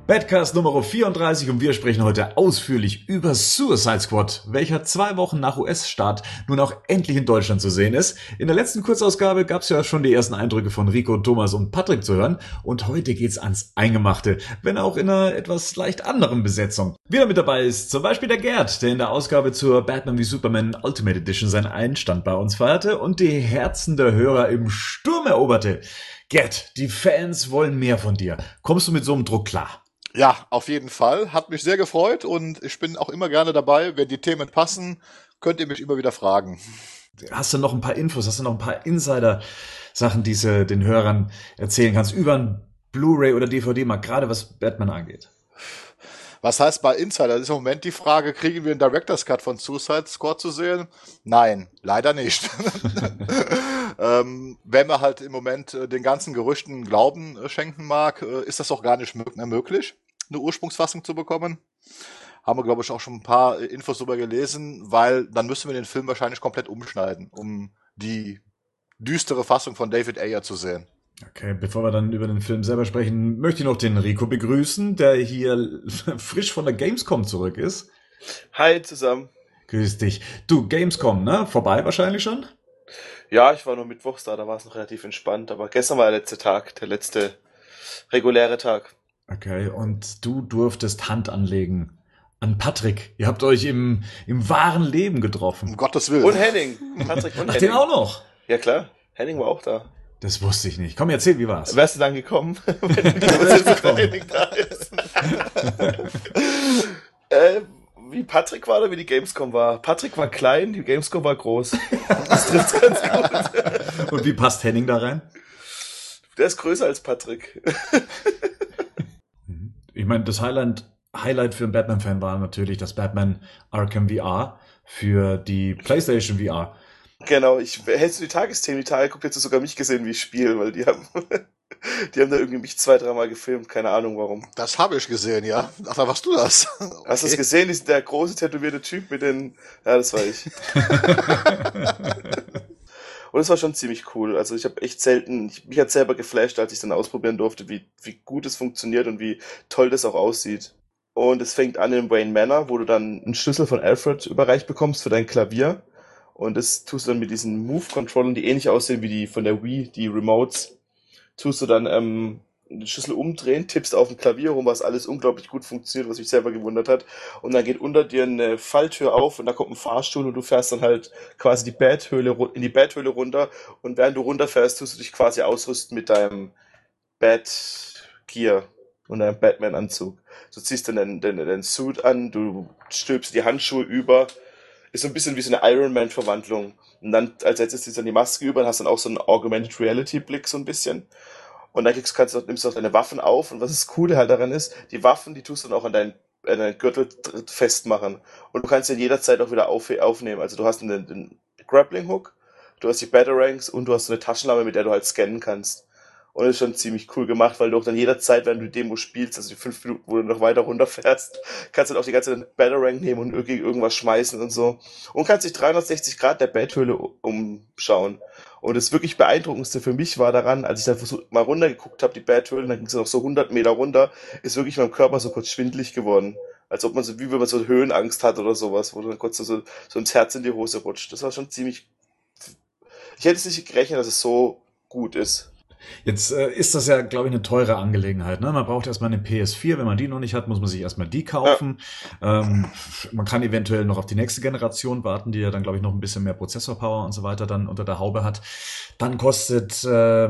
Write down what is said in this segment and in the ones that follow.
Badcast Nummer 34 und wir sprechen heute ausführlich über Suicide Squad, welcher 2 Wochen nach US-Start nun auch endlich in Deutschland zu sehen ist. In der letzten Kurzausgabe gab es ja schon die ersten Eindrücke von Rico, Thomas und Patrick zu hören und heute geht's ans Eingemachte, wenn auch in einer etwas leicht anderen Besetzung. Wieder mit dabei ist zum Beispiel der Gerd, der in der Ausgabe zur Batman wie Superman Ultimate Edition seinen Einstand bei uns feierte und die Herzen der Hörer im Sturm eroberte. Gerd, die Fans wollen mehr von dir. Kommst du mit so einem Druck klar? Ja, auf jeden Fall. Hat mich sehr gefreut und ich bin auch immer gerne dabei. Wenn die Themen passen, könnt ihr mich immer wieder fragen. Hast du noch ein paar Infos, hast du noch ein paar Insider-Sachen, die du den Hörern erzählen kannst, über ein Blu-ray oder DVD-Markt, gerade was Batman angeht? Was heißt bei Insider? Das ist im Moment die Frage, kriegen wir einen Director's Cut von Suicide Squad zu sehen? Nein, leider nicht. Wenn man halt im Moment den ganzen Gerüchten Glauben schenken mag, ist das doch gar nicht mehr möglich, eine Ursprungsfassung zu bekommen. Haben wir, glaube ich, auch schon ein paar Infos darüber gelesen, weil dann müssen wir den Film wahrscheinlich komplett umschneiden, um die düstere Fassung von David Ayer zu sehen. Okay, bevor wir dann über den Film selber sprechen, möchte ich noch den Rico begrüßen, der hier frisch von der Gamescom zurück ist. Hi zusammen. Grüß dich. Du, Gamescom, ne? Vorbei wahrscheinlich schon? Ja, ich war nur mittwochs da war es noch relativ entspannt, aber gestern war der letzte Tag, der letzte reguläre Tag. Okay, und du durftest Hand anlegen an Patrick. Ihr habt euch im wahren Leben getroffen. Um Gottes Willen. Und Henning. Patrick und Ach, Henning. den auch noch? Ja klar, Henning war auch da. Das wusste ich nicht. Komm, erzähl, wie war's? Wärst du dann gekommen, wenn der Henning da ist? Wie Patrick war oder wie die Gamescom war? Patrick war klein, die Gamescom war groß. Das trifft's ganz gut. Und wie passt Henning da rein? Der ist größer als Patrick. Ich meine, das Highlight für einen Batman-Fan war natürlich das Batman Arkham VR für die PlayStation VR. Genau, hättest du die Tagesthemen die Tage geguckt, hättest du sogar mich gesehen, wie ich spiele, weil die haben da irgendwie mich 2-3 Mal gefilmt, keine Ahnung warum. Das habe ich gesehen, ja. Ach, da warst du das. Okay. Hast du das gesehen? Der große tätowierte Typ mit den... Ja, das war ich. Und es war schon ziemlich cool. Also ich habe echt selten... Mich hat selber geflasht, als ich dann ausprobieren durfte, wie gut es funktioniert und wie toll das auch aussieht. Und es fängt an in Wayne Manor, wo du dann einen Schlüssel von Alfred überreicht bekommst für dein Klavier. Und das tust du dann mit diesen Move-Controllern, die ähnlich aussehen wie die von der Wii, die Remotes, tust du dann den Schlüssel umdrehen, tippst auf dem Klavier rum, was alles unglaublich gut funktioniert, was mich selber gewundert hat. Und dann geht unter dir eine Falltür auf und da kommt ein Fahrstuhl und du fährst dann halt quasi in die Betthöhle runter. Und während du runterfährst, tust du dich quasi ausrüsten mit deinem Bat-Gear und deinem Batman-Anzug. Du ziehst dann den Suit an, du stülpst die Handschuhe über. Ist so ein bisschen wie so eine Iron Man-Verwandlung. Und dann als letztes ziehst du dann die Maske über und hast dann auch so einen Augmented Reality-Blick so ein bisschen. Und dann nimmst du auch deine Waffen auf. Und was das Coole halt daran ist, die Waffen, die tust du dann auch an deinen Gürtel festmachen. Und du kannst den jederzeit auch wieder aufnehmen. Also du hast den Grappling-Hook, du hast die Batarangs und du hast so eine Taschenlampe, mit der du halt scannen kannst. Und das ist schon ziemlich cool gemacht, weil du auch dann jederzeit, wenn du die Demo spielst, also die 5 Minuten, wo du noch weiter runterfährst, kannst du dann auch die ganze Batarang nehmen und gegen irgendwas schmeißen und so. Und kannst dich 360 Grad der Betthöhle umschauen. Und das wirklich Beeindruckendste für mich war daran, als ich dann mal runtergeguckt habe, die Betthöhle, dann ging es noch so 100 Meter runter, ist wirklich meinem Körper so kurz schwindelig geworden. Als ob man so, wie wenn man so Höhenangst hat oder sowas, wo dann kurz so ins Herz in die Hose rutscht. Das war schon ziemlich... Ich hätte es nicht gerechnet, dass es so gut ist. Jetzt ist das ja, glaube ich, eine teure Angelegenheit. Ne? Man braucht erstmal eine PS4. Wenn man die noch nicht hat, muss man sich erstmal die kaufen. Ja. Man kann eventuell noch auf die nächste Generation warten, die ja dann, glaube ich, noch ein bisschen mehr Prozessorpower und so weiter dann unter der Haube hat. Dann kostet der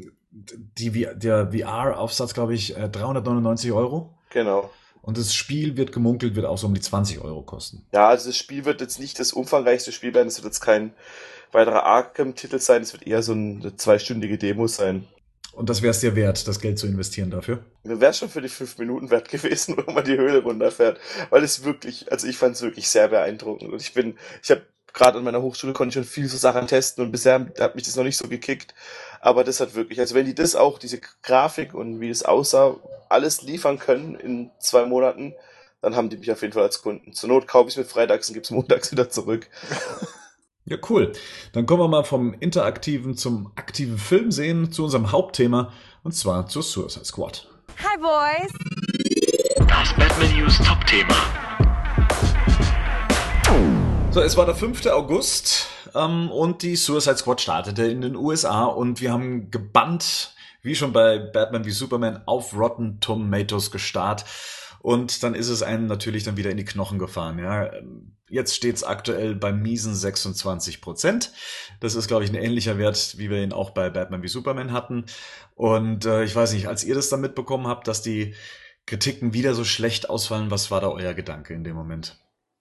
VR-Aufsatz, glaube ich, 399 Euro. Genau. Und das Spiel wird gemunkelt, wird auch so um die 20 Euro kosten. Ja, also das Spiel wird jetzt nicht das umfangreichste Spiel werden. Es wird jetzt kein weiterer Arkham-Titel sein. Es wird eher so eine 2-stündige Demo sein. Und das wäre es dir wert, das Geld zu investieren dafür? Mir wäre es schon für die 5 Minuten wert gewesen, wo man die Höhle runterfährt. Weil es wirklich, also ich fand es wirklich sehr beeindruckend. Und ich habe gerade an meiner Hochschule konnte ich schon viel so Sachen testen und bisher hat mich das noch nicht so gekickt. Aber das hat wirklich, also wenn die das auch, diese Grafik und wie es aussah, alles liefern können in 2 Monaten, dann haben die mich auf jeden Fall als Kunden. Zur Not kaufe ich es mir freitags und gebe es montags wieder zurück. Ja, cool. Dann kommen wir mal vom interaktiven zum aktiven Filmsehen zu unserem Hauptthema, und zwar zur Suicide Squad. Hi, Boys! Das Batman News Top-Thema. So, es war der 5. August und die Suicide Squad startete in den USA und wir haben gebannt, wie schon bei Batman wie Superman, auf Rotten Tomatoes gestarrt. Und dann ist es einem natürlich dann wieder in die Knochen gefahren. Ja. Jetzt steht es aktuell bei miesen 26%. Das ist, glaube ich, ein ähnlicher Wert, wie wir ihn auch bei Batman wie Superman hatten. Und ich weiß nicht, als ihr das dann mitbekommen habt, dass die Kritiken wieder so schlecht ausfallen, was war da euer Gedanke in dem Moment?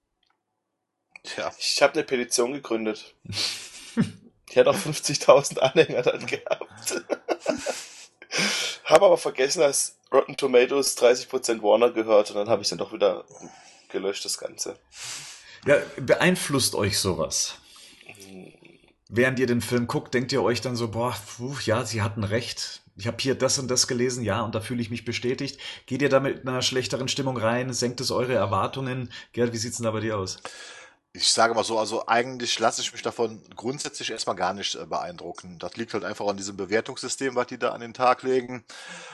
Tja, ich habe eine Petition gegründet. Die hat auch 50.000 Anhänger dann gehabt. Habe aber vergessen, dass Rotten Tomatoes 30% Warner gehört und dann habe ich dann doch wieder gelöscht, das Ganze. Ja, beeinflusst euch sowas? Während ihr den Film guckt, denkt ihr euch dann so, boah, ja, sie hatten recht. Ich habe hier das und das gelesen, ja, und da fühle ich mich bestätigt. Geht ihr da mit einer schlechteren Stimmung rein? Senkt es eure Erwartungen? Gerd, wie sieht's denn da bei dir aus? Ich sage mal so, also eigentlich lasse ich mich davon grundsätzlich erstmal gar nicht beeindrucken. Das liegt halt einfach an diesem Bewertungssystem, was die da an den Tag legen.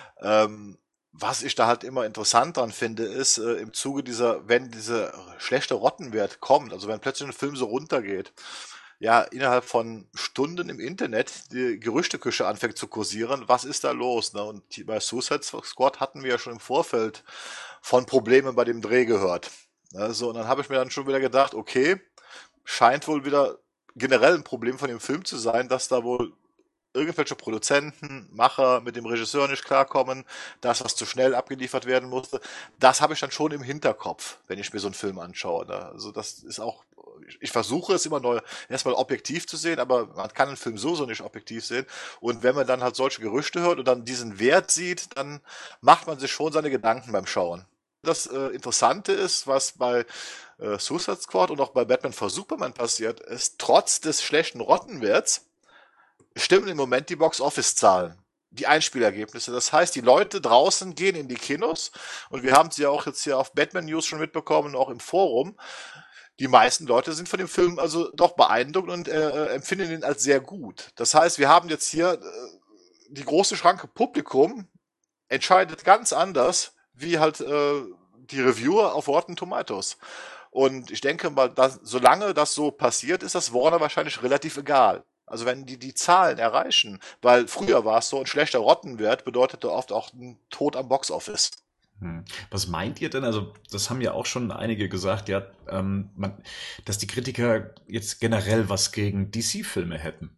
Was ich da halt immer interessant dran finde, ist im Zuge wenn dieser schlechte Rottenwert kommt, also wenn plötzlich ein Film so runtergeht, ja, innerhalb von Stunden im Internet die Gerüchteküche anfängt zu kursieren, was ist da los? Ne? Und bei Suicide Squad hatten wir ja schon im Vorfeld von Problemen bei dem Dreh gehört. Also, und dann habe ich mir dann schon wieder gedacht, okay, scheint wohl wieder generell ein Problem von dem Film zu sein, dass da wohl irgendwelche Produzenten, Macher mit dem Regisseur nicht klarkommen, das, was zu schnell abgeliefert werden musste. Das habe ich dann schon im Hinterkopf, wenn ich mir so einen Film anschaue. Ne? Also das ist auch, ich versuche es immer neu erstmal objektiv zu sehen, aber man kann einen Film so nicht objektiv sehen. Und wenn man dann halt solche Gerüchte hört und dann diesen Wert sieht, dann macht man sich schon seine Gedanken beim Schauen. Das Interessante ist, was bei Suicide Squad und auch bei Batman v Superman passiert ist, trotz des schlechten Rottenwerts stimmen im Moment die Box-Office-Zahlen, die Einspielergebnisse. Das heißt, die Leute draußen gehen in die Kinos und wir haben es ja auch jetzt hier auf Batman News schon mitbekommen, auch im Forum. Die meisten Leute sind von dem Film also doch beeindruckt und empfinden ihn als sehr gut. Das heißt, wir haben jetzt hier die große Schranke Publikum entscheidet ganz anders wie halt die Reviewer auf Rotten Tomatoes. Und ich denke mal, solange das so passiert, ist das Warner wahrscheinlich relativ egal. Also wenn die Zahlen erreichen, weil früher war es so, ein schlechter Rottenwert bedeutete oft auch einen Tod am Boxoffice. Was meint ihr denn? Also das haben ja auch schon einige gesagt, ja, dass die Kritiker jetzt generell was gegen DC-Filme hätten.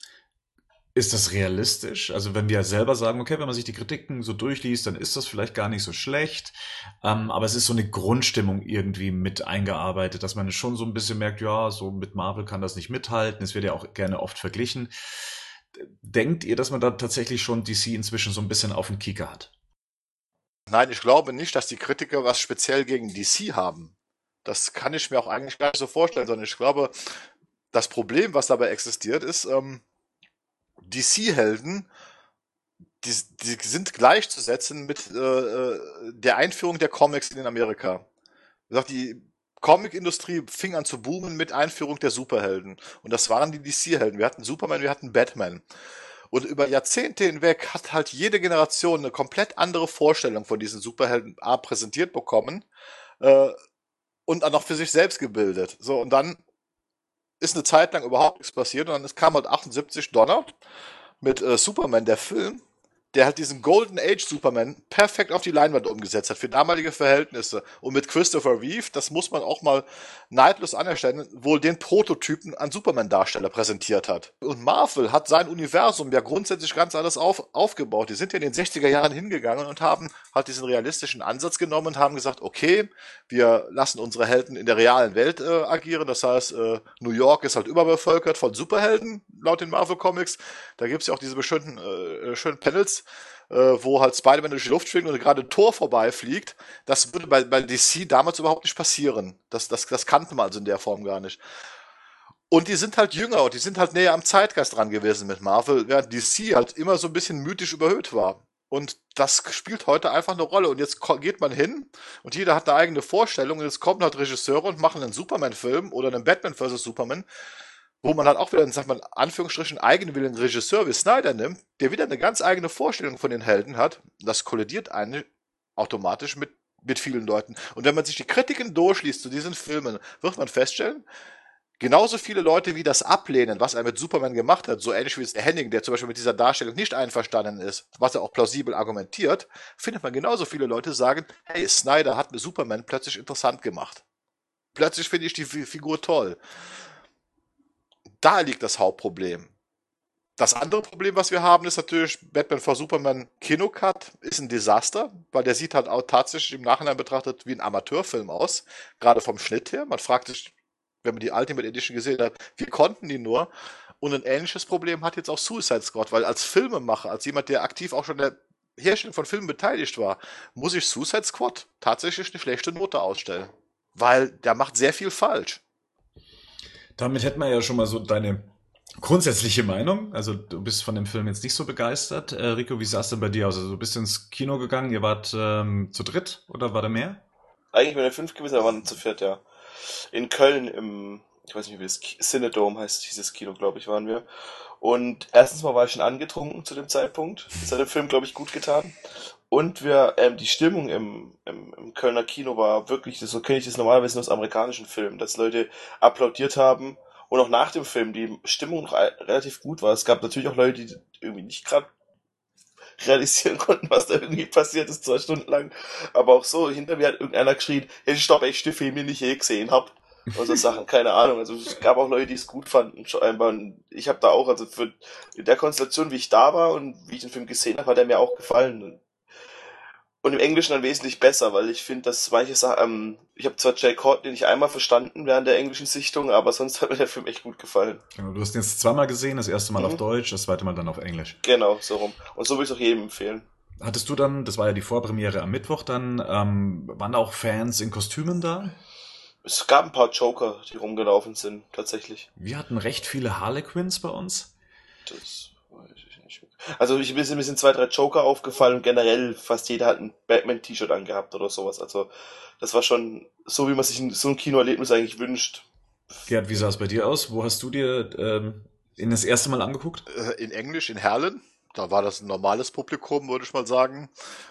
Ist das realistisch? Also wenn wir selber sagen, okay, wenn man sich die Kritiken so durchliest, dann ist das vielleicht gar nicht so schlecht. Aber es ist so eine Grundstimmung irgendwie mit eingearbeitet, dass man schon so ein bisschen merkt, ja, so mit Marvel kann das nicht mithalten. Es wird ja auch gerne oft verglichen. Denkt ihr, dass man da tatsächlich schon DC inzwischen so ein bisschen auf den Kieker hat? Nein, ich glaube nicht, dass die Kritiker was speziell gegen DC haben. Das kann ich mir auch eigentlich gar nicht so vorstellen, sondern ich glaube, das Problem, was dabei existiert, ist, DC-Helden, die sind gleichzusetzen mit der Einführung der Comics in Amerika. Wie gesagt, die Comic-Industrie fing an zu boomen mit Einführung der Superhelden. Und das waren die DC-Helden. Wir hatten Superman, wir hatten Batman. Und über Jahrzehnte hinweg hat halt jede Generation eine komplett andere Vorstellung von diesen Superhelden präsentiert bekommen und dann auch für sich selbst gebildet. So, und dann ist eine Zeit lang überhaupt nichts passiert und dann kam halt 78 Donner mit Superman, der Film, der halt diesen Golden Age Superman perfekt auf die Leinwand umgesetzt hat, für damalige Verhältnisse. Und mit Christopher Reeve, das muss man auch mal neidlos anerkennen, wohl den Prototypen an Superman-Darsteller präsentiert hat. Und Marvel hat sein Universum ja grundsätzlich ganz anders aufgebaut. Die sind ja in den 60er Jahren hingegangen und haben halt diesen realistischen Ansatz genommen und haben gesagt, okay, wir lassen unsere Helden in der realen Welt agieren. Das heißt, New York ist halt überbevölkert von Superhelden, laut den Marvel Comics. Da gibt's ja auch diese schönen Panels, wo halt Spider-Man durch die Luft fliegt und gerade Thor vorbeifliegt. Das würde bei DC damals überhaupt nicht passieren. Das kannte man also in der Form gar nicht. Und die sind halt jünger und die sind halt näher am Zeitgeist dran gewesen mit Marvel, während DC halt immer so ein bisschen mythisch überhöht war. Und das spielt heute einfach eine Rolle. Und jetzt geht man hin und jeder hat eine eigene Vorstellung und jetzt kommen halt Regisseure und machen einen Superman-Film oder einen Batman vs. Superman, wo man halt auch wieder, sagt man, Anführungsstrichen eigenwilligen Regisseur wie Snyder nimmt, der wieder eine ganz eigene Vorstellung von den Helden hat. Das kollidiert eigentlich automatisch mit mit vielen Leuten. Und wenn man sich die Kritiken durchliest zu diesen Filmen, wird man feststellen, genauso viele Leute, wie das ablehnen, was er mit Superman gemacht hat, so ähnlich wie es der Henning, der zum Beispiel mit dieser Darstellung nicht einverstanden ist, was er auch plausibel argumentiert, findet man genauso viele Leute sagen, hey, Snyder hat mir Superman plötzlich interessant gemacht. Plötzlich finde ich die Figur toll. Da liegt das Hauptproblem. Das andere Problem, was wir haben, ist natürlich Batman v Superman Kinocut ist ein Desaster, weil der sieht halt auch tatsächlich im Nachhinein betrachtet wie ein Amateurfilm aus, gerade vom Schnitt her. Man fragt sich, wenn man die Ultimate Edition gesehen hat, wie konnten die nur? Und ein ähnliches Problem hat jetzt auch Suicide Squad, weil als Filmemacher, als jemand, der aktiv auch schon in der Herstellung von Filmen beteiligt war, muss ich Suicide Squad tatsächlich eine schlechte Note ausstellen. Weil der macht sehr viel falsch. Damit hätten wir ja schon mal so deine grundsätzliche Meinung. Also du bist von dem Film jetzt nicht so begeistert. Rico, wie sah es denn bei dir aus? Also du bist ins Kino gegangen, ihr wart zu dritt oder war da mehr? Eigentlich wären wir 5 gewesen, aber waren zu viert, ja. In Köln ich weiß nicht, wie das Cinedome heißt, dieses Kino, glaube ich, waren wir. Und erstens mal war ich schon angetrunken zu dem Zeitpunkt. Das hat dem Film, glaube ich, gut getan. Und die Stimmung im Kölner Kino war wirklich, so kenne ich das normalerweise nur aus amerikanischen Filmen, dass Leute applaudiert haben und auch nach dem Film die Stimmung noch relativ gut war. Es gab natürlich auch Leute, die irgendwie nicht gerade realisieren konnten, was da irgendwie passiert ist, 2 Stunden lang. Aber auch so, hinter mir hat irgendeiner geschrien, hey, stopp, echt, den Film, den ich je gesehen hab. Und so Sachen, keine Ahnung. Also es gab auch Leute, die es gut fanden, scheinbar. Und ich habe da auch, also in der Konstellation, wie ich da war und wie ich den Film gesehen habe, hat er mir auch gefallen. Und im Englischen dann wesentlich besser, weil ich finde, dass manche Sachen, ich habe zwar Jay Courtney nicht einmal verstanden während der englischen Sichtung, aber sonst hat mir der Film echt gut gefallen. Genau, du hast ihn jetzt zweimal gesehen, das erste Mal auf Deutsch, das zweite Mal dann auf Englisch. Genau, so rum. Und so will ich es auch jedem empfehlen. Hattest du dann, das war ja die Vorpremiere am Mittwoch dann, waren da auch Fans in Kostümen da? Es gab ein paar Joker, die rumgelaufen sind, tatsächlich. Wir hatten recht viele Harlequins bei uns. Das weiß ich nicht. Also mir sind 2, 3 Joker aufgefallen und generell fast jeder hat ein Batman-T-Shirt angehabt oder sowas. Also das war schon so, wie man sich so ein Kinoerlebnis eigentlich wünscht. Gerd, wie sah es bei dir aus? Wo hast du dir in das erste Mal angeguckt? In Englisch, in Herlen. Da war das ein normales Publikum, würde ich mal sagen.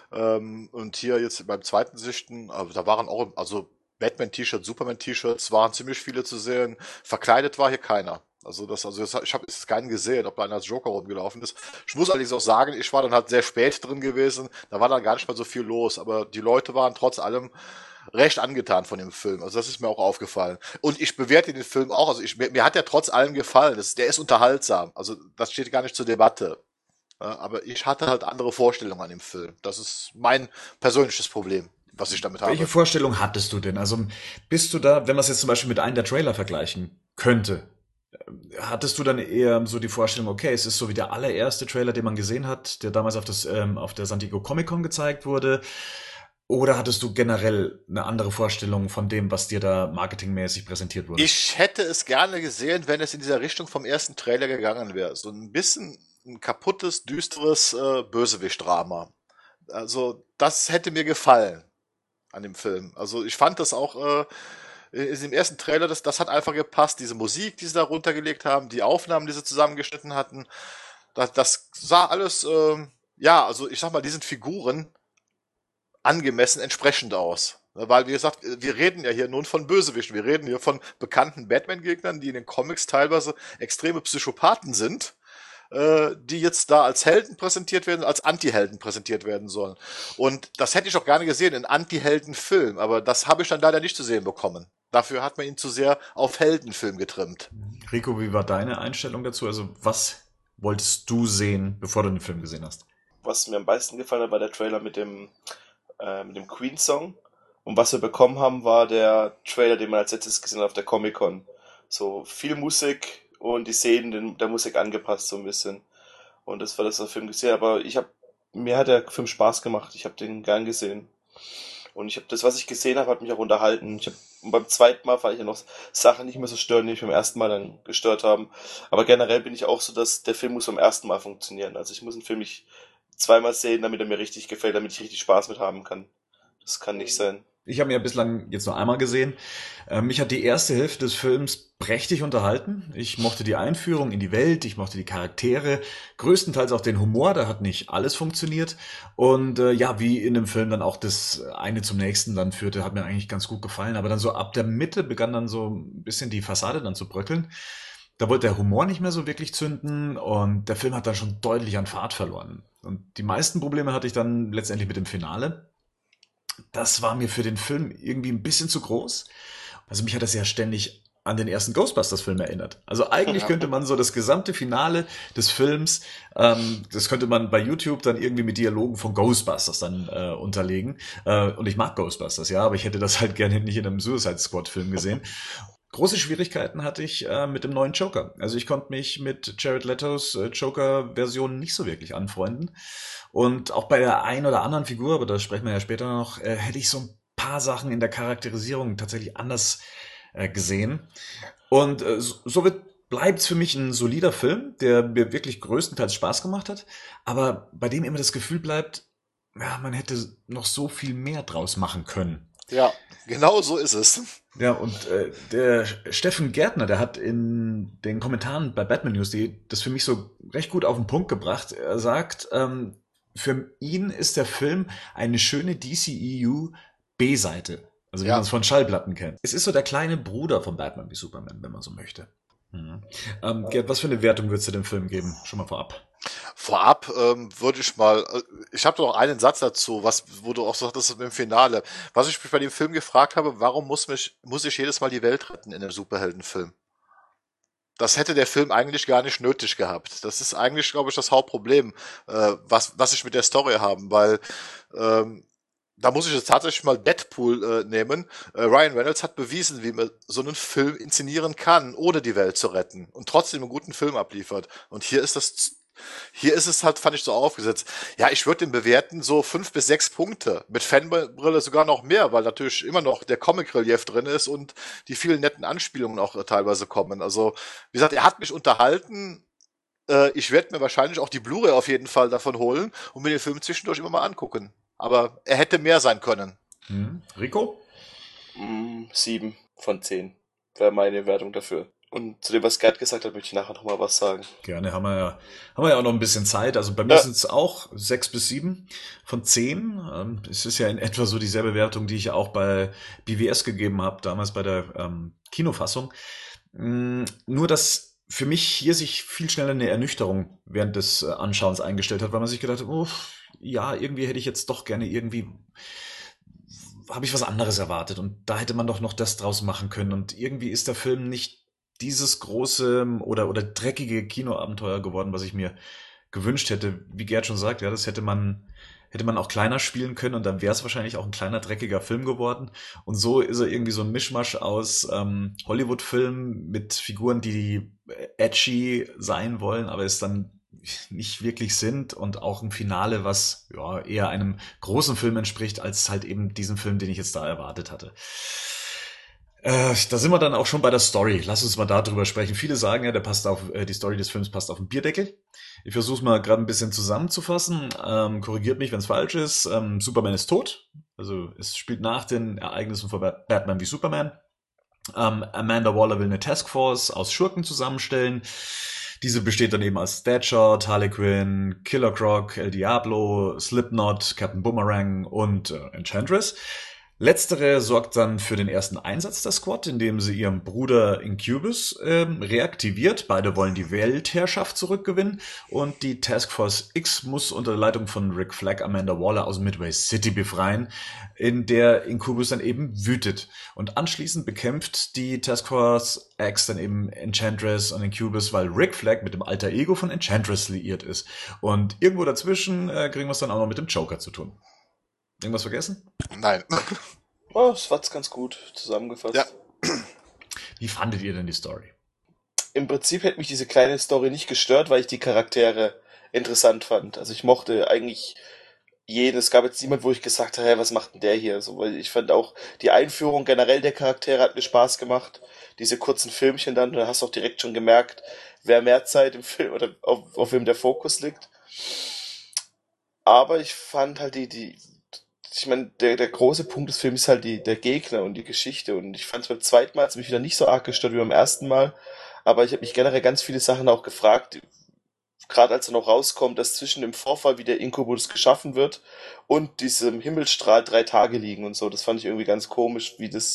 Und hier jetzt beim zweiten Sichten, also da waren auch, also Batman-T-Shirts, Superman-T-Shirts waren ziemlich viele zu sehen. Verkleidet war hier keiner. Ich habe es keinen gesehen, ob da einer als Joker rumgelaufen ist. Ich muss allerdings auch sagen, ich war dann halt sehr spät drin gewesen. Da war dann gar nicht mal so viel los. Aber die Leute waren trotz allem recht angetan von dem Film. Also das ist mir auch aufgefallen. Und ich bewerte den Film auch. Also mir hat der trotz allem gefallen. Der ist unterhaltsam. Also das steht gar nicht zur Debatte. Ja, aber ich hatte halt andere Vorstellungen an dem Film. Das ist mein persönliches Problem, was ich damit habe. Welche Vorstellung hattest du denn? Also bist du da, wenn man es jetzt zum Beispiel mit einem der Trailer vergleichen könnte, hattest du dann eher so die Vorstellung, okay, es ist so wie der allererste Trailer, den man gesehen hat, der damals auf der San Diego Comic-Con gezeigt wurde? Oder hattest du generell eine andere Vorstellung von dem, was dir da marketingmäßig präsentiert wurde? Ich hätte es gerne gesehen, wenn es in dieser Richtung vom ersten Trailer gegangen wäre. So ein bisschen ein kaputtes, düsteres Bösewicht-Drama. Also das hätte mir gefallen an dem Film. Also ich fand das auch in dem ersten Trailer, das hat einfach gepasst. Diese Musik, die sie da runtergelegt haben, die Aufnahmen, die sie zusammengeschnitten hatten, das sah alles, ja, also ich sag mal, diesen Figuren angemessen entsprechend aus. Weil, wie gesagt, wir reden ja hier nun von Bösewichten. Wir reden hier von bekannten Batman-Gegnern, die in den Comics teilweise extreme Psychopathen sind, die jetzt da als Helden präsentiert werden, als Anti-Helden präsentiert werden sollen. Und das hätte ich auch gerne gesehen, in Anti-Helden-Film, aber das habe ich dann leider nicht zu sehen bekommen. Dafür hat man ihn zu sehr auf Heldenfilm getrimmt. Rico, wie war deine Einstellung dazu? Also was wolltest du sehen, bevor du den Film gesehen hast? Was mir am meisten gefallen hat, war der Trailer mit dem Queen-Song. Und was wir bekommen haben, war der Trailer, den man als letztes gesehen hat auf der Comic-Con. So viel Musik und die Szenen der Musik angepasst so ein bisschen. Und das war das, was der Film gesehen hat. Aber mir hat der Film Spaß gemacht. Ich habe den gern gesehen. Und ich habe das, was ich gesehen habe, hat mich auch unterhalten. Und beim zweiten Mal fand ich ja noch Sachen nicht mehr so stören, die mich beim ersten Mal dann gestört haben. Aber generell bin ich auch so, dass der Film muss beim ersten Mal funktionieren. Also ich muss einen Film nicht zweimal sehen, damit er mir richtig gefällt, damit ich richtig Spaß mit haben kann. Das kann nicht sein. Ich habe ihn ja bislang jetzt nur einmal gesehen. Mich hat die erste Hälfte des Films prächtig unterhalten. Ich mochte die Einführung in die Welt, ich mochte die Charaktere, größtenteils auch den Humor, da hat nicht alles funktioniert. Und ja, wie in dem Film dann auch das eine zum nächsten dann führte, hat mir eigentlich ganz gut gefallen. Aber dann so ab der Mitte begann dann so ein bisschen die Fassade dann zu bröckeln. Da wollte der Humor nicht mehr so wirklich zünden und der Film hat dann schon deutlich an Fahrt verloren. Und die meisten Probleme hatte ich dann letztendlich mit dem Finale. Das war mir für den Film irgendwie ein bisschen zu groß. Also mich hat das ja ständig an den ersten Ghostbusters-Film erinnert. Also eigentlich Ja. könnte man so das gesamte Finale des Films, das könnte man bei YouTube dann irgendwie mit Dialogen von Ghostbusters dann unterlegen. Und ich mag Ghostbusters, ja, aber ich hätte das halt gerne nicht in einem Suicide Squad-Film gesehen. Große Schwierigkeiten hatte ich mit dem neuen Joker. Also ich konnte mich mit Jared Letos Joker-Version nicht so wirklich anfreunden. Und auch bei der einen oder anderen Figur, aber da sprechen wir ja später noch, hätte ich so ein paar Sachen in der Charakterisierung tatsächlich anders gesehen. Und somit bleibt es für mich ein solider Film, der mir wirklich größtenteils Spaß gemacht hat, aber bei dem immer das Gefühl bleibt, ja, man hätte noch so viel mehr draus machen können. Ja, genau so ist es. Ja, und der Steffen Gärtner, der hat in den Kommentaren bei Batman-News.de das für mich so recht gut auf den Punkt gebracht. Er sagt, für ihn ist der Film eine schöne DCEU B-Seite. Also wie Ja. man es von Schallplatten kennt. Es ist so der kleine Bruder von Batman wie Superman, wenn man so möchte. Mhm. Gerd, was für eine Wertung würdest du dem Film geben? Schon mal vorab. Vorab würde ich mal, ich habe noch einen Satz dazu, wo du auch sagtest im Finale. Was ich mich bei dem Film gefragt habe, warum muss ich jedes Mal die Welt retten in einem Superheldenfilm? Das hätte der Film eigentlich gar nicht nötig gehabt. Das ist eigentlich, glaube ich, das Hauptproblem, was ich mit der Story haben, weil da muss ich jetzt tatsächlich mal Deadpool nehmen. Ryan Reynolds hat bewiesen, wie man so einen Film inszenieren kann, ohne die Welt zu retten und trotzdem einen guten Film abliefert. Und hier ist es halt, fand ich so aufgesetzt. Ja, ich würde den bewerten so 5 bis 6 Punkte. Mit Fanbrille sogar noch mehr, weil natürlich immer noch der Comic-Relief drin ist und die vielen netten Anspielungen auch teilweise kommen. Also, wie gesagt, er hat mich unterhalten. Ich werde mir wahrscheinlich auch die Blu-ray auf jeden Fall davon holen und mir den Film zwischendurch immer mal angucken. Aber er hätte mehr sein können. Rico? 7 von 10 wäre meine Wertung dafür. Und zu dem, was Gerd gesagt hat, möchte ich nachher noch mal was sagen. Gerne, haben wir ja auch noch ein bisschen Zeit. Also bei mir sind es auch 6 bis 7 von 10. Es ist ja in etwa so dieselbe Wertung, die ich ja auch bei BVS gegeben habe, damals bei der Kinofassung. Nur, dass für mich hier sich viel schneller eine Ernüchterung während des Anschauens eingestellt hat, weil man sich gedacht hat, oh, ja, irgendwie hätte ich jetzt doch gerne habe ich was anderes erwartet und da hätte man doch noch das draus machen können und irgendwie ist der Film nicht dieses große oder dreckige Kinoabenteuer geworden, was ich mir gewünscht hätte. Wie Gerd schon sagt, ja, das hätte man auch kleiner spielen können und dann wäre es wahrscheinlich auch ein kleiner, dreckiger Film geworden. Und so ist er irgendwie so ein Mischmasch aus Hollywood-Film mit Figuren, die edgy sein wollen, aber es dann nicht wirklich sind und auch ein Finale, was ja eher einem großen Film entspricht, als halt eben diesen Film, den ich jetzt da erwartet hatte. Da sind wir dann auch schon bei der Story. Lass uns mal darüber sprechen. Viele sagen ja, die Story des Films passt auf den Bierdeckel. Ich versuche es mal gerade ein bisschen zusammenzufassen. Korrigiert mich, wenn es falsch ist. Superman ist tot. Also es spielt nach den Ereignissen von Batman wie Superman. Amanda Waller will eine Taskforce aus Schurken zusammenstellen. Diese besteht dann eben aus Deadshot, Harley Quinn, Killer Croc, El Diablo, Slipknot, Captain Boomerang und Enchantress. Letztere sorgt dann für den ersten Einsatz der Squad, indem sie ihren Bruder Incubus reaktiviert. Beide wollen die Weltherrschaft zurückgewinnen und die Task Force X muss unter der Leitung von Rick Flag Amanda Waller aus Midway City befreien, in der Incubus dann eben wütet. Und anschließend bekämpft die Task Force X dann eben Enchantress und Incubus, weil Rick Flag mit dem alter Ego von Enchantress liiert ist. Und irgendwo dazwischen kriegen wir es dann auch noch mit dem Joker zu tun. Irgendwas vergessen? Nein. Oh, das war jetzt ganz gut zusammengefasst. Ja. Wie fandet ihr denn die Story? Im Prinzip hätte mich diese kleine Story nicht gestört, weil ich die Charaktere interessant fand. Also ich mochte eigentlich jeden. Es gab jetzt niemand, wo ich gesagt habe, hey, was macht denn der hier? So, weil ich fand auch die Einführung generell der Charaktere hat mir Spaß gemacht. Diese kurzen Filmchen dann, da hast du auch direkt schon gemerkt, wer mehr Zeit im Film oder auf wem der Fokus liegt. Aber ich fand halt ich meine, der große Punkt des Films ist halt der Gegner und die Geschichte. Und ich fand es beim zweiten Mal hat's mich wieder nicht so arg gestört wie beim ersten Mal. Aber ich habe mich generell ganz viele Sachen auch gefragt, gerade als er noch rauskommt, dass zwischen dem Vorfall, wie der Inkubus geschaffen wird, und diesem Himmelstrahl 3 Tage liegen und so. Das fand ich irgendwie ganz komisch,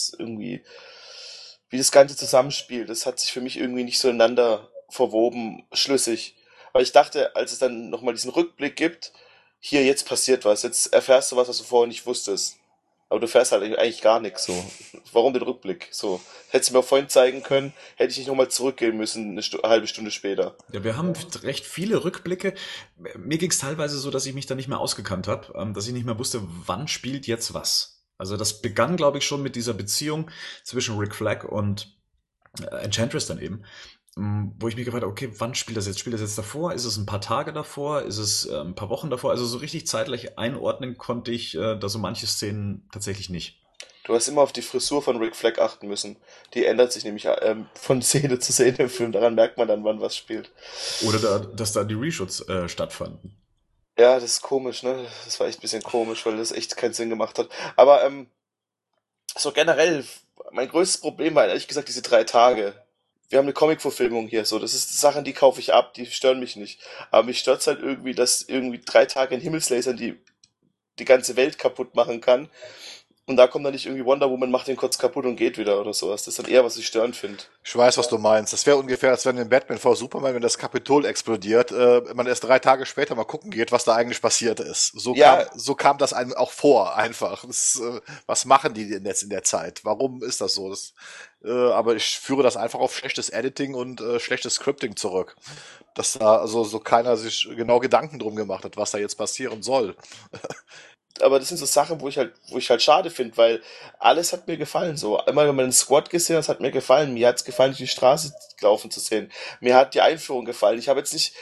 wie das Ganze zusammenspielt. Das hat sich für mich irgendwie nicht so ineinander verwoben, schlüssig. Weil ich dachte, als es dann nochmal diesen Rückblick gibt, hier, jetzt passiert was, jetzt erfährst du was, was du vorher nicht wusstest. Aber du fährst halt eigentlich gar nichts so. Warum den Rückblick? So. Hättest du mir vorhin zeigen können, hätte ich nicht nochmal zurückgehen müssen, eine halbe Stunde später. Ja, wir haben recht viele Rückblicke. Mir ging es teilweise so, dass ich mich da nicht mehr ausgekannt habe, dass ich nicht mehr wusste, wann spielt jetzt was. Also das begann, glaube ich, schon mit dieser Beziehung zwischen Rick Flag und Enchantress dann eben, wo ich mich gefragt habe, okay, wann spielt das jetzt? Spielt das jetzt davor? Ist es ein paar Tage davor? Ist es ein paar Wochen davor? Also so richtig zeitlich einordnen konnte ich da so manche Szenen tatsächlich nicht. Du hast immer auf die Frisur von Rick Flag achten müssen. Die ändert sich nämlich von Szene zu Szene im Film. Daran merkt man dann, wann was spielt. Oder dass da die Reshoots stattfanden. Ja, das ist komisch, ne? Das war echt ein bisschen komisch, weil das echt keinen Sinn gemacht hat. Aber so generell, mein größtes Problem war ehrlich gesagt diese 3 Tage. Wir haben eine Comic-Verfilmung hier, so. Das ist Sachen, die kaufe ich ab, die stören mich nicht. Aber mich stört's halt irgendwie, dass irgendwie 3 Tage ein Himmelslaser die ganze Welt kaputt machen kann. Und da kommt dann nicht irgendwie Wonder Woman, macht den kurz kaputt und geht wieder oder sowas. Das ist dann eher, was ich störend finde. Ich weiß, was du meinst. Das wäre ungefähr, als wenn in Batman vor Superman, wenn das Kapitol explodiert, man erst 3 Tage später mal gucken geht, was da eigentlich passiert ist. So kam das einem auch vor, einfach. Was machen die denn jetzt in der Zeit? Warum ist das so? Aber ich führe das einfach auf schlechtes Editing und schlechtes Scripting zurück. Dass da also so keiner sich genau Gedanken drum gemacht hat, was da jetzt passieren soll. Aber das sind so Sachen, wo ich halt schade finde, weil alles hat mir gefallen, so. Immer wenn man den Squad gesehen hat, das hat mir gefallen. Mir hat's gefallen, durch die Straße laufen zu sehen. Mir hat die Einführung gefallen. Ich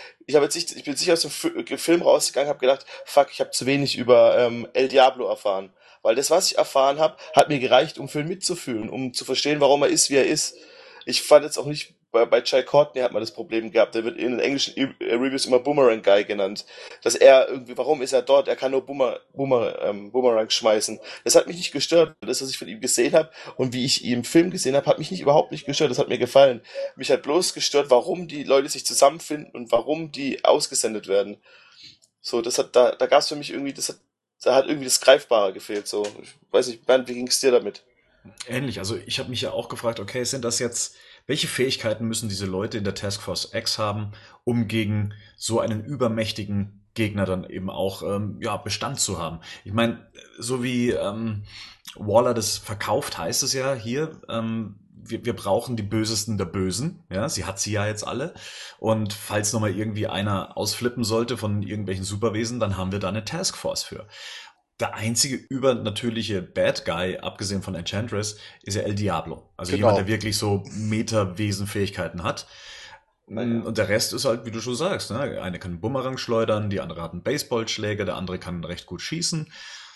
bin sicher aus dem Film rausgegangen, habe gedacht, fuck, ich habe zu wenig über El Diablo erfahren. Weil das, was ich erfahren habe, hat mir gereicht, um Film mitzufühlen, um zu verstehen, warum er ist, wie er ist. Ich fand jetzt auch nicht, bei Jai Courtney hat man das Problem gehabt, der wird in den englischen Reviews immer Boomerang Guy genannt. Dass er irgendwie, warum ist er dort? Er kann nur Boomerang schmeißen. Das hat mich nicht gestört. Das, was ich von ihm gesehen habe und wie ich ihn im Film gesehen habe, hat mich überhaupt nicht gestört. Das hat mir gefallen. Mich hat bloß gestört, warum die Leute sich zusammenfinden und warum die ausgesendet werden. So, da gab es für mich irgendwie, da hat irgendwie das Greifbare gefehlt. So, ich weiß nicht, Bernd, wie ging es dir damit? Ähnlich, also ich habe mich ja auch gefragt, okay, sind das jetzt, welche Fähigkeiten müssen diese Leute in der Task Force X haben, um gegen so einen übermächtigen Gegner dann eben auch Bestand zu haben? Ich meine, so wie Waller das verkauft, heißt es ja hier, wir brauchen die Bösesten der Bösen. Ja, sie hat sie ja jetzt alle. Und falls nochmal irgendwie einer ausflippen sollte von irgendwelchen Superwesen, dann haben wir da eine Taskforce für. Der einzige übernatürliche Bad Guy, abgesehen von Enchantress, ist ja El Diablo. Also Genau. jemand, der wirklich so Meta-Wesen-Fähigkeiten hat. Und der Rest ist halt, wie du schon sagst, ne? Eine kann einen Bumerang schleudern, die andere hat einen Baseballschläger, der andere kann recht gut schießen.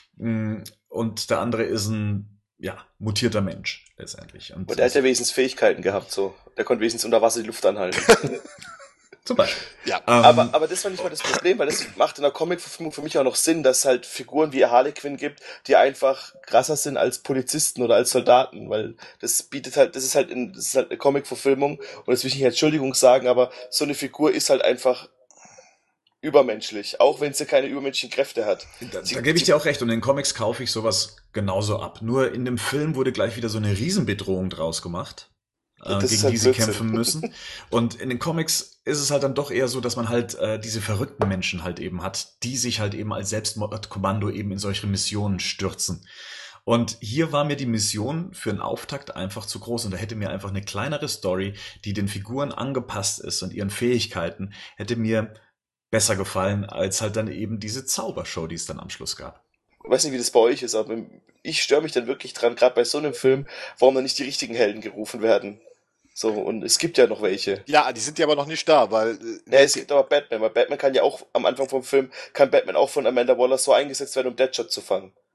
Und der andere ist ein, mutierter Mensch, letztendlich. Und er hat ja wenigstens Fähigkeiten gehabt, so. Der konnte wenigstens unter Wasser die Luft anhalten. Zum Beispiel. Ja. Aber das war nicht mal das Problem, weil das macht in der Comic-Verfilmung für mich auch noch Sinn, dass es halt Figuren wie Harley Quinn gibt, die einfach krasser sind als Polizisten oder als Soldaten, weil das ist halt eine Comic-Verfilmung und das will ich nicht als Entschuldigung sagen, aber so eine Figur ist halt einfach übermenschlich, auch wenn sie keine übermenschlichen Kräfte hat. Da gebe ich dir auch recht und in den Comics kaufe ich sowas genauso ab. Nur in dem Film wurde gleich wieder so eine Riesenbedrohung draus gemacht, gegen halt die sie Blödsinn. kämpfen müssen. Und in den Comics ist es halt dann doch eher so, dass man halt diese verrückten Menschen halt eben hat, die sich halt eben als Selbstmordkommando eben in solche Missionen stürzen. Und hier war mir die Mission für einen Auftakt einfach zu groß und da hätte mir einfach eine kleinere Story, die den Figuren angepasst ist und ihren Fähigkeiten, hätte mir besser gefallen, als halt dann eben diese Zaubershow, die es dann am Schluss gab. Ich weiß nicht, wie das bei euch ist, aber ich störe mich dann wirklich dran, gerade bei so einem Film, warum dann nicht die richtigen Helden gerufen werden. So, und es gibt ja noch welche. Ja, die sind ja aber noch nicht da, weil Ja, es gibt aber Batman, weil Batman kann ja auch am Anfang vom Film, kann Batman auch von Amanda Waller so eingesetzt werden, um Deadshot zu fangen.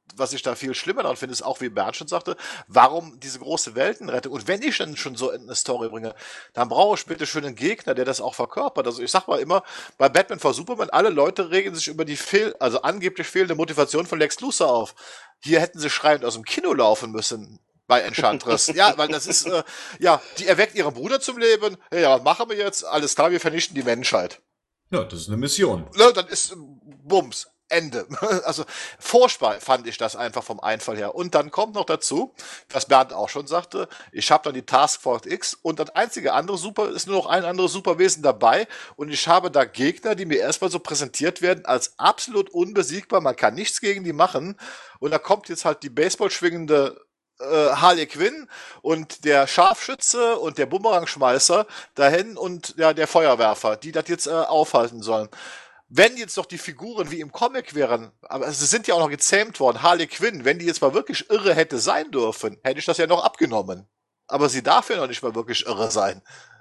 was ich da viel schlimmer daran finde, ist auch, wie Bernd schon sagte, warum diese große Weltenrettung? Und wenn ich dann schon so eine Story bringe, dann brauche ich bitte schön einen Gegner, der das auch verkörpert. Also ich sag mal immer, bei Batman v Superman, alle Leute regen sich über die also angeblich fehlende Motivation von Lex Luthor auf. Hier hätten sie schreiend aus dem Kino laufen müssen. Bei Enchantress. Ja, weil das ist, die erweckt ihren Bruder zum Leben. Ja, was machen wir jetzt? Alles klar, wir vernichten die Menschheit. Ja, das ist eine Mission. Ne, dann ist Bums. Ende. Also furchtbar fand ich das einfach vom Einfall her. Und dann kommt noch dazu, was Bernd auch schon sagte, ich habe dann die Taskforce X und das einzige andere ist nur noch ein anderes Superwesen dabei und ich habe da Gegner, die mir erstmal so präsentiert werden als absolut unbesiegbar, man kann nichts gegen die machen und da kommt jetzt halt die Baseball schwingende Harley Quinn und der Scharfschütze und der Bumerangschmeißer dahin und ja der Feuerwerfer, die das jetzt aufhalten sollen. Wenn jetzt doch die Figuren wie im Comic wären, aber sie sind ja auch noch gezähmt worden, Harley Quinn, wenn die jetzt mal wirklich irre hätte sein dürfen, hätte ich das ja noch abgenommen. Aber sie darf ja noch nicht mal wirklich irre sein.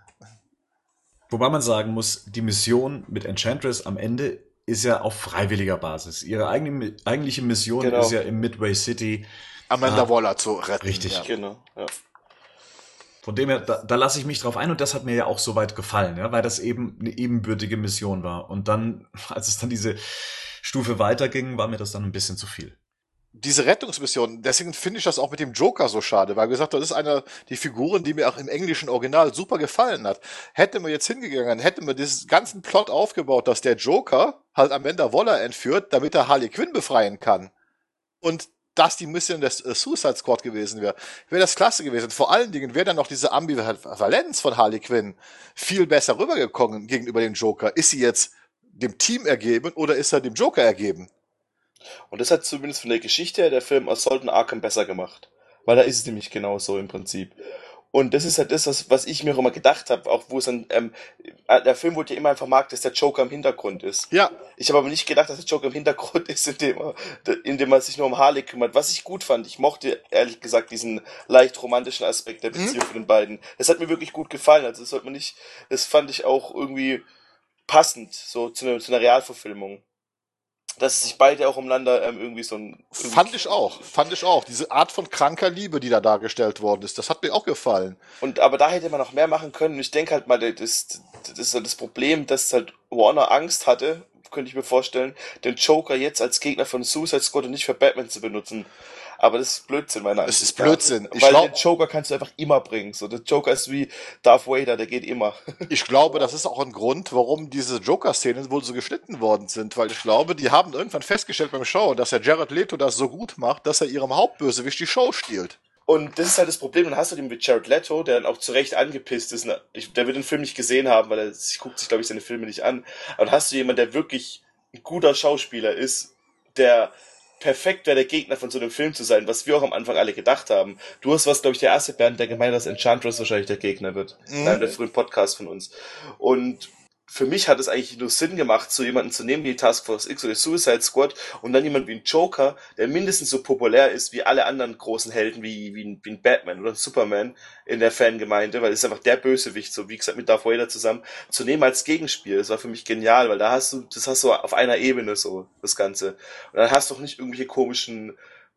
Wobei man sagen muss, die Mission mit Enchantress am Ende ist ja auf freiwilliger Basis. Ihre eigentliche Mission ist ja im Midway City Amanda Waller zu retten. Richtig. Ja. Genau, ja. Von dem her, da lasse ich mich drauf ein und das hat mir ja auch soweit gefallen, ja, weil das eben eine ebenbürtige Mission war. Und dann, als es dann diese Stufe weiterging, war mir das dann ein bisschen zu viel. Diese Rettungsmission, deswegen finde ich das auch mit dem Joker so schade, weil wie gesagt, das ist einer die Figuren, die mir auch im englischen Original super gefallen hat. Hätte man jetzt hingegangen, hätte man diesen ganzen Plot aufgebaut, dass der Joker halt Amanda Waller entführt, damit er Harley Quinn befreien kann. Und dass die Mission des Suicide Squad gewesen wäre das klasse gewesen. Vor allen Dingen wäre dann noch diese Ambivalenz von Harley Quinn viel besser rübergekommen gegenüber dem Joker. Ist sie jetzt dem Team ergeben oder ist er dem Joker ergeben? Und das hat zumindest von der Geschichte her der Film Assault on Arkham besser gemacht. Weil da ist es nämlich genau so im Prinzip. Und das ist halt das, was ich mir auch immer gedacht habe, auch wo es dann, der Film wurde ja immer vermarktet, dass der Joker im Hintergrund ist. Ja. Ich habe aber nicht gedacht, dass der Joker im Hintergrund ist, indem er sich nur um Harley kümmert. Was ich gut fand, ich mochte ehrlich gesagt diesen leicht romantischen Aspekt der Beziehung von den beiden. Das hat mir wirklich gut gefallen, also das fand ich auch irgendwie passend, so zu einer Realverfilmung. Dass sich beide auch umeinander irgendwie so ein... Fand ich auch. Diese Art von kranker Liebe, die da dargestellt worden ist, das hat mir auch gefallen. Aber da hätte man noch mehr machen können. Und ich denke halt mal, das ist halt das Problem, dass halt Warner Angst hatte, könnte ich mir vorstellen, den Joker jetzt als Gegner von Suicide Squad und nicht für Batman zu benutzen. Aber das ist Blödsinn, meiner Ansicht nach. Es ist Blödsinn. Weil den Joker kannst du einfach immer bringen. So, der Joker ist wie Darth Vader, der geht immer. Ich glaube, das ist auch ein Grund, warum diese Joker-Szenen wohl so geschnitten worden sind. Weil ich glaube, die haben irgendwann festgestellt beim Show, dass der Jared Leto das so gut macht, dass er ihrem Hauptbösewicht die Show stiehlt. Und das ist halt das Problem. Dann hast du den mit Jared Leto, der dann auch zu Recht angepisst ist. Der wird den Film nicht gesehen haben, weil er guckt sich, glaube ich, seine Filme nicht an. Aber dann hast du jemanden, der wirklich ein guter Schauspieler ist, der perfekt wäre, der Gegner von so einem Film zu sein, was wir auch am Anfang alle gedacht haben. Du warst, glaube ich, der erste Bernd, der gemeint hat, dass Enchantress wahrscheinlich der Gegner wird. In einem der frühen Podcasts von uns. Und für mich hat es eigentlich nur Sinn gemacht, so jemanden zu nehmen wie Taskforce X oder Suicide Squad und dann jemand wie ein Joker, der mindestens so populär ist wie alle anderen großen Helden, wie ein Batman oder ein Superman in der Fangemeinde, weil es ist einfach der Bösewicht, so wie gesagt mit Darth Vader zusammen, zu nehmen als Gegenspiel. Das war für mich genial, weil das hast du auf einer Ebene so, das Ganze. Und dann hast du auch nicht irgendwelche komischen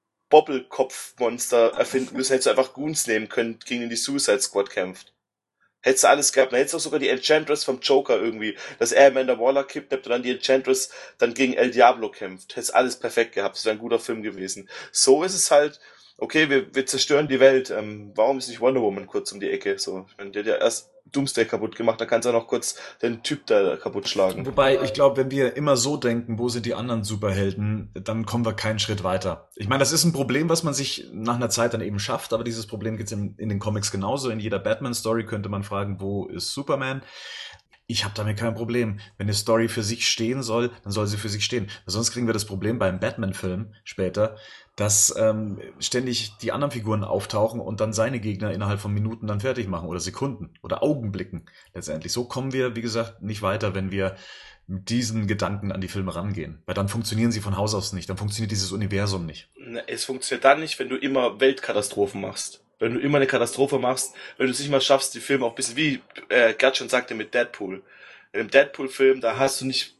Bobbelkopfmonster erfinden müssen, hättest du einfach Goons nehmen können, gegen den die Suicide Squad kämpft. Hättest du alles gehabt. Dann hättest du auch sogar die Enchantress vom Joker irgendwie, dass er Amanda Waller kidnappt und dann die Enchantress dann gegen El Diablo kämpft. Hättest alles perfekt gehabt. Das wäre ein guter Film gewesen. So ist es halt, okay, wir zerstören die Welt. Warum ist nicht Wonder Woman kurz um die Ecke? So, ich meine, der hat ja erst Doomsday kaputt gemacht, da kannst du auch noch kurz den Typ da kaputt schlagen. Wobei, ich glaube, wenn wir immer so denken, wo sind die anderen Superhelden, dann kommen wir keinen Schritt weiter. Ich meine, das ist ein Problem, was man sich nach einer Zeit dann eben schafft, aber dieses Problem gibt's in den Comics genauso. In jeder Batman-Story könnte man fragen, wo ist Superman? Ich habe damit kein Problem. Wenn eine Story für sich stehen soll, dann soll sie für sich stehen. Sonst kriegen wir das Problem beim Batman-Film später, dass ständig die anderen Figuren auftauchen und dann seine Gegner innerhalb von Minuten dann fertig machen oder Sekunden oder Augenblicken letztendlich. So kommen wir, wie gesagt, nicht weiter, wenn wir mit diesen Gedanken an die Filme rangehen. Weil dann funktionieren sie von Haus aus nicht. Dann funktioniert dieses Universum nicht. Es funktioniert dann nicht, wenn du immer Weltkatastrophen machst. Wenn du immer eine Katastrophe machst, wenn du es nicht mal schaffst, die Filme auch ein bisschen, wie Gerd schon sagte, mit Deadpool. In dem Deadpool-Film, da hast du nicht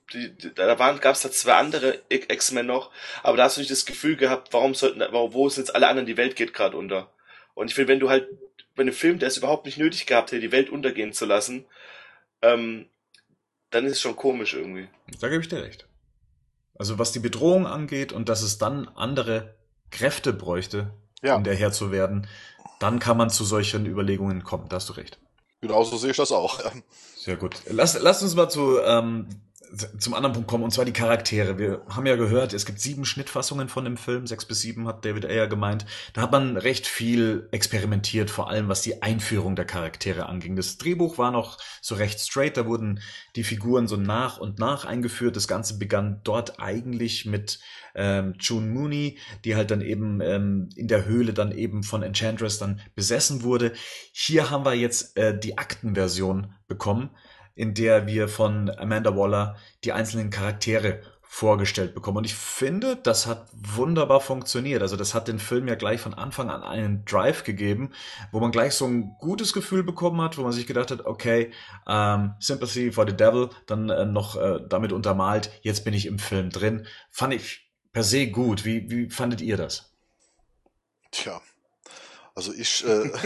gab es da zwei andere X-Men noch, aber da hast du nicht das Gefühl gehabt, wo sind jetzt alle anderen, die Welt geht gerade unter. Und ich finde, wenn du halt bei einem Film, der es überhaupt nicht nötig gehabt hätte, die Welt untergehen zu lassen, dann ist es schon komisch irgendwie. Da gebe ich dir recht. Also was die Bedrohung angeht und dass es dann andere Kräfte bräuchte, Ja. um der Herr zu werden, dann kann man zu solchen Überlegungen kommen. Da hast du recht. Genauso sehe ich das auch. Sehr gut. Lass uns mal zum anderen Punkt kommen, und zwar die Charaktere. Wir haben ja gehört, es gibt 7 Schnittfassungen von dem Film, 6 bis 7 hat David Ayer gemeint. Da hat man recht viel experimentiert, vor allem was die Einführung der Charaktere anging. Das Drehbuch war noch so recht straight, da wurden die Figuren so nach und nach eingeführt. Das Ganze begann dort eigentlich mit June Mooney, die halt dann eben in der Höhle dann eben von Enchantress dann besessen wurde. Hier haben wir jetzt die Aktenversion bekommen, in der wir von Amanda Waller die einzelnen Charaktere vorgestellt bekommen. Und ich finde, das hat wunderbar funktioniert. Also das hat den Film ja gleich von Anfang an einen Drive gegeben, wo man gleich so ein gutes Gefühl bekommen hat, wo man sich gedacht hat, okay, Sympathy for the Devil, dann noch damit untermalt, jetzt bin ich im Film drin. Fand ich per se gut. Wie fandet ihr das? Tja, also ich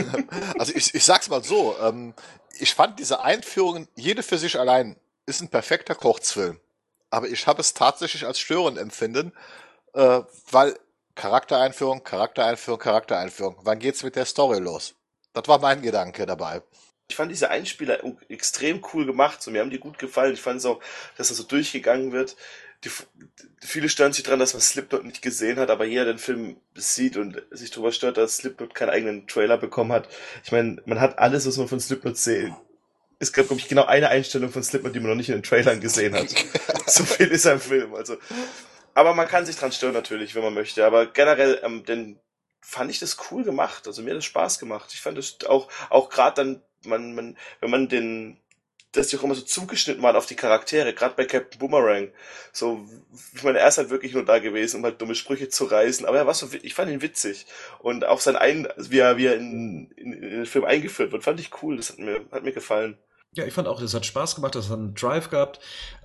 sag's mal so, ich fand diese Einführungen, jede für sich allein, ist ein perfekter Kurzfilm. Aber ich habe es tatsächlich als störend empfinden, weil Charaktereinführung, wann geht's mit der Story los? Das war mein Gedanke dabei. Ich fand diese Einspieler extrem cool gemacht, so, mir haben die gut gefallen. Ich fand es auch, dass das so durchgegangen wird. Viele stören sich dran, dass man Slipknot nicht gesehen hat, aber jeder den Film sieht und sich darüber stört, dass Slipknot keinen eigenen Trailer bekommen hat. Ich meine, man hat alles, was man von Slipknot sieht. Es gab, glaube ich, genau eine Einstellung von Slipknot, die man noch nicht in den Trailern gesehen hat. So viel ist ein Film, also. Aber man kann sich dran stören natürlich, wenn man möchte. Aber generell, denn fand ich das cool gemacht. Also mir hat das Spaß gemacht. Ich fand das auch gerade dann, wenn man dass die auch immer so zugeschnitten waren auf die Charaktere, gerade bei Captain Boomerang. So, ich meine, er ist halt wirklich nur da gewesen, um halt dumme Sprüche zu reißen, aber er war so, ich fand ihn witzig. Und auch wie er in den Film eingeführt wird, fand ich cool, das hat mir gefallen. Ja, ich fand auch, das hat Spaß gemacht, das hat einen Drive gehabt.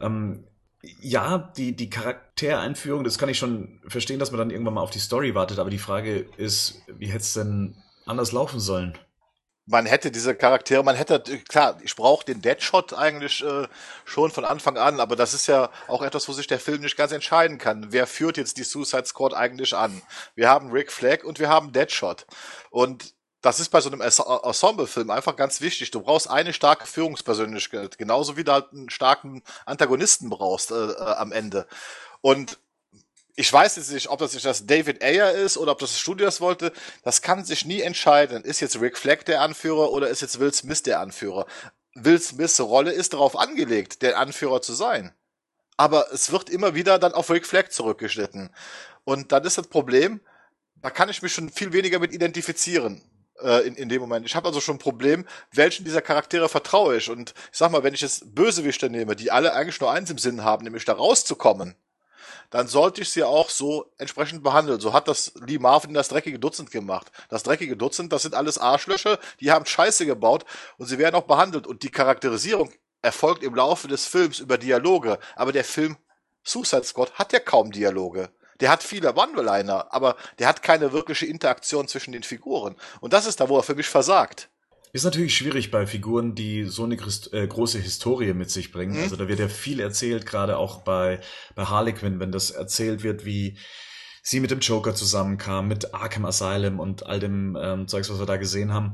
Ja, die Charaktereinführung, das kann ich schon verstehen, dass man dann irgendwann mal auf die Story wartet, aber die Frage ist, wie hätte es denn anders laufen sollen? Man hätte diese Charaktere, klar, ich brauche den Deadshot eigentlich schon von Anfang an, aber das ist ja auch etwas, wo sich der Film nicht ganz entscheiden kann. Wer führt jetzt die Suicide Squad eigentlich an? Wir haben Rick Flag und wir haben Deadshot. Und das ist bei so einem Ensemble-Film einfach ganz wichtig. Du brauchst eine starke Führungspersönlichkeit, genauso wie du halt einen starken Antagonisten brauchst am Ende. Und ich weiß jetzt nicht, ob das David Ayer ist oder ob das Studio das wollte. Das kann sich nie entscheiden. Ist jetzt Rick Flag der Anführer oder ist jetzt Will Smith der Anführer? Will Smiths Rolle ist darauf angelegt, der Anführer zu sein. Aber es wird immer wieder dann auf Rick Flag zurückgeschnitten. Und dann ist das Problem, da kann ich mich schon viel weniger mit identifizieren in dem Moment. Ich habe also schon ein Problem, welchen dieser Charaktere vertraue ich. Und ich sag mal, wenn ich jetzt Bösewichte nehme, die alle eigentlich nur eins im Sinn haben, nämlich da rauszukommen, dann sollte ich sie auch so entsprechend behandeln. So hat das Lee Marvin das dreckige Dutzend gemacht. Das dreckige Dutzend, das sind alles Arschlöcher, die haben Scheiße gebaut und sie werden auch behandelt. Und die Charakterisierung erfolgt im Laufe des Films über Dialoge. Aber der Film Suicide Squad hat ja kaum Dialoge. Der hat viele One-Liner, aber der hat keine wirkliche Interaktion zwischen den Figuren. Und das ist da, wo er für mich versagt. Ist natürlich schwierig bei Figuren, die so eine große Historie mit sich bringen. Also da wird ja viel erzählt, gerade auch bei Harley Quinn, wenn das erzählt wird, wie sie mit dem Joker zusammenkam, mit Arkham Asylum und all dem Zeugs, was wir da gesehen haben.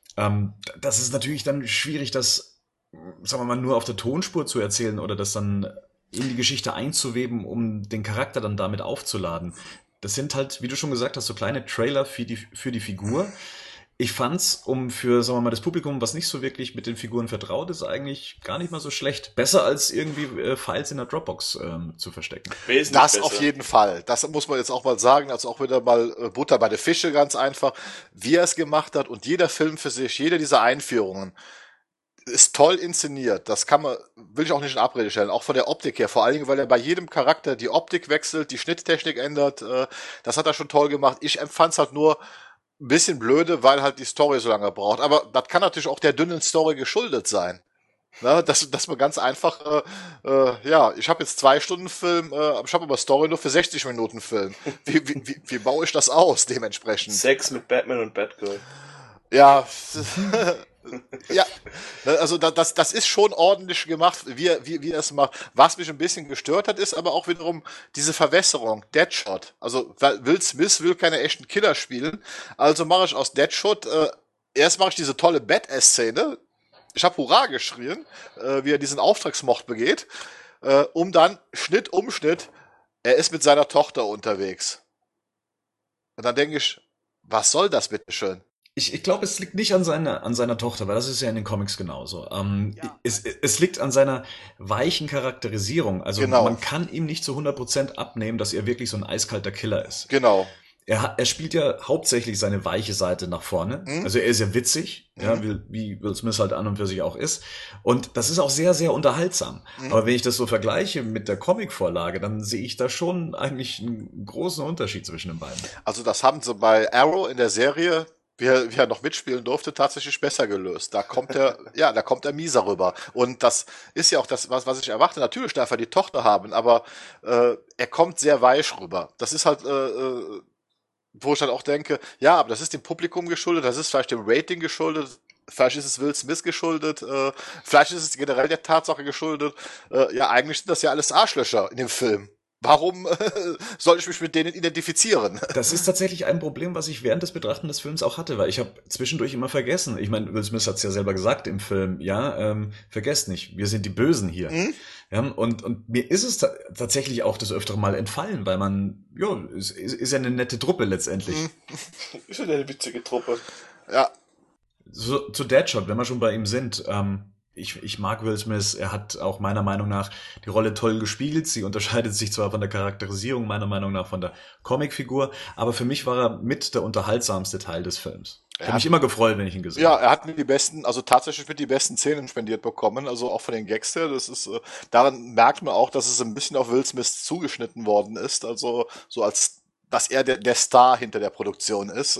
Das ist natürlich dann schwierig, das, sagen wir mal, nur auf der Tonspur zu erzählen oder das dann in die Geschichte einzuweben, um den Charakter dann damit aufzuladen. Das sind halt, wie du schon gesagt hast, so kleine Trailer für die Figur. Ich fand's, für, sagen wir mal, das Publikum, was nicht so wirklich mit den Figuren vertraut ist, eigentlich gar nicht mal so schlecht. Besser als irgendwie Files in der Dropbox zu verstecken. Wesentlich das besser. Auf jeden Fall. Das muss man jetzt auch mal sagen. Also auch wieder mal Butter bei der Fische, ganz einfach. Wie er es gemacht hat und jeder Film für sich, jede dieser Einführungen ist toll inszeniert. Das will ich auch nicht in Abrede stellen. Auch von der Optik her. Vor allen Dingen, weil er bei jedem Charakter die Optik wechselt, die Schnitttechnik ändert. Das hat er schon toll gemacht. Ich empfand's halt nur ein bisschen blöde, weil halt die Story so lange braucht. Aber das kann natürlich auch der dünnen Story geschuldet sein. Ne, dass man ganz einfach, ja, ich habe jetzt 2 Stunden Film, ich habe aber Story nur für 60 Minuten Film. Wie baue ich das aus dementsprechend? Sex mit Batman und Batgirl. Ja, ja, ne, also das ist schon ordentlich gemacht, wie er es macht. Was mich ein bisschen gestört hat, ist aber auch wiederum diese Verwässerung, Deadshot. Also Will Smith will keine echten Killer spielen, also mache ich aus Deadshot, erst mache ich diese tolle Badass-Szene, ich habe Hurra geschrien, wie er diesen Auftragsmord begeht, um dann Schnitt um Schnitt, er ist mit seiner Tochter unterwegs. Und dann denke ich, was soll das bitteschön? Ich glaube, es liegt nicht an seiner Tochter, weil das ist ja in den Comics genauso. Ja. Es liegt an seiner weichen Charakterisierung. Also Genau. man kann ihm nicht zu 100% abnehmen, dass er wirklich so ein eiskalter Killer ist. Genau. Er spielt ja hauptsächlich seine weiche Seite nach vorne. Also er ist ja witzig, ja, wie Will Smith halt an und für sich auch ist. Und das ist auch sehr, sehr unterhaltsam. Aber wenn ich das so vergleiche mit der Comicvorlage, dann sehe ich da schon eigentlich einen großen Unterschied zwischen den beiden. Also das haben sie bei Arrow in der Serie, wie er noch mitspielen durfte, tatsächlich besser gelöst. Da kommt er, ja, da kommt er mieser rüber. Und das ist ja auch das, was ich erwarte. Natürlich darf er die Tochter haben, aber er kommt sehr weich rüber. Das ist halt, wo ich dann auch denke, ja, aber das ist dem Publikum geschuldet, das ist vielleicht dem Rating geschuldet, vielleicht ist es Will Smith geschuldet, vielleicht ist es generell der Tatsache geschuldet, ja, eigentlich sind das ja alles Arschlöcher in dem Film. Warum soll ich mich mit denen identifizieren? Das ist tatsächlich ein Problem, was ich während des Betrachten des Films auch hatte, weil ich habe zwischendurch immer vergessen. Ich meine, Will Smith hat es ja selber gesagt im Film, ja, vergesst nicht, wir sind die Bösen hier. Ja, und mir ist es tatsächlich auch das öftere Mal entfallen, weil man, ja, ist ja eine nette Truppe letztendlich. Ist ja eine witzige Truppe. Ja. So, zu Deadshot, wenn wir schon bei ihm sind, ich mag Will Smith, er hat auch meiner Meinung nach die Rolle toll gespielt. Sie unterscheidet sich zwar von der Charakterisierung meiner Meinung nach von der Comicfigur, aber für mich war er mit der unterhaltsamste Teil des Films. Ich habe mich immer gefreut, wenn ich ihn gesehen habe. Ja, er hat mir die besten, also tatsächlich mit die besten Szenen spendiert bekommen, also auch von den Gags her. Das ist, daran merkt man auch, dass es ein bisschen auf Will Smith zugeschnitten worden ist, also so als, dass er der Star hinter der Produktion ist.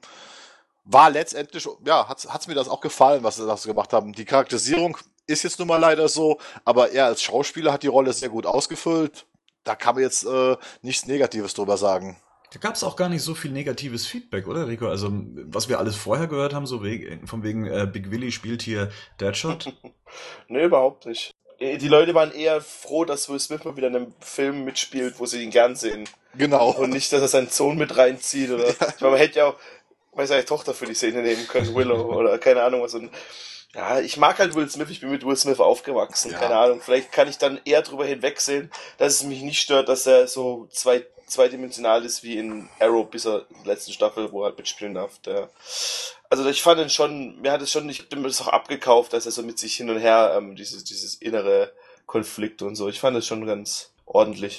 War letztendlich, ja, hat's mir das auch gefallen, was sie das gemacht haben. Die Charakterisierung ist jetzt nun mal leider so, aber er als Schauspieler hat die Rolle sehr gut ausgefüllt. Da kann man jetzt nichts Negatives drüber sagen. Da gab es auch gar nicht so viel negatives Feedback, oder Rico? Also, was wir alles vorher gehört haben, so von wegen Big Willy spielt hier Deadshot. Nee, überhaupt nicht. Die Leute waren eher froh, dass Will Smith mal wieder in einem Film mitspielt, wo sie ihn gern sehen. Genau. Und nicht, dass er seinen Sohn mit reinzieht oder. Ich meine, man hätte ja auch seine Tochter für die Szene nehmen können, Willow oder keine Ahnung was. Und ja, ich mag halt Will Smith, ich bin mit Will Smith aufgewachsen, keine Ahnung. Vielleicht kann ich dann eher drüber hinwegsehen, dass es mich nicht stört, dass er so zweidimensional ist wie in Arrow bis zur letzten Staffel, wo er halt mitspielen darf. Also ich fand ihn schon, ich hab mir das auch abgekauft, dass er so mit sich hin und her, dieses innere Konflikt und so. Ich fand es schon ganz ordentlich.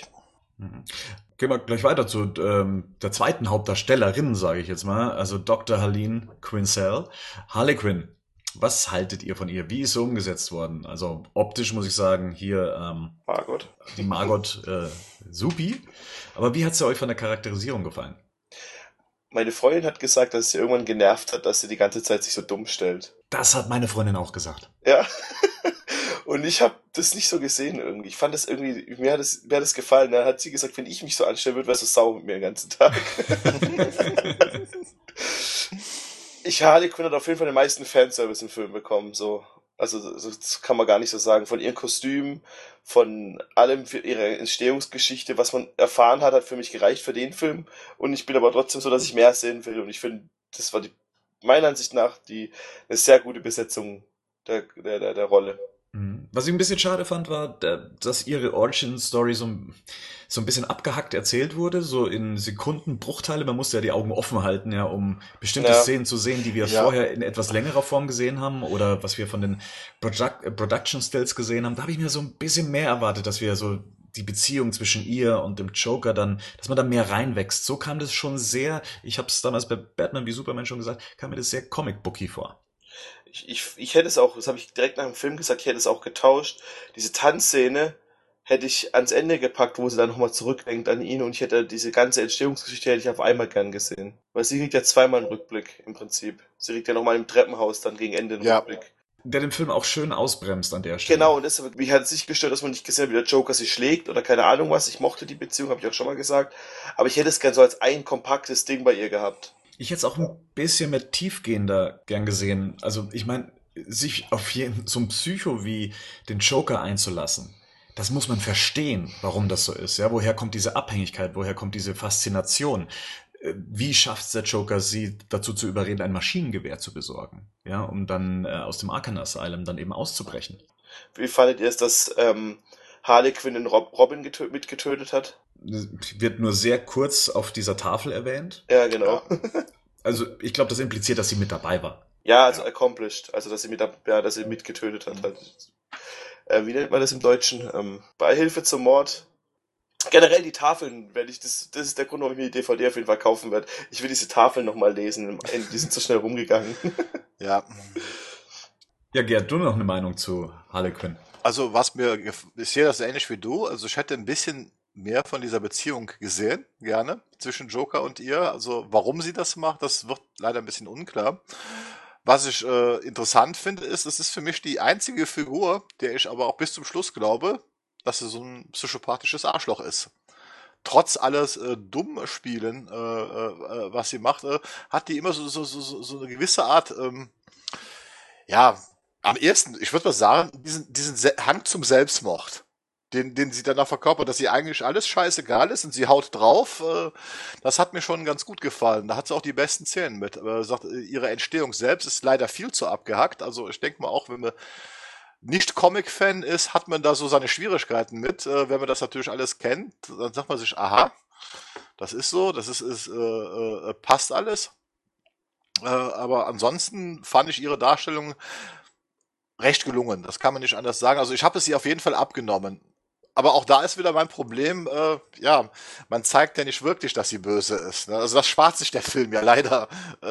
Gehen wir gleich weiter zu der zweiten Hauptdarstellerin, sage ich jetzt mal, also Dr. Harleen Quinzel. Harley Quinn, was haltet ihr von ihr? Wie ist sie umgesetzt worden? Also optisch muss ich sagen, hier Margot. Die Margot supi. Aber wie hat sie euch von der Charakterisierung gefallen? Meine Freundin hat gesagt, dass sie irgendwann genervt hat, dass sie die ganze Zeit sich so dumm stellt. Das hat meine Freundin auch gesagt. Ja. Und ich habe das nicht so gesehen irgendwie. Ich fand das irgendwie, mir hat das gefallen. Dann hat sie gesagt, wenn ich mich so anstellen würde, wärst du sauer mit mir den ganzen Tag. Harley Quinn hat auf jeden Fall den meisten Fanservice im Film bekommen, so. Also, das kann man gar nicht so sagen. Von ihrem Kostüm, von allem für ihre Entstehungsgeschichte, was man erfahren hat, hat für mich gereicht für den Film. Und ich bin aber trotzdem so, dass ich mehr sehen will. Und ich finde, das war meiner Ansicht nach eine sehr gute Besetzung der Rolle. Was ich ein bisschen schade fand, war, dass ihre Origin-Story so ein bisschen abgehackt erzählt wurde, so in Sekundenbruchteile. Man musste ja die Augen offen halten, ja, um bestimmte Szenen zu sehen, die wir vorher in etwas längerer Form gesehen haben oder was wir von den Production Stills gesehen haben. Da habe ich mir so ein bisschen mehr erwartet, dass wir so die Beziehung zwischen ihr und dem Joker dann, dass man da mehr reinwächst. So kam das schon sehr, ich habe es damals bei Batman wie Superman schon gesagt, kam mir das sehr comic-booky vor. Ich hätte es auch, das habe ich direkt nach dem Film gesagt, ich hätte es auch getauscht. Diese Tanzszene hätte ich ans Ende gepackt, wo sie dann nochmal zurückdenkt an ihn und ich hätte diese ganze Entstehungsgeschichte hätte ich auf einmal gern gesehen. Weil sie kriegt ja zweimal einen Rückblick im Prinzip. Sie kriegt ja nochmal im Treppenhaus dann gegen Ende einen Rückblick. Der den Film auch schön ausbremst an der Stelle. Genau, und deshalb, mich hat es nicht gestört, dass man nicht gesehen hat, wie der Joker sich schlägt oder keine Ahnung was. Ich mochte die Beziehung, habe ich auch schon mal gesagt. Aber ich hätte es gern so als ein kompaktes Ding bei ihr gehabt. Ich hätte es auch ein bisschen mehr tiefgehender gern gesehen. Also ich meine, sich auf so ein Psycho wie den Joker einzulassen, das muss man verstehen, warum das so ist. Ja, woher kommt diese Abhängigkeit? Woher kommt diese Faszination? Wie schafft es der Joker, sie dazu zu überreden, ein Maschinengewehr zu besorgen? Ja, um dann aus dem Arkham Asylum dann eben auszubrechen. Wie fandet ihr es, dass Harley Quinn den Robin mitgetötet hat? Wird nur sehr kurz auf dieser Tafel erwähnt. Ja, genau. Also ich glaube, das impliziert, dass sie mit dabei war. Ja, also accomplished. Also, dass sie mitgetötet hat. Halt. Wie nennt man das im Deutschen? Beihilfe zum Mord. Generell die Tafeln das ist der Grund, warum ich mir die DVD auf jeden Fall kaufen werde. Ich will diese Tafeln nochmal lesen. Die sind zu schnell rumgegangen. Ja. Ja, Gerd, du noch eine Meinung zu Harley Quinn? Also ich sehe das ähnlich wie du. Also ich hätte ein bisschen mehr von dieser Beziehung gesehen, gerne, zwischen Joker und ihr. Also warum sie das macht, das wird leider ein bisschen unklar. Was ich interessant finde, es ist für mich die einzige Figur, der ich aber auch bis zum Schluss glaube, dass sie so ein psychopathisches Arschloch ist. Trotz alles dumm Spielen, was sie macht, hat die immer so eine gewisse Art, ja, am ersten, ich würde mal sagen, diesen Hang zum Selbstmord, den sie danach verkörpert, dass sie eigentlich alles scheißegal ist und sie haut drauf, das hat mir schon ganz gut gefallen. Da hat sie auch die besten Szenen mit. Aber sagt, ihre Entstehung selbst ist leider viel zu abgehackt. Also ich denke mal auch, wenn man nicht Comic-Fan ist, hat man da so seine Schwierigkeiten mit. Wenn man das natürlich alles kennt, dann sagt man sich, aha, das ist so, passt alles. Aber ansonsten fand ich ihre Darstellung recht gelungen. Das kann man nicht anders sagen. Also ich habe es ihr auf jeden Fall abgenommen. Aber auch da ist wieder mein Problem, ja, man zeigt ja nicht wirklich, dass sie böse ist. Ne? Also das spart sich der Film ja leider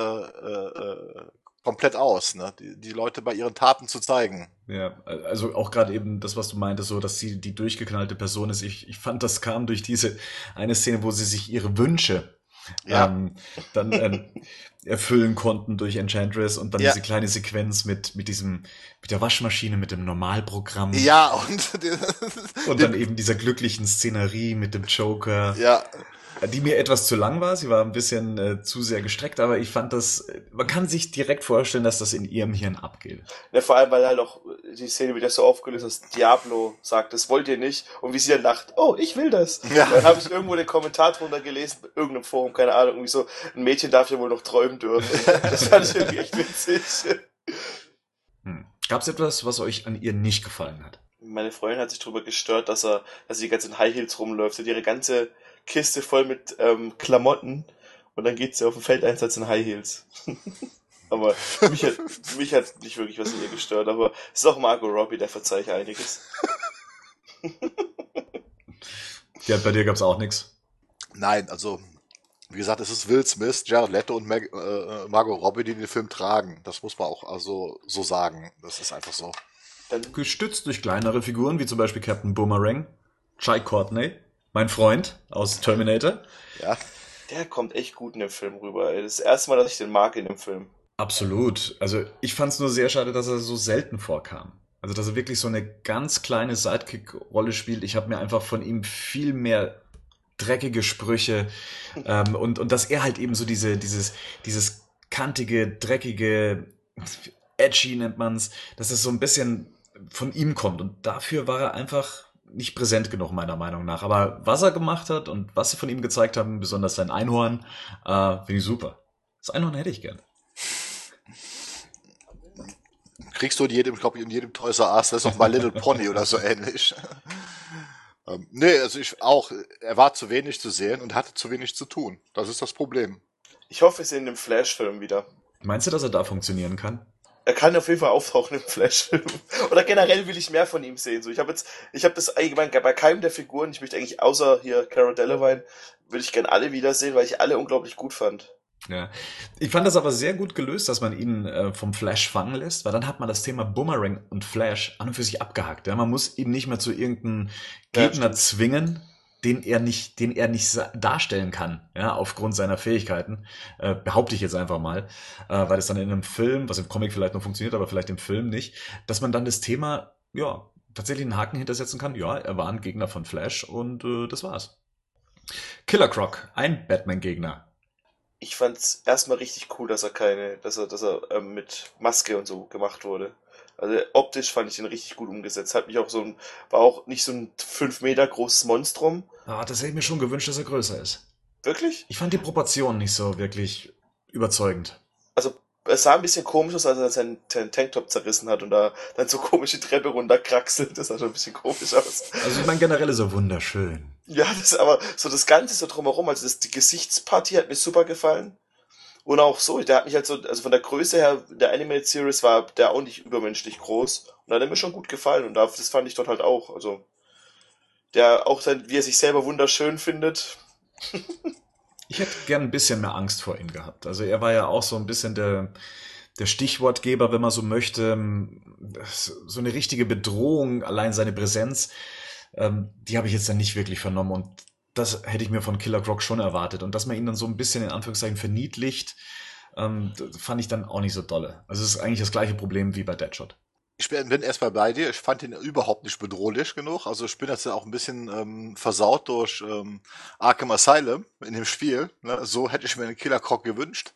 komplett aus, ne? Die Leute bei ihren Taten zu zeigen. Ja, also auch gerade eben das, was du meintest, so, dass sie die durchgeknallte Person ist. Ich fand, das kam durch diese eine Szene, wo sie sich ihre Wünsche dann erfüllen konnten durch Enchantress und dann diese kleine Sequenz mit der Waschmaschine, mit dem Normalprogramm. Ja, und dann eben dieser glücklichen Szenerie mit dem Joker. Ja. Die mir etwas zu lang war. Sie war ein bisschen zu sehr gestreckt, aber ich fand das, man kann sich direkt vorstellen, dass das in ihrem Hirn abgeht. Ja, vor allem, weil halt auch die Szene wieder so aufgelöst ist, Diablo sagt, das wollt ihr nicht. Und wie sie dann lacht, oh, ich will das. Ja. Dann habe ich irgendwo den Kommentar drunter gelesen, bei irgendeinem Forum, keine Ahnung, irgendwie so, ein Mädchen darf ja wohl noch träumen dürfen. Das fand ich irgendwie echt witzig. Gab es etwas, was euch an ihr nicht gefallen hat? Meine Freundin hat sich darüber gestört, dass sie die ganze in High Heels rumläuft und ihre ganze Kiste voll mit Klamotten und dann geht sie auf den Feldeinsatz in High Heels. Aber mich hat nicht wirklich was in ihr gestört, aber es ist auch Margot Robbie, der verzeiht einiges. Ja, bei dir gab's auch nichts. Nein, also wie gesagt, es ist Will Smith, Jared Leto und Margot Robbie, die den Film tragen. Das muss man auch also so sagen. Das ist einfach so. Gestützt durch kleinere Figuren, wie zum Beispiel Captain Boomerang, Jai Courtney, mein Freund aus Terminator. Ja. Der kommt echt gut in dem Film rüber. Das ist das erste Mal, dass ich den mag in dem Film. Absolut. Also ich fand es nur sehr schade, dass er so selten vorkam. Also dass er wirklich so eine ganz kleine Sidekick-Rolle spielt. Ich habe mir einfach von ihm viel mehr dreckige Sprüche und dass er halt eben so dieses kantige, dreckige, edgy nennt man's, dass es so ein bisschen von ihm kommt. Und dafür war er einfach nicht präsent genug, meiner Meinung nach. Aber was er gemacht hat und was sie von ihm gezeigt haben, besonders sein Einhorn, finde ich super. Das Einhorn hätte ich gern. Kriegst du in jedem Toys R Us, das ist auch My Little Pony oder so ähnlich. Nee, also er war zu wenig zu sehen und hatte zu wenig zu tun. Das ist das Problem. Ich hoffe, wir sehen den Flash-Film wieder. Meinst du, dass er da funktionieren kann? Er kann auf jeden Fall auftauchen im Flash-Film. Oder generell will ich mehr von ihm sehen. So, ich habe das allgemein bei keinem der Figuren, ich möchte eigentlich außer hier Cara Delevingne, würde ich gerne alle wiedersehen, weil ich alle unglaublich gut fand. Ja, ich fand das aber sehr gut gelöst, dass man ihn vom Flash fangen lässt, weil dann hat man das Thema Boomerang und Flash an und für sich abgehakt. Ja? Man muss ihn nicht mehr zu irgendeinem Gegner zwingen, den er nicht darstellen kann, ja, aufgrund seiner Fähigkeiten, behaupte ich jetzt einfach mal, weil es dann in einem Film, was im Comic vielleicht noch funktioniert, aber vielleicht im Film nicht, dass man dann das Thema, ja, tatsächlich einen Haken hintersetzen kann. Ja, er war ein Gegner von Flash und das war's. Killer Croc, ein Batman-Gegner. Ich fand's erstmal richtig cool, dass er mit Maske und so gemacht wurde. Also optisch fand ich den richtig gut umgesetzt. War auch nicht so ein 5 Meter großes Monstrum. Das hätte ich mir schon gewünscht, dass er größer ist. Wirklich? Ich fand die Proportionen nicht so wirklich überzeugend. Also es sah ein bisschen komisch aus, als er seinen Tanktop zerrissen hat und da dann so komische Treppe runterkraxelt. Das sah schon ein bisschen komisch aus. Also ich meine, generell ist er wunderschön. Ja, aber so das Ganze so drumherum, also die Gesichtspartie hat mir super gefallen. Und auch so, der hat mich halt so, also von der Größe her, der Animated Series war der auch nicht übermenschlich groß. Und da hat er mir schon gut gefallen. Und das fand ich dort halt auch. Also, wie er sich selber wunderschön findet. Ich hätte gern ein bisschen mehr Angst vor ihm gehabt. Also er war ja auch so ein bisschen der Stichwortgeber, wenn man so möchte. So eine richtige Bedrohung, allein seine Präsenz, die habe ich jetzt dann nicht wirklich vernommen. Und das hätte ich mir von Killer Croc schon erwartet. Und dass man ihn dann so ein bisschen in Anführungszeichen verniedlicht, fand ich dann auch nicht so dolle. Also es ist eigentlich das gleiche Problem wie bei Deadshot. Ich bin erstmal bei dir. Ich fand ihn überhaupt nicht bedrohlich genug. Also ich bin jetzt ja auch ein bisschen versaut durch Arkham Asylum in dem Spiel. Ne? So hätte ich mir einen Killer Croc gewünscht.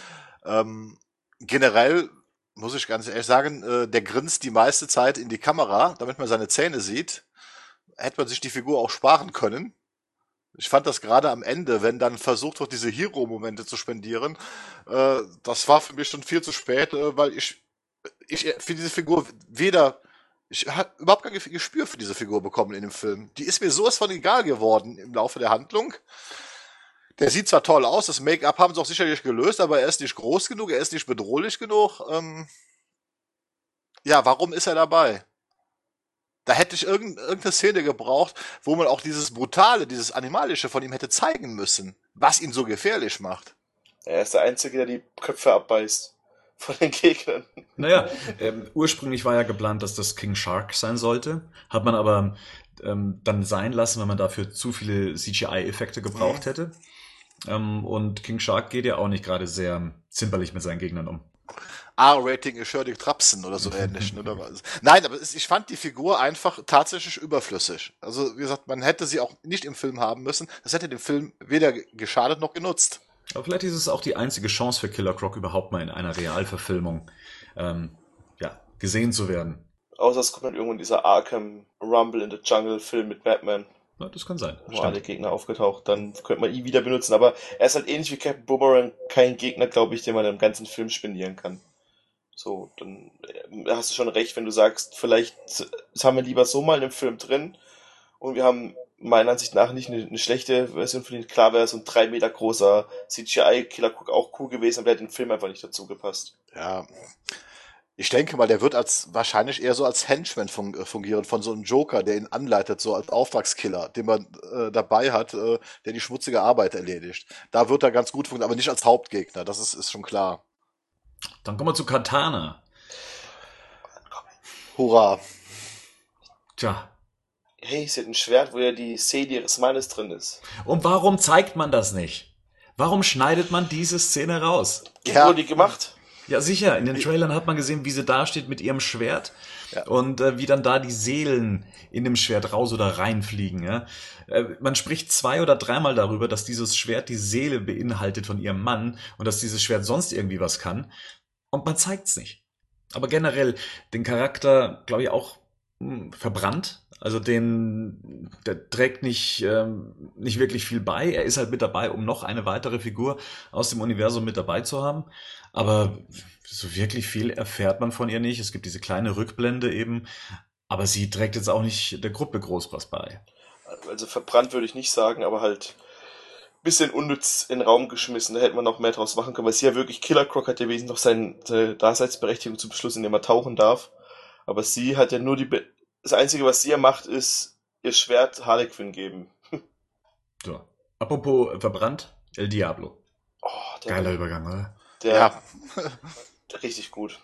Generell muss ich ganz ehrlich sagen, der grinst die meiste Zeit in die Kamera, damit man seine Zähne sieht. Hätte man sich die Figur auch sparen können. Ich fand das gerade am Ende, wenn dann versucht wird, diese Hero-Momente zu spendieren, das war für mich schon viel zu spät, weil ich für diese Figur ich habe überhaupt kein Gespür für diese Figur bekommen in dem Film. Die ist mir sowas von egal geworden im Laufe der Handlung. Der sieht zwar toll aus, das Make-up haben sie auch sicherlich gelöst, aber er ist nicht groß genug, er ist nicht bedrohlich genug. Ja, warum ist er dabei? Da hätte ich irgendeine Szene gebraucht, wo man auch dieses Brutale, dieses Animalische von ihm hätte zeigen müssen, was ihn so gefährlich macht. Er ist der Einzige, der die Köpfe abbeißt von den Gegnern. Naja, ursprünglich war ja geplant, dass das King Shark sein sollte. Hat man aber dann sein lassen, weil man dafür zu viele CGI-Effekte gebraucht hätte. Und King Shark geht ja auch nicht gerade sehr zimperlich mit seinen Gegnern um. R-Rating ist Shirley Trapsen oder so ähnlich. Oder was. Nein, aber ich fand die Figur einfach tatsächlich überflüssig. Also, wie gesagt, man hätte sie auch nicht im Film haben müssen. Das hätte dem Film weder geschadet noch genutzt. Aber vielleicht ist es auch die einzige Chance für Killer Croc überhaupt mal in einer Realverfilmung gesehen zu werden. Außer es kommt dann irgendwann dieser Arkham Rumble in the Jungle Film mit Batman. Ja, das kann sein. Wo alle Gegner aufgetaucht, dann könnte man ihn wieder benutzen. Aber er ist halt ähnlich wie Captain Boomerang kein Gegner, glaube ich, den man im ganzen Film spendieren kann. So, dann hast du schon recht, wenn du sagst, vielleicht das haben wir lieber so mal in dem Film drin und wir haben meiner Ansicht nach nicht eine schlechte Version von ihm. Klar wäre so ein 3 Meter großer CGI-Killer Croc auch cool gewesen, aber der hat den Film einfach nicht dazu gepasst. Ja, ich denke mal, der wird wahrscheinlich eher so als Henchman fungieren von so einem Joker, der ihn anleitet, so als Auftragskiller, den man dabei hat, der die schmutzige Arbeit erledigt. Da wird er ganz gut funktionieren, aber nicht als Hauptgegner, das ist schon klar. Dann kommen wir zu Katana. Hurra. Tja. Hey, sie hat ein Schwert, wo ja die Seele ihres Mannes drin ist. Und warum zeigt man das nicht? Warum schneidet man diese Szene raus? Ja. Wurde die gemacht? Ja, sicher. In den Trailern hat man gesehen, wie sie da steht mit ihrem Schwert und wie dann da die Seelen in dem Schwert raus oder reinfliegen. Ja? Man spricht 2- oder 3-mal darüber, dass dieses Schwert die Seele beinhaltet von ihrem Mann und dass dieses Schwert sonst irgendwie was kann. Und man zeigt's nicht. Aber generell den Charakter, glaube ich, auch verbrannt. Also der trägt nicht wirklich viel bei. Er ist halt mit dabei, um noch eine weitere Figur aus dem Universum mit dabei zu haben. Aber so wirklich viel erfährt man von ihr nicht. Es gibt diese kleine Rückblende eben. Aber sie trägt jetzt auch nicht der Gruppe groß was bei. Also verbrannt würde ich nicht sagen, aber halt ein bisschen unnütz in den Raum geschmissen. Da hätte man noch mehr draus machen können. Weil sie ja wirklich, Killer Croc hat ja wesentlich noch seine Daseinsberechtigung zum Schluss, indem er tauchen darf. Aber sie hat ja nur das Einzige, was sie ja macht, ist ihr Schwert Harley Quinn geben. So. Apropos verbrannt, El Diablo. Oh, geiler Übergang, oder? Der richtig gut.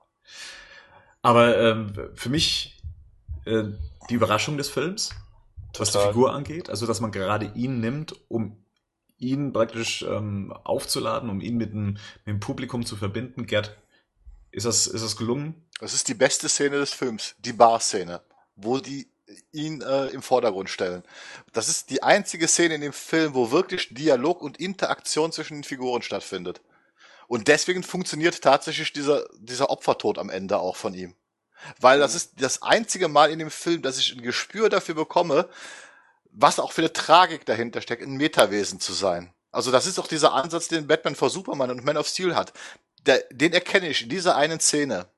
Aber für mich die Überraschung des Films, was die Figur angeht. Also, dass man gerade ihn nimmt, um ihn praktisch aufzuladen, um ihn mit dem Publikum zu verbinden. Gerd, ist das gelungen? Das ist die beste Szene des Films, die Bar-Szene, wo die ihn im Vordergrund stellen. Das ist die einzige Szene in dem Film, wo wirklich Dialog und Interaktion zwischen den Figuren stattfindet. Und deswegen funktioniert tatsächlich dieser Opfertod am Ende auch von ihm. Weil das ist das einzige Mal in dem Film, dass ich ein Gespür dafür bekomme, was auch für eine Tragik dahinter steckt, ein Metawesen zu sein. Also das ist auch dieser Ansatz, den Batman vor Superman und Man of Steel hat. Den erkenne ich in dieser einen Szene.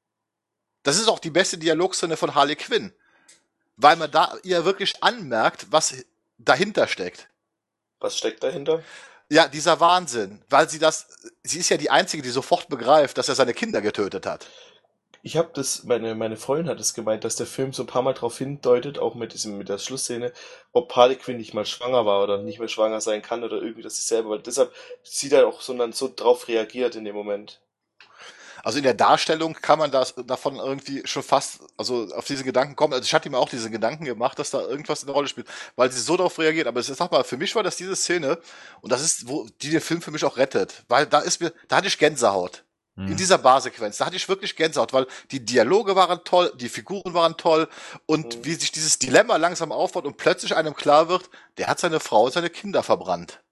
Das ist auch die beste Dialogszene von Harley Quinn. Weil man da ihr wirklich anmerkt, was dahinter steckt. Was steckt dahinter? Ja, dieser Wahnsinn. Weil sie ist ja die Einzige, die sofort begreift, dass er seine Kinder getötet hat. Ich habe meine Freundin hat es gemeint, dass der Film so ein paar Mal darauf hindeutet, auch mit der Schlussszene, ob Harley Quinn nicht mal schwanger war oder nicht mehr schwanger sein kann oder irgendwie, dass sie selber, weil deshalb sie da auch so dann so drauf reagiert in dem Moment. Also in der Darstellung kann man davon irgendwie schon fast, also auf diese Gedanken kommen. Also ich hatte mir auch diese Gedanken gemacht, dass da irgendwas eine Rolle spielt, weil sie so darauf reagiert. Aber sag mal, für mich war das diese Szene, und das ist, wo die den Film für mich auch rettet, weil da hatte ich Gänsehaut. In dieser Barsequenz, da hatte ich wirklich Gänsehaut, weil die Dialoge waren toll, die Figuren waren toll und wie sich dieses Dilemma langsam aufbaut und plötzlich einem klar wird, der hat seine Frau und seine Kinder verbrannt.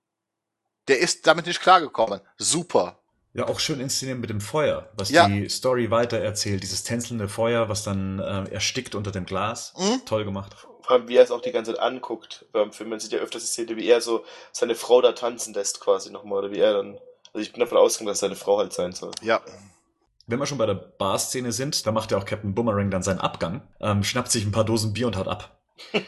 Der ist damit nicht klargekommen. Super. Ja, auch schön inszeniert mit dem Feuer, was die Story weitererzählt. Dieses tänzelnde Feuer, was dann erstickt unter dem Glas. Toll gemacht. Vor allem, wie er es auch die ganze Zeit anguckt beim Film. Man sieht ja öfters die Szene, wie er so seine Frau da tanzen lässt quasi nochmal. Oder wie er dann... Also ich bin davon ausgegangen, dass seine Frau halt sein soll. Ja. Wenn wir schon bei der Bar-Szene sind, da macht ja auch Captain Boomerang dann seinen Abgang, schnappt sich ein paar Dosen Bier und haut ab.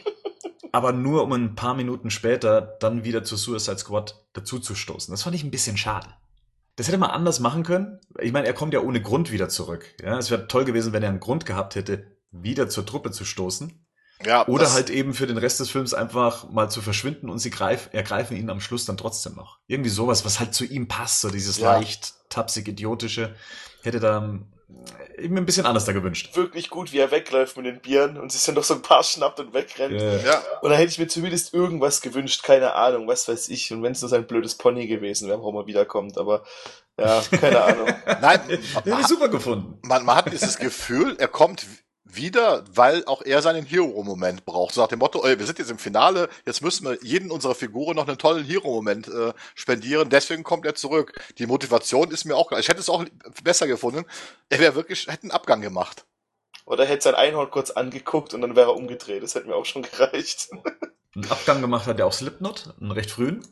Aber nur um ein paar Minuten später dann wieder zur Suicide Squad dazuzustoßen. Das fand ich ein bisschen schade. Das hätte man anders machen können. Ich meine, er kommt ja ohne Grund wieder zurück. Ja, es wäre toll gewesen, wenn er einen Grund gehabt hätte, wieder zur Truppe zu stoßen. Ja, oder halt eben für den Rest des Films einfach mal zu verschwinden und sie ergreifen ihn am Schluss dann trotzdem noch. Irgendwie sowas, was halt zu ihm passt, so dieses leicht tapsig idiotische, hätte da eben ein bisschen anders da gewünscht. Wirklich gut, wie er wegläuft mit den Bieren und sich dann noch so ein paar schnappt und wegrennt. Ja. Und da hätte ich mir zumindest irgendwas gewünscht, keine Ahnung, was weiß ich. Und wenn es nur sein blödes Pony gewesen wäre, warum er wiederkommt, aber ja, keine Ahnung. Nein, den habe ich super gefunden. Man hat dieses Gefühl, er kommt wieder, weil auch er seinen Hero-Moment braucht. So nach dem Motto, wir sind jetzt im Finale, jetzt müssen wir jeden unserer Figuren noch einen tollen Hero-Moment spendieren, deswegen kommt er zurück. Die Motivation ist mir auch klar. Ich hätte es auch besser gefunden, hätte einen Abgang gemacht. Oder hätte sein Einhorn kurz angeguckt und dann wäre er umgedreht. Das hätte mir auch schon gereicht. Einen Abgang gemacht hat er auch Slipknot, einen recht frühen.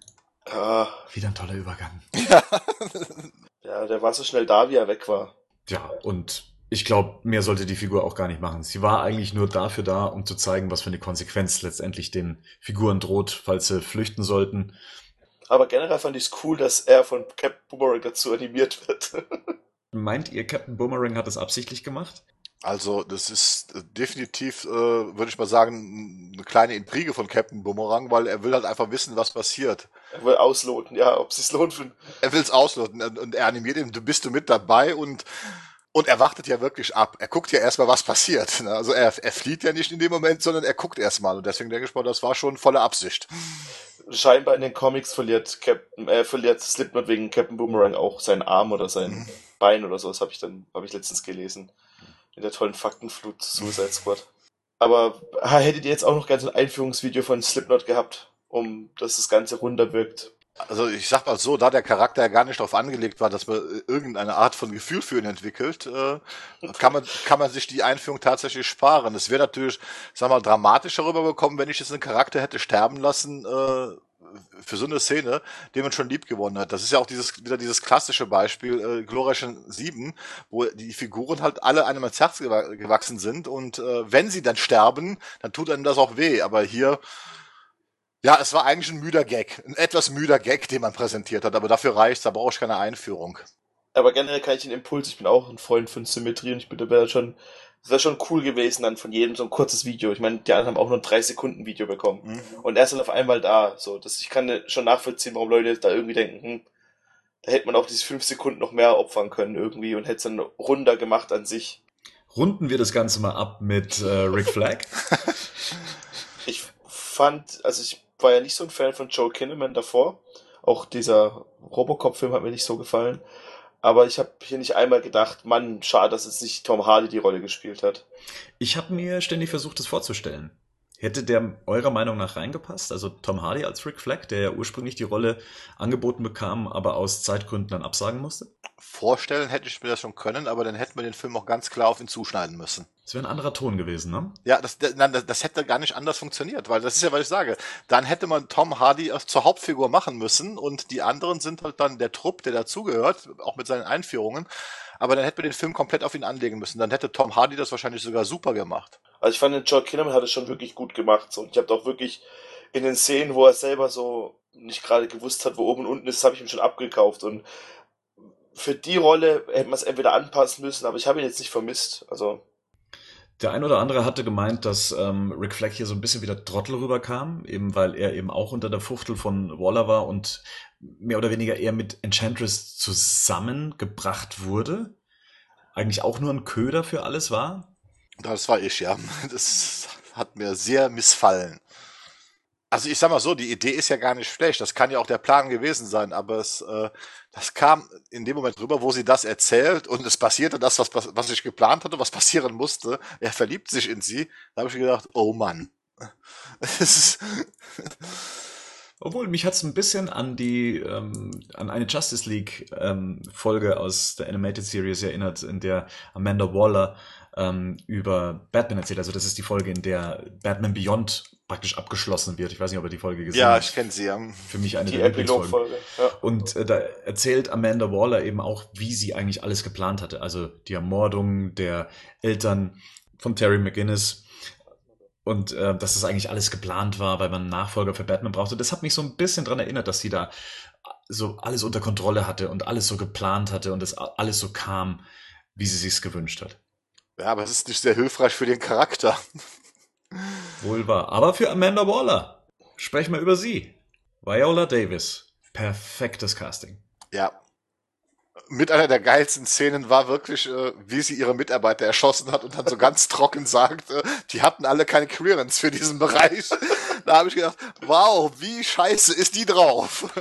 Wieder ein toller Übergang. Ja, der war so schnell da, wie er weg war. Ja, und ich glaube, mehr sollte die Figur auch gar nicht machen. Sie war eigentlich nur dafür da, um zu zeigen, was für eine Konsequenz letztendlich den Figuren droht, falls sie flüchten sollten. Aber generell fand ich es cool, dass er von Captain Boomerang dazu animiert wird. Meint ihr, Captain Boomerang hat das absichtlich gemacht? Also das ist definitiv, würde ich mal sagen, eine kleine Intrige von Captain Boomerang, weil er will halt einfach wissen, was passiert. Er will ausloten, ja, ob es sich lohnt für ihn. Er will es ausloten und er animiert ihn, bist du mit dabei und er wartet ja wirklich ab. Er guckt ja erstmal, was passiert. Ne? Also er flieht ja nicht in dem Moment, sondern er guckt erstmal. Und deswegen denke ich mal, das war schon volle Absicht. Scheinbar in den Comics verliert Slipknot wegen Captain Boomerang auch seinen Arm oder sein Bein oder so. Das habe ich letztens gelesen. In der tollen Faktenflut zu Suicide Squad. Aber hättet ihr jetzt auch noch gerne so ein Einführungsvideo von Slipknot gehabt, um dass das Ganze runter wirkt? Also ich sag mal so, da der Charakter ja gar nicht darauf angelegt war, dass man irgendeine Art von Gefühl für ihn entwickelt, kann man sich die Einführung tatsächlich sparen. Es wäre natürlich, sag mal, dramatischer rübergekommen, wenn ich jetzt einen Charakter hätte sterben lassen für so eine Szene, den man schon lieb gewonnen hat. Das ist ja auch wieder dieses klassische Beispiel, Glorreichen 7, wo die Figuren halt alle einem ans Herz gewachsen sind und wenn sie dann sterben, dann tut einem das auch weh. Aber hier... Ja, es war eigentlich ein etwas müder Gag, den man präsentiert hat, aber dafür reicht's, da brauche ich keine Einführung. Aber generell kann ich den Impuls, ich bin auch ein Freund von Symmetrie und es wäre schon cool gewesen, dann von jedem so ein kurzes Video. Ich meine, die anderen haben auch nur ein 3 Sekunden Video bekommen. Und er ist dann auf einmal da, so, ich kann schon nachvollziehen, warum Leute da irgendwie denken, da hätte man auch diese 5 Sekunden noch mehr opfern können irgendwie und hätte es dann runder gemacht an sich. Runden wir das Ganze mal ab mit Rick Flag. Ich war ja nicht so ein Fan von Joel Kinnaman davor. Auch dieser Robocop-Film hat mir nicht so gefallen. Aber ich habe hier nicht einmal gedacht, Mann, schade, dass jetzt nicht Tom Hardy die Rolle gespielt hat. Ich habe mir ständig versucht, das vorzustellen. Hätte der eurer Meinung nach reingepasst? Also Tom Hardy als Rick Flag, der ja ursprünglich die Rolle angeboten bekam, aber aus Zeitgründen dann absagen musste? Vorstellen hätte ich mir das schon können, aber dann hätten wir den Film auch ganz klar auf ihn zuschneiden müssen. Das wäre ein anderer Ton gewesen, ne? Ja, das hätte gar nicht anders funktioniert, weil das ist ja, was ich sage. Dann hätte man Tom Hardy zur Hauptfigur machen müssen und die anderen sind halt dann der Trupp, der dazugehört, auch mit seinen Einführungen. Aber dann hätten wir den Film komplett auf ihn anlegen müssen. Dann hätte Tom Hardy das wahrscheinlich sogar super gemacht. Also ich fand, den Joel Kinnaman hat es schon wirklich gut gemacht. So. Und ich habe auch wirklich in den Szenen, wo er selber so nicht gerade gewusst hat, wo oben und unten ist, habe ich ihm schon abgekauft. Und für die Rolle hätte man es entweder anpassen müssen, aber ich habe ihn jetzt nicht vermisst. Also Der ein oder andere hatte gemeint, dass Rick Flag hier so ein bisschen wie der Trottel rüberkam, eben weil er eben auch unter der Fuchtel von Waller war und mehr oder weniger eher mit Enchantress zusammengebracht wurde. Eigentlich auch nur ein Köder für alles war. Das war ich, ja. Das hat mir sehr missfallen. Also ich sag mal so, die Idee ist ja gar nicht schlecht. Das kann ja auch der Plan gewesen sein, aber das kam in dem Moment rüber, wo sie das erzählt und es passierte das, was ich geplant hatte, was passieren musste. Er verliebt sich in sie. Da habe ich gedacht, oh Mann. Es ist Obwohl, mich hat's ein bisschen an an eine Justice League Folge aus der Animated Series erinnert, in der Amanda Waller über Batman erzählt. Also das ist die Folge, in der Batman Beyond praktisch abgeschlossen wird. Ich weiß nicht, ob ihr die Folge gesehen ja, habt. ich kenne sie. Ja. Für mich eine die der Lieblingsfolgen. Epilog-Folge. Ja. Und da erzählt Amanda Waller eben auch, wie sie eigentlich alles geplant hatte. Also die Ermordung der Eltern von Terry McGinnis. Und dass das eigentlich alles geplant war, weil man einen Nachfolger für Batman brauchte. Das hat mich so ein bisschen dran erinnert, dass sie da so alles unter Kontrolle hatte und alles so geplant hatte und das alles so kam, wie sie sich's gewünscht hat. Ja, aber es ist nicht sehr hilfreich für den Charakter. Wohl wahr. Aber für Amanda Waller. Sprechen wir über sie. Viola Davis. Perfektes Casting. Ja. Mit einer der geilsten Szenen war wirklich, wie sie ihre Mitarbeiter erschossen hat und dann so ganz trocken sagt, die hatten alle keine Clearance für diesen Bereich. Da habe ich gedacht, wow, wie scheiße ist die drauf?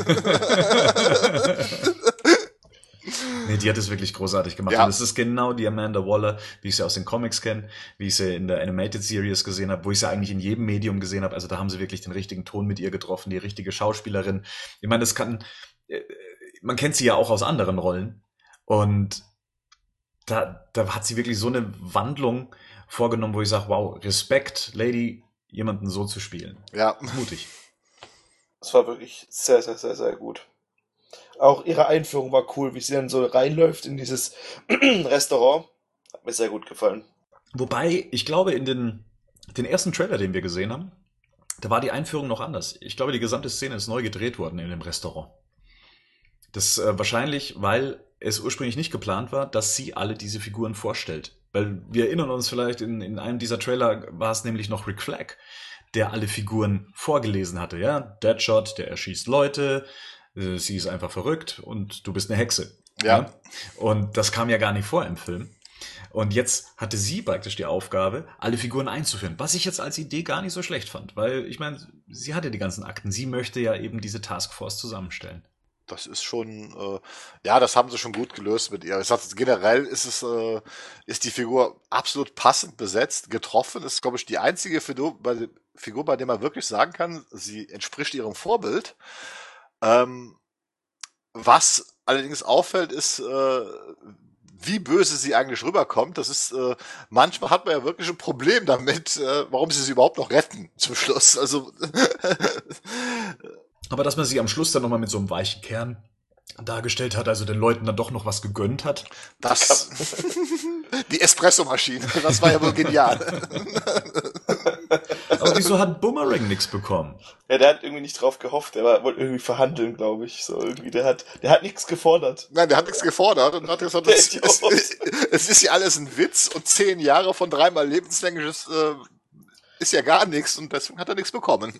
Nee, die hat es wirklich großartig gemacht. Ja. Und es ist genau die Amanda Waller, wie ich sie aus den Comics kenne, wie ich sie in der Animated Series gesehen habe, wo ich sie eigentlich in jedem Medium gesehen habe. Also da haben sie wirklich den richtigen Ton mit ihr getroffen, die richtige Schauspielerin. Ich meine, man kennt sie ja auch aus anderen Rollen. Und da hat sie wirklich so eine Wandlung vorgenommen, wo ich sage, wow, Respekt, Lady, jemanden so zu spielen. Ja. Mutig. Das war wirklich sehr, sehr, sehr, sehr gut. Auch ihre Einführung war cool, wie sie dann so reinläuft in dieses Restaurant. Hat mir sehr gut gefallen. Wobei, ich glaube, in den ersten Trailer, den wir gesehen haben, da war die Einführung noch anders. Ich glaube, die gesamte Szene ist neu gedreht worden in dem Restaurant. Das wahrscheinlich, weil es ursprünglich nicht geplant war, dass sie alle diese Figuren vorstellt. Weil wir erinnern uns vielleicht, in einem dieser Trailer war es nämlich noch Rick Flag, der alle Figuren vorgelesen hatte. Ja, Deadshot, der erschießt Leute, sie ist einfach verrückt und du bist eine Hexe. Ja. Und das kam ja gar nicht vor im Film. Und jetzt hatte sie praktisch die Aufgabe, alle Figuren einzuführen. Was ich jetzt als Idee gar nicht so schlecht fand. Weil, ich meine, sie hatte die ganzen Akten. Sie möchte ja eben diese Taskforce zusammenstellen. Das ist schon, ja, das haben sie schon gut gelöst mit ihr. Ich sag, generell ist die Figur absolut passend besetzt, getroffen. Ist, glaube ich, die einzige Figur, bei der man wirklich sagen kann, sie entspricht ihrem Vorbild. Was allerdings auffällt, ist, wie böse sie eigentlich rüberkommt. Das ist, manchmal hat man ja wirklich ein Problem damit, warum sie überhaupt noch retten zum Schluss. Also Aber dass man sie am Schluss dann nochmal mit so einem weichen Kern dargestellt hat, also den Leuten dann doch noch was gegönnt hat. das, die Espressomaschine, das war ja wohl genial. Aber wieso hat Boomerang nichts bekommen? Ja, der hat irgendwie nicht drauf gehofft. Der wollte irgendwie verhandeln, glaube ich. So irgendwie, der hat nichts gefordert. Nein, der hat nichts gefordert und hat gesagt, es ist ja alles ein Witz und 10 Jahre von 3-mal lebenslängliches ist ja gar nichts und deswegen hat er nichts bekommen.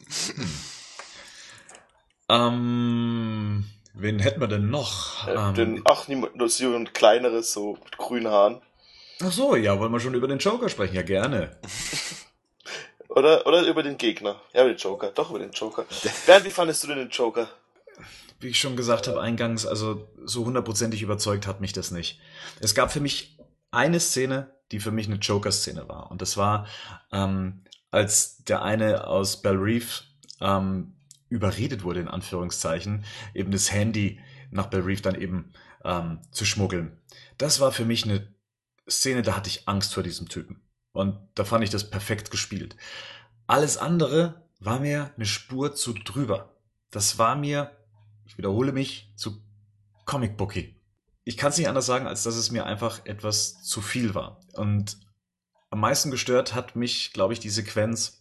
Wen hätten wir denn noch? Nur so ein kleineres, so mit grünen Haaren. Ach so, ja, wollen wir schon über den Joker sprechen? Ja, gerne. Oder über den Gegner. Ja, über den Joker. Doch, über den Joker. Bernd, wie fandest du denn den Joker? Wie ich schon gesagt habe eingangs, also so hundertprozentig überzeugt hat mich das nicht. Es gab für mich eine Szene, die für mich eine Joker-Szene war. Und das war, als der eine aus Belle Reef überredet wurde, in Anführungszeichen, eben das Handy nach Belle Reef dann eben zu schmuggeln. Das war für mich eine Szene, da hatte ich Angst vor diesem Typen. Und da fand ich das perfekt gespielt. Alles andere war mir eine Spur zu drüber. Das war mir, ich wiederhole mich, zu Comic-Booky. Ich kann es nicht anders sagen, als dass es mir einfach etwas zu viel war. Und am meisten gestört hat mich, glaube ich, die Sequenz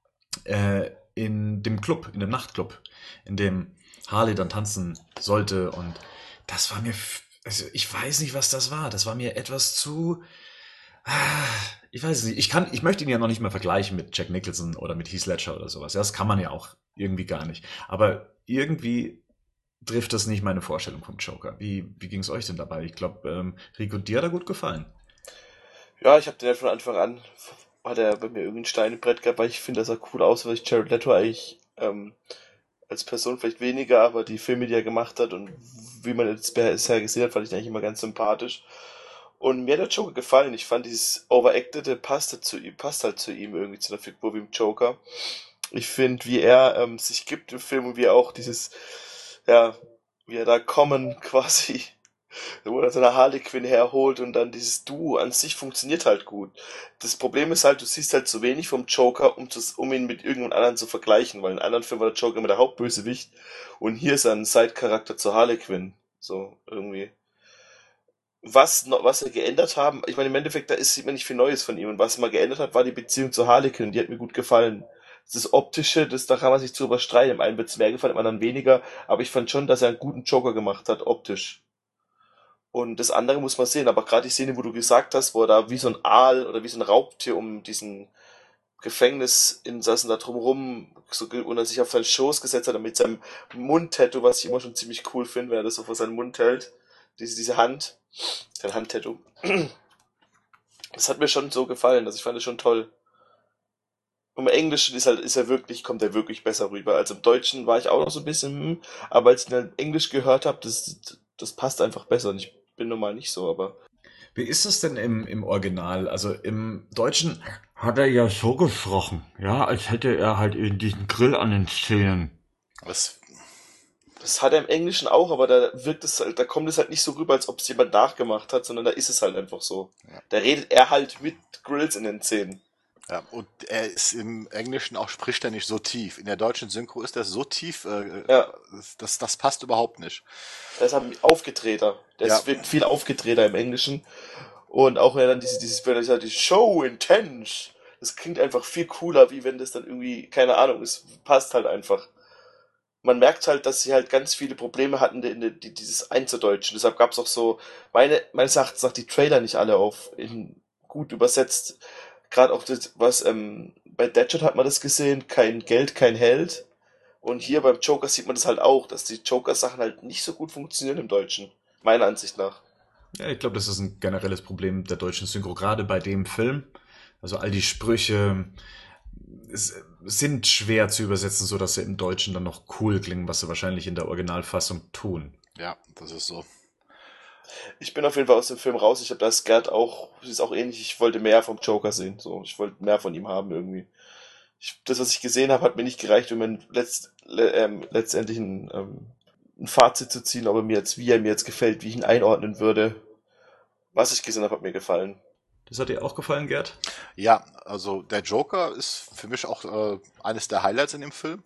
in dem Club, in dem Nachtclub, in dem Harley dann tanzen sollte. Und das war mir, also ich weiß nicht, was das war. Das war mir etwas zu, ich weiß es nicht. Ich möchte ihn ja noch nicht mehr vergleichen mit Jack Nicholson oder mit Heath Ledger oder sowas. Ja, das kann man ja auch irgendwie gar nicht. Aber irgendwie trifft das nicht meine Vorstellung vom Joker. Wie ging es euch denn dabei? Ich glaube, Rico, dir hat er gut gefallen. Ja, ich habe den ja von Anfang an, hat er bei mir irgendwie ein Stein im Brett gehabt, weil ich finde, dass er cool aus, weil ich Jared Leto eigentlich als Person vielleicht weniger, aber die Filme, die er gemacht hat und wie man jetzt bisher gesehen hat, fand ich eigentlich immer ganz sympathisch. Und mir hat der Joker gefallen. Ich fand dieses Overactede passt halt zu ihm irgendwie, zu der Figur wie im Joker. Ich finde, wie er sich gibt im Film und wie er auch dieses, ja, wie er da kommen quasi, wo er seine Harley Quinn herholt und dann dieses Duo an sich funktioniert halt gut. Das Problem ist halt, du siehst halt zu wenig vom Joker, um ihn mit irgendeinem anderen zu vergleichen, weil in anderen Filmen war der Joker immer der Hauptbösewicht und hier ist er ein Side-Charakter zur Harley Quinn. So, irgendwie. Was er geändert haben, ich meine, im Endeffekt, sieht man nicht viel Neues von ihm. Und was man geändert hat, war die Beziehung zu Harlequin. Die hat mir gut gefallen. Das Optische, da kann man sich zu überstreiten. Im einen wird's mehr gefallen, im anderen weniger. Aber ich fand schon, dass er einen guten Joker gemacht hat, optisch. Und das andere muss man sehen. Aber gerade die Szene, wo du gesagt hast, wo er da wie so ein Aal oder wie so ein Raubtier um diesen Gefängnisinsassen da drumherum und er sich auf seinen Schoß gesetzt hat, mit seinem Mundtattoo, was ich immer schon ziemlich cool finde, wenn er das so vor seinen Mund hält. Diese Hand, sein Handtattoo. Das hat mir schon so gefallen, also ich fand es schon toll. Im Englischen kommt er wirklich besser rüber. Also im Deutschen war ich auch noch so ein bisschen, aber als ich ihn in Englisch gehört habe, das passt einfach besser. Und ich bin normal nicht so, aber. Wie ist das denn im Original? Also im Deutschen hat er ja so gesprochen, ja, als hätte er halt eben diesen Grill an den Zähnen. Das hat er im Englischen auch, aber da kommt es halt nicht so rüber, als ob es jemand nachgemacht hat, sondern da ist es halt einfach so. Ja. Da redet er halt mit Grills in den Zähnen. Ja, und er ist im Englischen auch, spricht er nicht so tief. In der deutschen Synchro ist er so tief, das passt überhaupt nicht. Der ist halt aufgedrehter. Wird viel aufgedrehter im Englischen. Und auch wenn er dann die Show intense, das klingt einfach viel cooler, wie wenn das dann irgendwie, keine Ahnung, es passt halt einfach. Man merkt halt, dass sie halt ganz viele Probleme hatten, dieses einzudeutschen. Deshalb gab es auch so, meines Erachtens nach die Trailer nicht alle gut übersetzt. Gerade auch das, was bei Deadshot hat man das gesehen, kein Geld, kein Held. Und hier beim Joker sieht man das halt auch, dass die Joker-Sachen halt nicht so gut funktionieren im Deutschen. Meiner Ansicht nach. Ja, ich glaube, das ist ein generelles Problem der deutschen Synchro, gerade bei dem Film. Also all die Sprüche sind schwer zu übersetzen, so dass sie im Deutschen dann noch cool klingen, was sie wahrscheinlich in der Originalfassung tun. Ja, das ist so. Ich bin auf jeden Fall aus dem Film raus. Ich habe das Gerd auch, ist auch ähnlich. Ich wollte mehr vom Joker sehen. So, ich wollte mehr von ihm haben irgendwie. Das, was ich gesehen habe, hat mir nicht gereicht, um letztendlich ein Fazit zu ziehen, wie er mir jetzt gefällt, wie ich ihn einordnen würde. Was ich gesehen habe, hat mir gefallen. Das hat dir auch gefallen, Gerd? Ja, also der Joker ist für mich auch eines der Highlights in dem Film.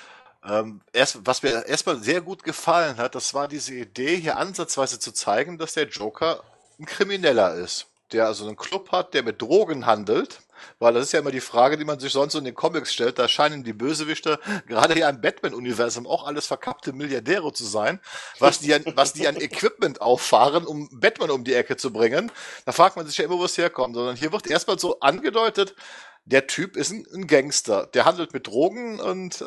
Was mir erstmal sehr gut gefallen hat, das war diese Idee, hier ansatzweise zu zeigen, dass der Joker ein Krimineller ist. Der also einen Club hat, der mit Drogen handelt. Weil das ist ja immer die Frage, die man sich sonst so in den Comics stellt. Da scheinen die Bösewichte, gerade hier im Batman-Universum, auch alles verkappte Milliardäre zu sein. Was die an Equipment auffahren, um Batman um die Ecke zu bringen. Da fragt man sich ja immer, wo es herkommt. Sondern hier wird erstmal so angedeutet, der Typ ist ein Gangster. Der handelt mit Drogen und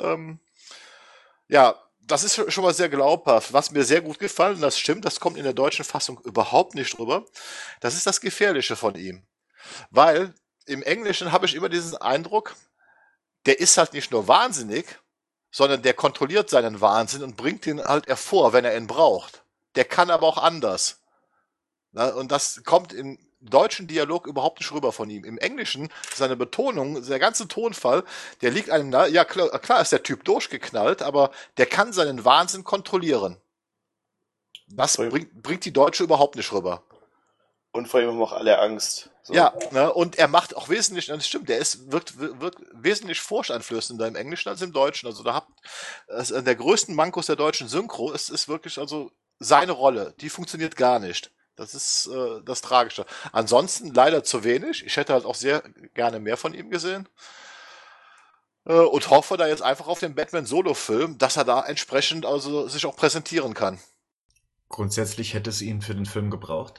ja, das ist schon mal sehr glaubhaft. Was mir sehr gut gefallen, das stimmt, das kommt in der deutschen Fassung überhaupt nicht rüber. Das ist das Gefährliche von ihm. Weil im Englischen habe ich immer diesen Eindruck, der ist halt nicht nur wahnsinnig, sondern der kontrolliert seinen Wahnsinn und bringt ihn halt hervor, wenn er ihn braucht. Der kann aber auch anders. Na, und das kommt im deutschen Dialog überhaupt nicht rüber von ihm. Im Englischen, seine Betonung, der ganze Tonfall, der liegt einem nahe. Ja, klar ist der Typ durchgeknallt, aber der kann seinen Wahnsinn kontrollieren. Das bringt die Deutsche überhaupt nicht rüber. Und vor ihm haben auch alle Angst. So. Ja, ne, und er macht auch wesentlich, das stimmt, wirkt wesentlich furchteinflößender im Englischen als im Deutschen. Also der größten Mankos der deutschen Synchro ist wirklich also seine Rolle. Die funktioniert gar nicht. Das ist das Tragische. Ansonsten leider zu wenig. Ich hätte halt auch sehr gerne mehr von ihm gesehen. Und hoffe da jetzt einfach auf den Batman-Solo-Film, dass er da entsprechend also sich auch präsentieren kann. Grundsätzlich hätte es ihn für den Film gebraucht.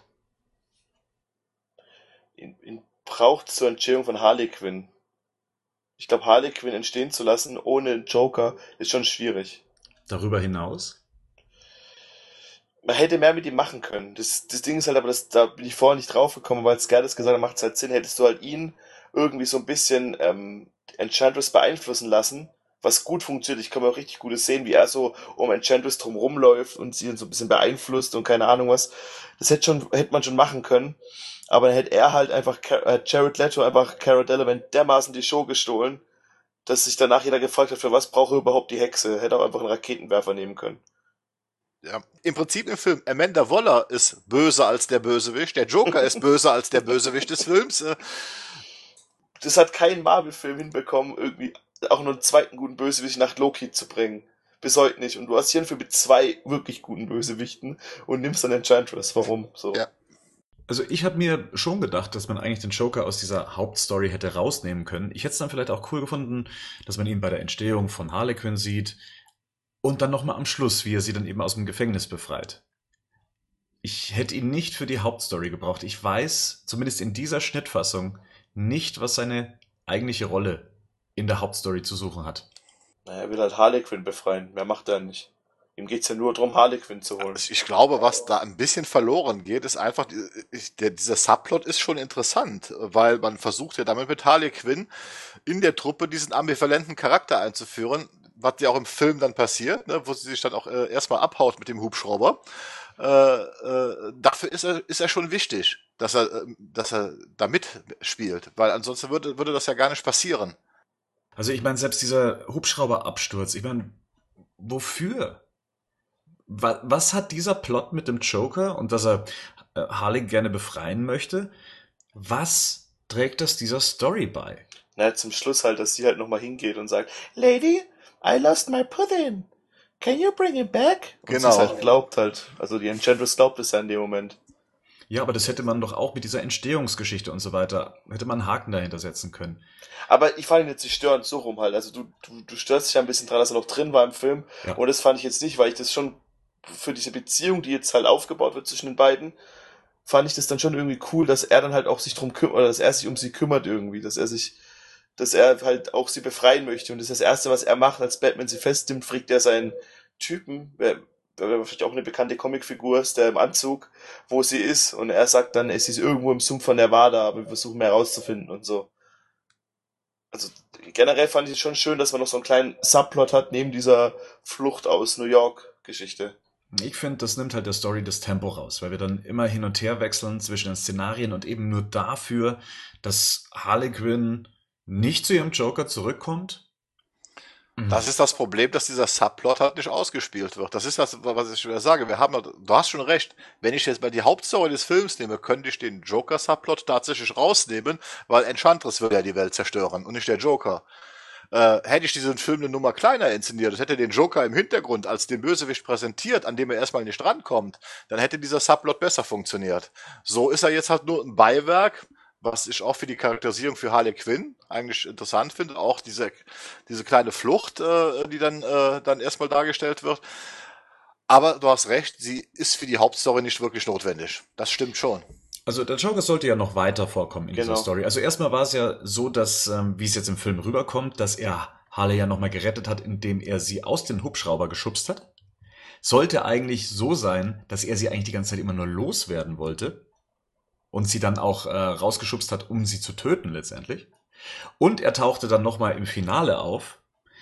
Ihn braucht zur Entstehung von Harley Quinn. Ich glaube, Harley Quinn entstehen zu lassen ohne Joker ist schon schwierig. Darüber hinaus? Man hätte mehr mit ihm machen können. Das Ding ist halt aber, da bin ich vorher nicht drauf gekommen, weil Gerdes gesagt hat, macht es halt Sinn, hättest du halt ihn irgendwie so ein bisschen Enchantress beeinflussen lassen, was gut funktioniert. Ich kann mir auch richtig gutes sehen, wie er so um Enchantress drum rumläuft und sie so ein bisschen beeinflusst und keine Ahnung was. Das hätte man schon machen können. Aber dann hätte er halt einfach Jared Leto einfach Cara Delevingne dermaßen die Show gestohlen, dass sich danach jeder gefragt hat, für was braucht er überhaupt die Hexe? Hätte auch einfach einen Raketenwerfer nehmen können. Ja. Im Prinzip im Film, Amanda Waller ist böser als der Bösewicht, der Joker ist böser als der Bösewicht des Films. Das hat kein Marvel-Film hinbekommen, irgendwie auch nur einen zweiten guten Bösewicht nach Loki zu bringen. Bis heute nicht. Und du hast hier einen Film mit 2 wirklich guten Bösewichten und nimmst dann Enchantress. Warum? So. Ja. Also ich habe mir schon gedacht, dass man eigentlich den Joker aus dieser Hauptstory hätte rausnehmen können. Ich hätte es dann vielleicht auch cool gefunden, dass man ihn bei der Entstehung von Harley Quinn sieht und dann nochmal am Schluss, wie er sie dann eben aus dem Gefängnis befreit. Ich hätte ihn nicht für die Hauptstory gebraucht. Ich weiß, zumindest in dieser Schnittfassung, nicht, was seine eigentliche Rolle in der Hauptstory zu suchen hat. Naja, er will halt Harley Quinn befreien. Mehr macht er nicht. Ihm geht's ja nur darum, Harley Quinn zu holen. Ich glaube, was da ein bisschen verloren geht, ist einfach, dieser Subplot ist schon interessant, weil man versucht ja damit mit Harley Quinn in der Truppe diesen ambivalenten Charakter einzuführen, was ja auch im Film dann passiert, ne, wo sie sich dann auch erstmal abhaut mit dem Hubschrauber. Dafür ist er schon wichtig, dass er da mitspielt, weil ansonsten würde das ja gar nicht passieren. Also ich meine, selbst dieser Hubschrauberabsturz, ich meine, wofür? Was hat dieser Plot mit dem Joker und dass er Harley gerne befreien möchte? Was trägt das dieser Story bei? Na, zum Schluss halt, dass sie halt nochmal hingeht und sagt, Lady, I lost my pudding. Can you bring it back? Und Genau. sie es halt glaubt halt. Also die Enchantress glaubt es ja in dem Moment. Ja, aber das hätte man doch auch mit dieser Entstehungsgeschichte und so weiter, hätte man einen Haken dahinter setzen können. Aber ich fand ihn jetzt nicht störend so rum halt. Also du störst dich ja ein bisschen dran, dass er noch drin war im Film. Ja. Und das fand ich jetzt nicht, weil ich das schon für diese Beziehung, die jetzt halt aufgebaut wird zwischen den beiden, fand ich das dann schon irgendwie cool, dass er dann halt auch sich drum kümmert, oder dass er sich um sie kümmert irgendwie, dass er halt auch sie befreien möchte. Und das ist das Erste, was er macht, als Batman sie festnimmt, fragt er seinen Typen, wer vielleicht auch eine bekannte Comicfigur ist, der im Anzug, wo sie ist. Und er sagt dann, sie ist irgendwo im Sumpf von Nevada, aber wir versuchen mehr herauszufinden und so. Also generell fand ich es schon schön, dass man noch so einen kleinen Subplot hat, neben dieser Flucht aus New York Geschichte. Ich finde, das nimmt halt der Story das Tempo raus, weil wir dann immer hin und her wechseln zwischen den Szenarien und eben nur dafür, dass Harley Quinn nicht zu ihrem Joker zurückkommt. Das ist das Problem, dass dieser Subplot halt nicht ausgespielt wird. Das ist das, was ich wieder sage. Du hast schon recht. Wenn ich jetzt mal die Hauptstory des Films nehme, könnte ich den Joker-Subplot tatsächlich rausnehmen, weil Enchantress will ja die Welt zerstören und nicht der Joker. Hätte ich diesen Film eine Nummer kleiner inszeniert, das hätte den Joker im Hintergrund als den Bösewicht präsentiert, an dem er erstmal nicht rankommt, dann hätte dieser Subplot besser funktioniert. So ist er jetzt halt nur ein Beiwerk, was ich auch für die Charakterisierung für Harley Quinn eigentlich interessant finde, auch diese kleine Flucht, die dann erstmal dargestellt wird. Aber du hast recht, sie ist für die Hauptstory nicht wirklich notwendig. Das stimmt schon. Also der Joker sollte ja noch weiter vorkommen in dieser Story. Also erstmal war es ja so, dass, wie es jetzt im Film rüberkommt, dass er Harley ja nochmal gerettet hat, indem er sie aus dem Hubschrauber geschubst hat. Sollte eigentlich so sein, dass er sie eigentlich die ganze Zeit immer nur loswerden wollte und sie dann auch rausgeschubst hat, um sie zu töten letztendlich. Und er tauchte dann nochmal im Finale auf.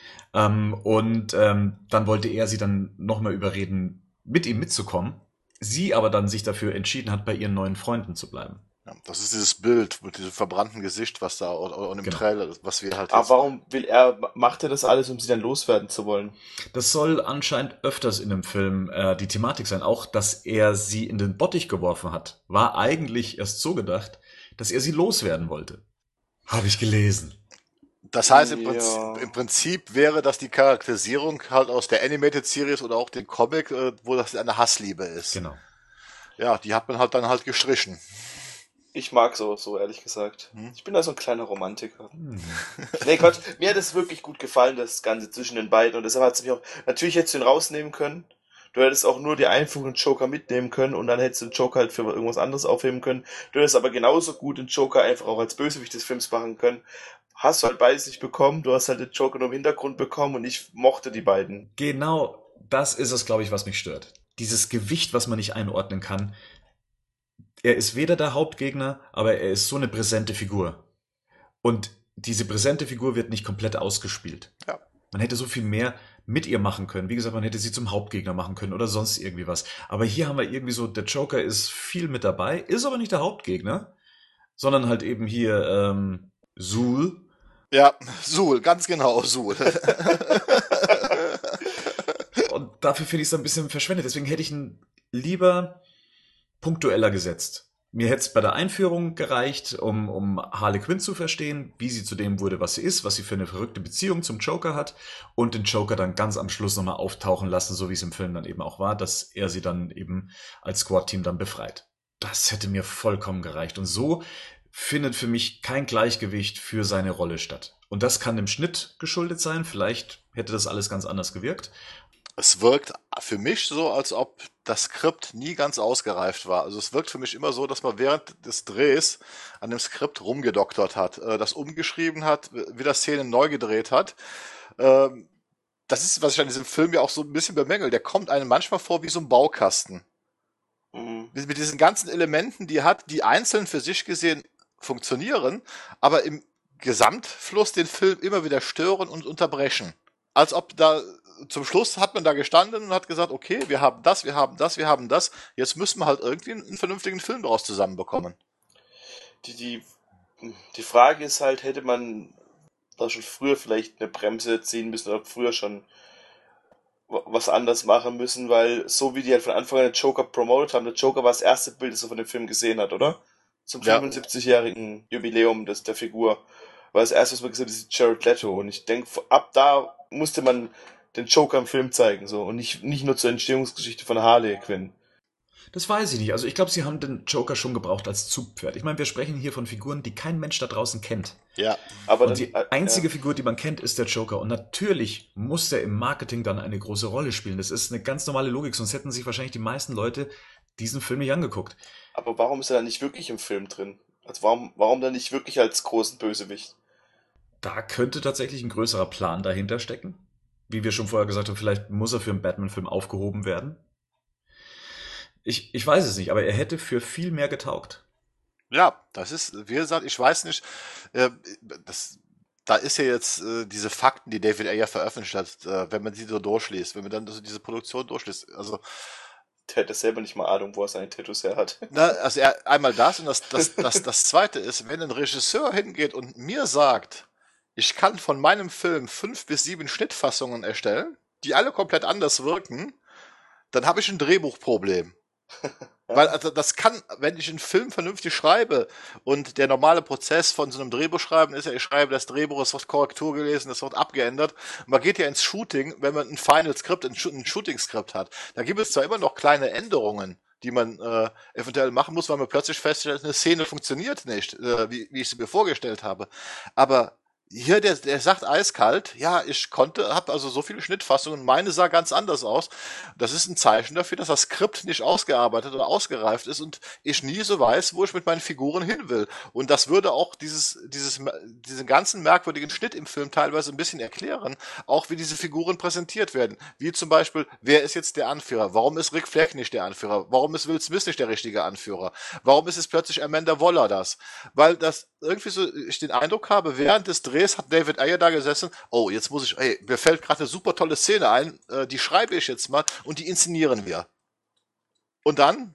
Dann wollte er sie dann nochmal überreden, mit ihm mitzukommen. Sie aber dann sich dafür entschieden hat, bei ihren neuen Freunden zu bleiben. Ja, das ist dieses Bild mit diesem verbrannten Gesicht, was da und im Genau. Trailer, was wir halt Aber jetzt. warum macht er das alles, um sie dann loswerden zu wollen? Das soll anscheinend öfters in dem Film die Thematik sein. Auch, dass er sie in den Bottich geworfen hat, war eigentlich erst so gedacht, dass er sie loswerden wollte. Habe ich gelesen. Das heißt, Ja. im Prinzip wäre das die Charakterisierung halt aus der Animated Series oder auch dem Comic, wo das eine Hassliebe ist. Genau. Ja, die hat man halt dann halt gestrichen. Ich mag so ehrlich gesagt. Hm. Ich bin da so ein kleiner Romantiker. Nee, Gott, mir hat es wirklich gut gefallen, das Ganze zwischen den beiden. Und deshalb hat es mich auch, natürlich hättest du ihn rausnehmen können. Du hättest auch nur die Einführung Joker mitnehmen können und dann hättest du den Joker halt für irgendwas anderes aufheben können. Du hättest aber genauso gut den Joker einfach auch als Bösewicht des Films machen können. Hast du halt beides nicht bekommen. Du hast halt den Joker nur im Hintergrund bekommen und ich mochte die beiden. Genau das ist es, glaube ich, was mich stört. Dieses Gewicht, was man nicht einordnen kann. Er ist weder der Hauptgegner, aber er ist so eine präsente Figur. Und diese präsente Figur wird nicht komplett ausgespielt. Ja. Man hätte so viel mehr mit ihr machen können. Wie gesagt, man hätte sie zum Hauptgegner machen können oder sonst irgendwie was. Aber hier haben wir irgendwie so, der Joker ist viel mit dabei, ist aber nicht der Hauptgegner, sondern halt eben hier Zul. Ja, Suhl, ganz genau, Suhl. Und dafür finde ich es ein bisschen verschwendet. Deswegen hätte ich ihn lieber punktueller gesetzt. Mir hätte es bei der Einführung gereicht, um Harley Quinn zu verstehen, wie sie zu dem wurde, was sie ist, was sie für eine verrückte Beziehung zum Joker hat und den Joker dann ganz am Schluss nochmal auftauchen lassen, so wie es im Film dann eben auch war, dass er sie dann eben als Squad-Team dann befreit. Das hätte mir vollkommen gereicht. Und so findet für mich kein Gleichgewicht für seine Rolle statt. Und das kann dem Schnitt geschuldet sein. Vielleicht hätte das alles ganz anders gewirkt. Es wirkt für mich so, als ob das Skript nie ganz ausgereift war. Also es wirkt für mich immer so, dass man während des Drehs an dem Skript rumgedoktert hat, das umgeschrieben hat, wieder Szenen neu gedreht hat. Das ist, was ich an diesem Film ja auch so ein bisschen bemängel. Der kommt einem manchmal vor wie so ein Baukasten. Mhm. Mit diesen ganzen Elementen, die hat, die einzeln für sich gesehen funktionieren, aber im Gesamtfluss den Film immer wieder stören und unterbrechen. Als ob da zum Schluss hat man da gestanden und hat gesagt, okay, wir haben das, wir haben das, wir haben das. Jetzt müssen wir halt irgendwie einen vernünftigen Film daraus zusammenbekommen. Die Frage ist halt, hätte man da schon früher vielleicht eine Bremse ziehen müssen oder früher schon was anders machen müssen, weil so wie die halt von Anfang an den Joker promotet haben, der Joker war das erste Bild, das er von dem Film gesehen hat, oder? Zum Ja. 75-jährigen Jubiläum der Figur. War das erste, was man gesehen hat, ist Jared Leto. Und ich denke, ab da musste man den Joker im Film zeigen, so. Und nicht nur zur Entstehungsgeschichte von Harley Quinn. Das weiß ich nicht. Also ich glaube, sie haben den Joker schon gebraucht als Zugpferd. Ich meine, wir sprechen hier von Figuren, die kein Mensch da draußen kennt. Ja. Aber Und dann, die einzige Figur, die man kennt, ist der Joker. Und natürlich muss der im Marketing dann eine große Rolle spielen. Das ist eine ganz normale Logik, sonst hätten sich wahrscheinlich die meisten Leute diesen Film nicht angeguckt. aber warum ist er dann nicht wirklich im Film drin? Also warum dann nicht wirklich als großen Bösewicht? Da könnte tatsächlich ein größerer Plan dahinter stecken. Wie wir schon vorher gesagt haben, vielleicht muss er für einen Batman-Film aufgehoben werden. Ich weiß es nicht, aber er hätte für viel mehr getaugt. Ja, das ist, wie gesagt, ich weiß nicht, da ist ja jetzt diese Fakten, die David Ayer veröffentlicht hat, wenn man sie so durchliest, wenn man dann so diese Produktion durchliest, also Der hätte selber nicht mal Ahnung, wo er seine Tattoos her hat. also einmal das und das Zweite ist, wenn ein Regisseur hingeht und mir sagt, ich kann von meinem Film 5 bis 7 Schnittfassungen erstellen, die alle komplett anders wirken, dann habe ich ein Drehbuchproblem. Weil also das kann, wenn ich einen Film vernünftig schreibe und der normale Prozess von so einem Drehbuchschreiben ist ja, ich schreibe das Drehbuch, es wird Korrektur gelesen, es wird abgeändert. Man geht ja ins Shooting, wenn man ein Final Skript, ein Shooting-Skript hat. Da gibt es zwar immer noch kleine Änderungen, die man eventuell machen muss, weil man plötzlich feststellt, eine Szene funktioniert nicht, wie ich sie mir vorgestellt habe. Aber hier, der sagt eiskalt, ja, habe also so viele Schnittfassungen, meine sah ganz anders aus. Das ist ein Zeichen dafür, dass das Skript nicht ausgearbeitet oder ausgereift ist und ich nie so weiß, wo ich mit meinen Figuren hin will. Und das würde auch diesen ganzen merkwürdigen Schnitt im Film teilweise ein bisschen erklären, auch wie diese Figuren präsentiert werden. Wie zum Beispiel, wer ist jetzt der Anführer? Warum ist Rick Flag nicht der Anführer? Warum ist Will Smith nicht der richtige Anführer? Warum ist es plötzlich Amanda Waller das? Weil das irgendwie so, ich den Eindruck habe, während des Drehs hat David Ayer da gesessen, oh, jetzt muss ich, mir fällt gerade eine super tolle Szene ein, die schreibe ich jetzt mal und die inszenieren wir. Und dann?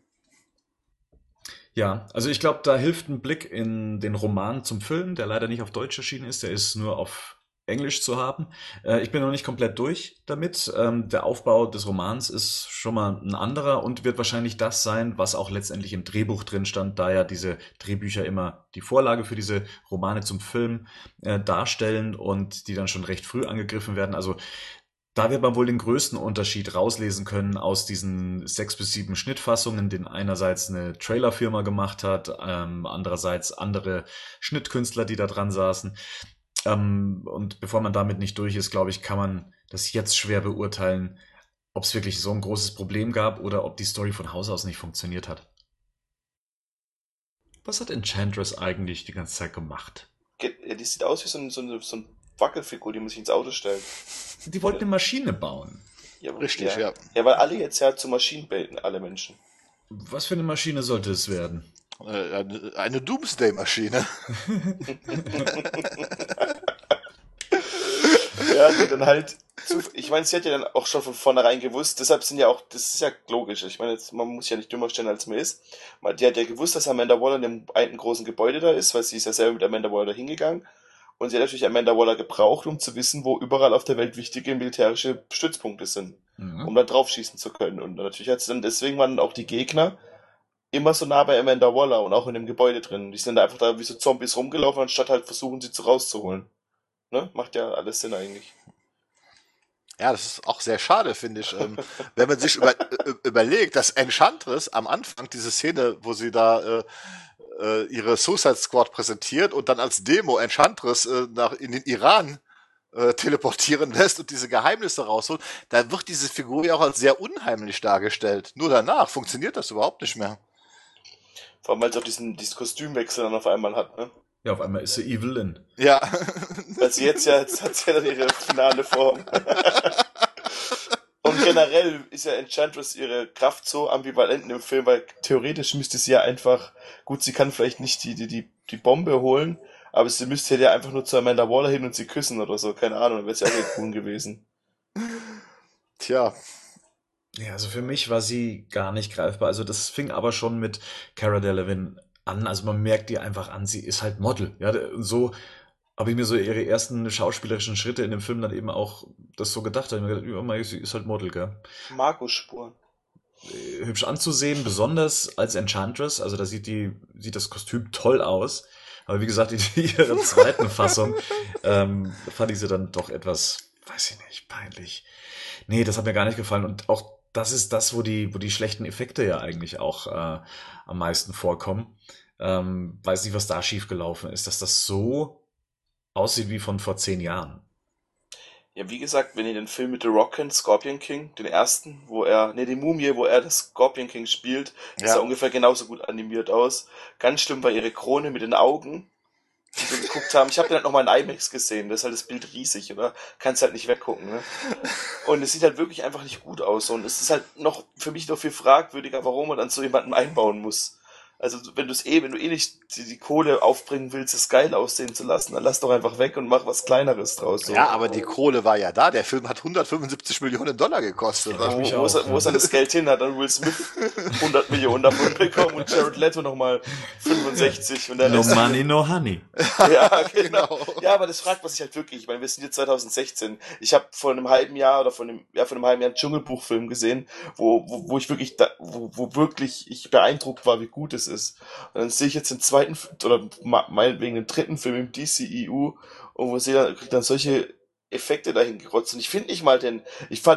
Ja, also ich glaube, da hilft ein Blick in den Roman zum Film, der leider nicht auf Deutsch erschienen ist, der ist nur auf Englisch zu haben. Ich bin noch nicht komplett durch damit. Der Aufbau des Romans ist schon mal ein anderer und wird wahrscheinlich das sein, was auch letztendlich im Drehbuch drin stand, da ja diese Drehbücher immer die Vorlage für diese Romane zum Film darstellen und die dann schon recht früh angegriffen werden. Also da wird man wohl den größten Unterschied rauslesen können aus diesen 6 bis 7 Schnittfassungen, den einerseits eine Trailerfirma gemacht hat, andererseits andere Schnittkünstler, die da dran saßen. Und bevor man damit nicht durch ist, glaube ich, kann man das jetzt schwer beurteilen, ob es wirklich so ein großes Problem gab oder ob die Story von Haus aus nicht funktioniert hat. Was hat Enchantress eigentlich die ganze Zeit gemacht? Die sieht aus wie so eine Wackelfigur, die man sich ins Auto stellt. Die wollten eine Maschine bauen. Ja, Richtig, ja. Ja, weil alle jetzt ja zu Maschinen bilden, alle Menschen. Was für eine Maschine sollte es werden? Eine Doomsday-Maschine. Ja, die dann halt, ich meine, sie hat ja dann auch schon von vornherein gewusst, deshalb sind ja auch, das ist ja logisch, ich meine, man muss ja nicht dümmer stellen, als man ist. Die hat ja gewusst, dass Amanda Waller in dem einen großen Gebäude da ist, weil sie ist ja selber mit Amanda Waller da hingegangen. Und sie hat natürlich Amanda Waller gebraucht, um zu wissen, wo überall auf der Welt wichtige militärische Stützpunkte sind, um dann draufschießen zu können. Und natürlich hat sie dann, deswegen waren auch die Gegner immer so nah bei Amanda Waller und auch in dem Gebäude drin. Die sind einfach da wie so Zombies rumgelaufen, anstatt halt versuchen, sie rauszuholen. Ne? Macht ja alles Sinn eigentlich. Ja, das ist auch sehr schade, finde ich. Wenn man sich überlegt, dass Enchantress am Anfang diese Szene, wo sie da ihre Suicide Squad präsentiert und dann als Demo Enchantress in den Iran teleportieren lässt und diese Geheimnisse rausholt, da wird diese Figur ja auch als sehr unheimlich dargestellt. Nur danach funktioniert das überhaupt nicht mehr. Vor allem, weil sie auch diesen Kostümwechsel dann auf einmal hat, ne? Ja, auf einmal ist sie Evelyn. Ja. Weil sie jetzt hat sie ja dann ihre finale Form. Und generell ist ja Enchantress ihre Kraft so ambivalent in dem Film, weil theoretisch müsste sie ja einfach, gut, sie kann vielleicht nicht die Bombe holen, aber sie müsste ja einfach nur zu Amanda Waller hin und sie küssen oder so, keine Ahnung, dann wäre es ja auch nicht cool gewesen. Tja. Ja, also für mich war sie gar nicht greifbar. Also das fing aber schon mit Cara Delevingne an. Also man merkt ihr einfach an, sie ist halt Model. Ja, so habe ich mir so ihre ersten schauspielerischen Schritte in dem Film dann eben auch das so gedacht. Da habe ich mir gedacht, ja, sie ist halt Model, gell? Markus-Spuren. Hübsch anzusehen, besonders als Enchantress. Also da sieht das Kostüm toll aus. Aber wie gesagt, in ihrer zweiten Fassung fand ich sie dann doch etwas, weiß ich nicht, peinlich. Nee, das hat mir gar nicht gefallen. Und auch das ist das, wo die schlechten Effekte ja eigentlich auch am meisten vorkommen. Weiß nicht, was da schiefgelaufen ist, dass das so aussieht wie von vor 10 Jahren. Ja, wie gesagt, wenn ihr den Film mit The Rock kennt, Scorpion King, den ersten, die Mumie, wo er das Scorpion King spielt, Ja. sah ungefähr genauso gut animiert aus. Ganz schlimm war ihre Krone mit den Augen, die wir geguckt haben. Ich habe den halt nochmal in IMAX gesehen, das ist halt das Bild riesig, oder? Kannst halt nicht weggucken, ne? Und es sieht halt wirklich einfach nicht gut aus und es ist halt noch für mich noch viel fragwürdiger, warum man dann so jemanden einbauen muss. Also wenn du nicht die Kohle aufbringen willst, es geil aussehen zu lassen, dann lass doch einfach weg und mach was Kleineres draus. So. Ja, aber die Kohle war ja da. Der Film hat 175 Millionen Dollar gekostet. Ja, mich Wo es dann das Geld hin hat, dann Will Smith 100 Millionen davon bekommen und Jared Leto nochmal 65 und der No Rest. money, no honey. Ja, genau. Ja, aber das fragt man sich halt wirklich. Ich meine, wir sind jetzt 2016. Ich habe vor einem halben Jahr vor einem halben Jahr einen Dschungelbuchfilm gesehen, wo ich wirklich wo wirklich ich beeindruckt war, wie gut es ist. Und dann sehe ich jetzt den zweiten oder meinetwegen den dritten Film im DCEU und wo sie dann kriegt dann solche Effekte dahin gerotzt. Und ich fand nicht mal den,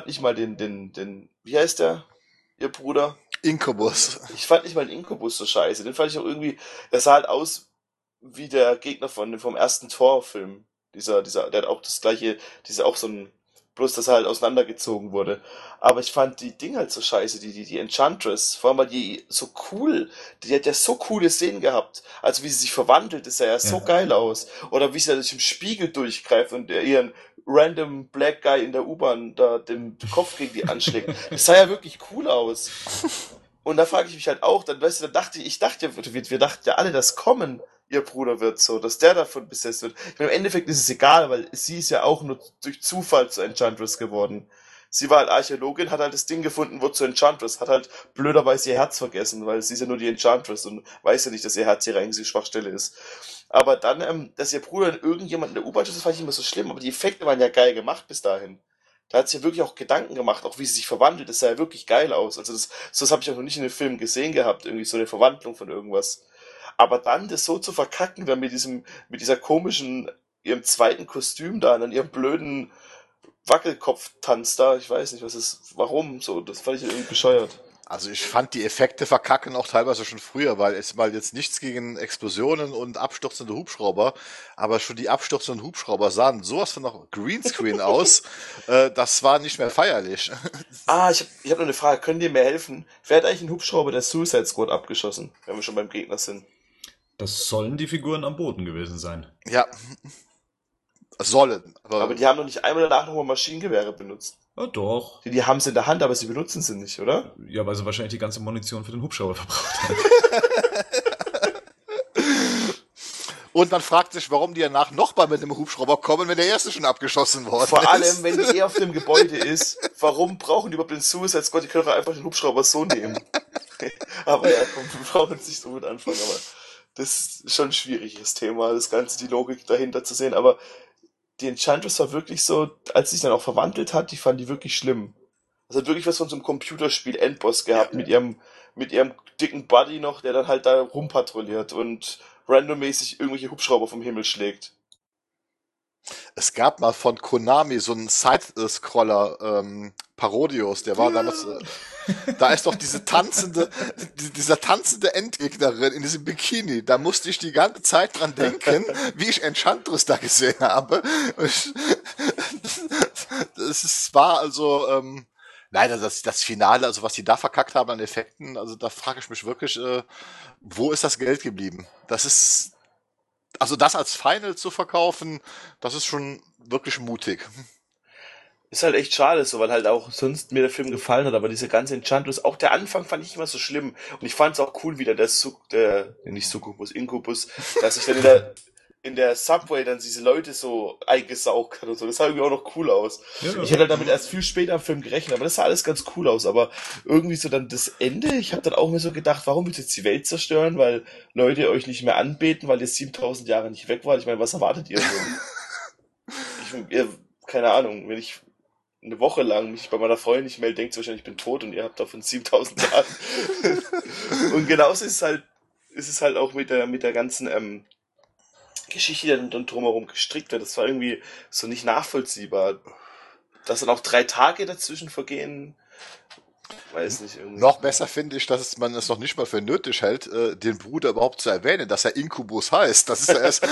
wie heißt der? Ihr Bruder? Incubus. Ich fand nicht mal den Incubus so scheiße. Den fand ich auch irgendwie, der sah halt aus wie der Gegner vom ersten Thor-Film. Der hat auch das gleiche, auch so ein, bloß dass er halt auseinandergezogen wurde. Aber ich fand die Dinge halt so scheiße, die Enchantress, vor allem weil die so cool, die hat ja so coole Szenen gehabt. Also wie sie sich verwandelt, das sah ja so Ja. geil aus. Oder wie sie da durch den Spiegel durchgreift und ihren random Black Guy in der U-Bahn da den Kopf gegen die anschlägt. Das sah ja wirklich cool aus. Und da frage ich mich halt auch, dann, weißt du, ich dachte ja, wir dachten ja alle, dass Common ihr Bruder wird, so, dass der davon besessen wird. Ich meine, im Endeffekt ist es egal, weil sie ist ja auch nur durch Zufall zu Enchantress geworden. Sie war halt Archäologin, hat halt das Ding gefunden, wurde zu Enchantress, hat halt blöderweise ihr Herz vergessen, weil sie ist ja nur die Enchantress und weiß ja nicht, dass ihr Herz ihre einzige Schwachstelle ist. Aber dann, dass ihr Bruder in irgendjemand in der U-Bahn ist, das fand ich immer so schlimm, aber die Effekte waren ja geil gemacht bis dahin. Da hat sich ja wirklich auch Gedanken gemacht, auch wie sie sich verwandelt, das sah ja wirklich geil aus. Also das habe ich auch noch nicht in den Filmen gesehen gehabt, irgendwie so eine Verwandlung von irgendwas. Aber dann das so zu verkacken, dann mit dieser komischen, ihrem zweiten Kostüm da, und dann ihrem blöden Wackelkopf-Tanz da, ich weiß nicht, warum, so, das fand ich irgendwie bescheuert. Also ich fand die Effekte verkacken auch teilweise schon früher, weil es mal jetzt nichts gegen Explosionen und abstürzende Hubschrauber, aber schon die abstürzenden Hubschrauber sahen sowas von noch Greenscreen aus, das war nicht mehr feierlich. Ich hab noch eine Frage, können die mir helfen? Wer hat eigentlich einen Hubschrauber der Suicide Squad abgeschossen, wenn wir schon beim Gegner sind? Das sollen die Figuren am Boden gewesen sein. Ja, sollen. Aber die haben doch nicht einmal danach nochmal Maschinengewehre benutzt. Ja, doch. Die haben sie in der Hand, aber sie benutzen sie nicht, oder? Ja, weil sie wahrscheinlich die ganze Munition für den Hubschrauber verbraucht haben. Und man fragt sich, warum die danach nochmal mit dem Hubschrauber kommen, wenn der erste schon abgeschossen worden Vor ist. allem, wenn die auf dem Gebäude ist, warum brauchen die überhaupt den Suicide Squad? Die können doch einfach den Hubschrauber so nehmen. Aber ja, komm, wir brauchen jetzt nicht so mit anfangen, aber das ist schon ein schwieriges Thema, das Ganze, die Logik dahinter zu sehen, aber die Enchantress war wirklich so, als sie sich dann auch verwandelt hat, die fand die wirklich schlimm. Das hat wirklich was von so einem Computerspiel Endboss gehabt, mit ihrem dicken Buddy noch, der dann halt da rumpatrouilliert und randommäßig irgendwelche Hubschrauber vom Himmel schlägt. Es gab mal von Konami so einen Side-Scroller, Parodius, der war damals, da ist doch dieser tanzende Endgegnerin in diesem Bikini. Da musste ich die ganze Zeit dran denken, wie ich Enchantress da gesehen habe. War also, leider das Finale, also was die da verkackt haben an Effekten, also da frage ich mich wirklich, wo ist das Geld geblieben? Also das als Final zu verkaufen, das ist schon wirklich mutig. Ist halt echt schade so, weil halt auch sonst mir der Film gefallen hat, aber diese ganze Enchantress, auch der Anfang fand ich immer so schlimm. Und ich fand es auch cool, wie dann nicht Succubus, Incubus, dass sich dann in der Subway dann diese Leute so eingesaugt hat und so. Das sah irgendwie auch noch cool aus. Ja. Ich hätte halt damit erst viel später im Film gerechnet, aber das sah alles ganz cool aus. Aber irgendwie so dann das Ende, ich habe dann auch mir so gedacht, warum willst du jetzt die Welt zerstören, weil Leute euch nicht mehr anbeten, weil ihr 7000 Jahre nicht weg wart. Ich meine, was erwartet ihr so? Keine Ahnung, wenn ich eine Woche lang mich bei meiner Freundin nicht melde, denkt sie wahrscheinlich, ich bin tot und ihr habt davon 7000 Jahren. Und genauso ist es halt auch mit der ganzen Geschichte, die dann drumherum gestrickt wird. Das war irgendwie so nicht nachvollziehbar. Dass dann auch 3 Tage dazwischen vergehen, weiß nicht. Irgendwie. Noch besser finde ich, dass man es noch nicht mal für nötig hält, den Bruder überhaupt zu erwähnen, dass er Incubus heißt. Das ist ja erst...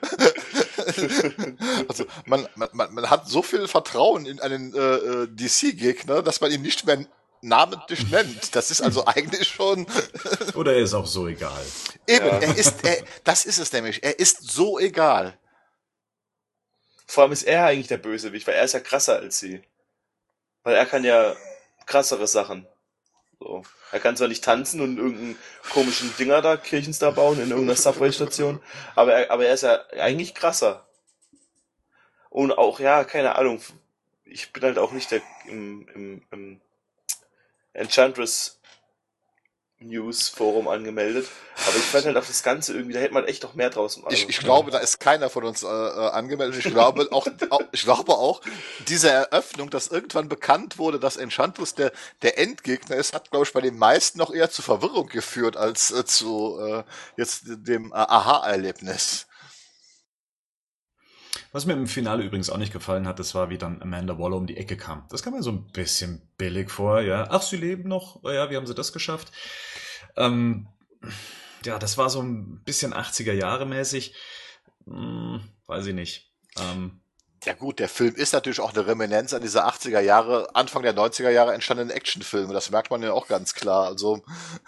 Also man hat so viel Vertrauen in einen DC-Gegner, dass man ihn nicht mehr namentlich nennt. Das ist also eigentlich schon... Oder er ist auch so egal. Eben, ja. Das ist es nämlich. Er ist so egal. Vor allem ist er eigentlich der Bösewicht, weil er ist ja krasser als sie. Weil er kann ja krassere Sachen. So. Er kann zwar nicht tanzen und irgendeinen komischen Dinger da, Kirchenstar bauen in irgendeiner Subway-Station, aber er ist ja eigentlich krasser. Und auch, ja, keine Ahnung, ich bin halt auch nicht im Enchantress News Forum angemeldet, aber ich fand halt auch das Ganze irgendwie, da hätte man echt noch mehr draus machen. Ich glaube, da ist keiner von uns angemeldet. Ich glaube auch, diese Eröffnung, dass irgendwann bekannt wurde, dass Enchantress der Endgegner ist, hat, glaube ich, bei den meisten noch eher zu Verwirrung geführt, als zu jetzt dem Aha-Erlebnis. Was mir im Finale übrigens auch nicht gefallen hat, das war, wie dann Amanda Waller um die Ecke kam. Das kam mir so ein bisschen billig vor, ja. Ach, sie leben noch? Ja, wie haben sie das geschafft? Ja, das war so ein bisschen 80er Jahre mäßig. Weiß ich nicht. Ja gut, der Film ist natürlich auch eine Reminiszenz an diese 80er Jahre, Anfang der 90er Jahre entstandenen Actionfilme. Das merkt man ja auch ganz klar. Also,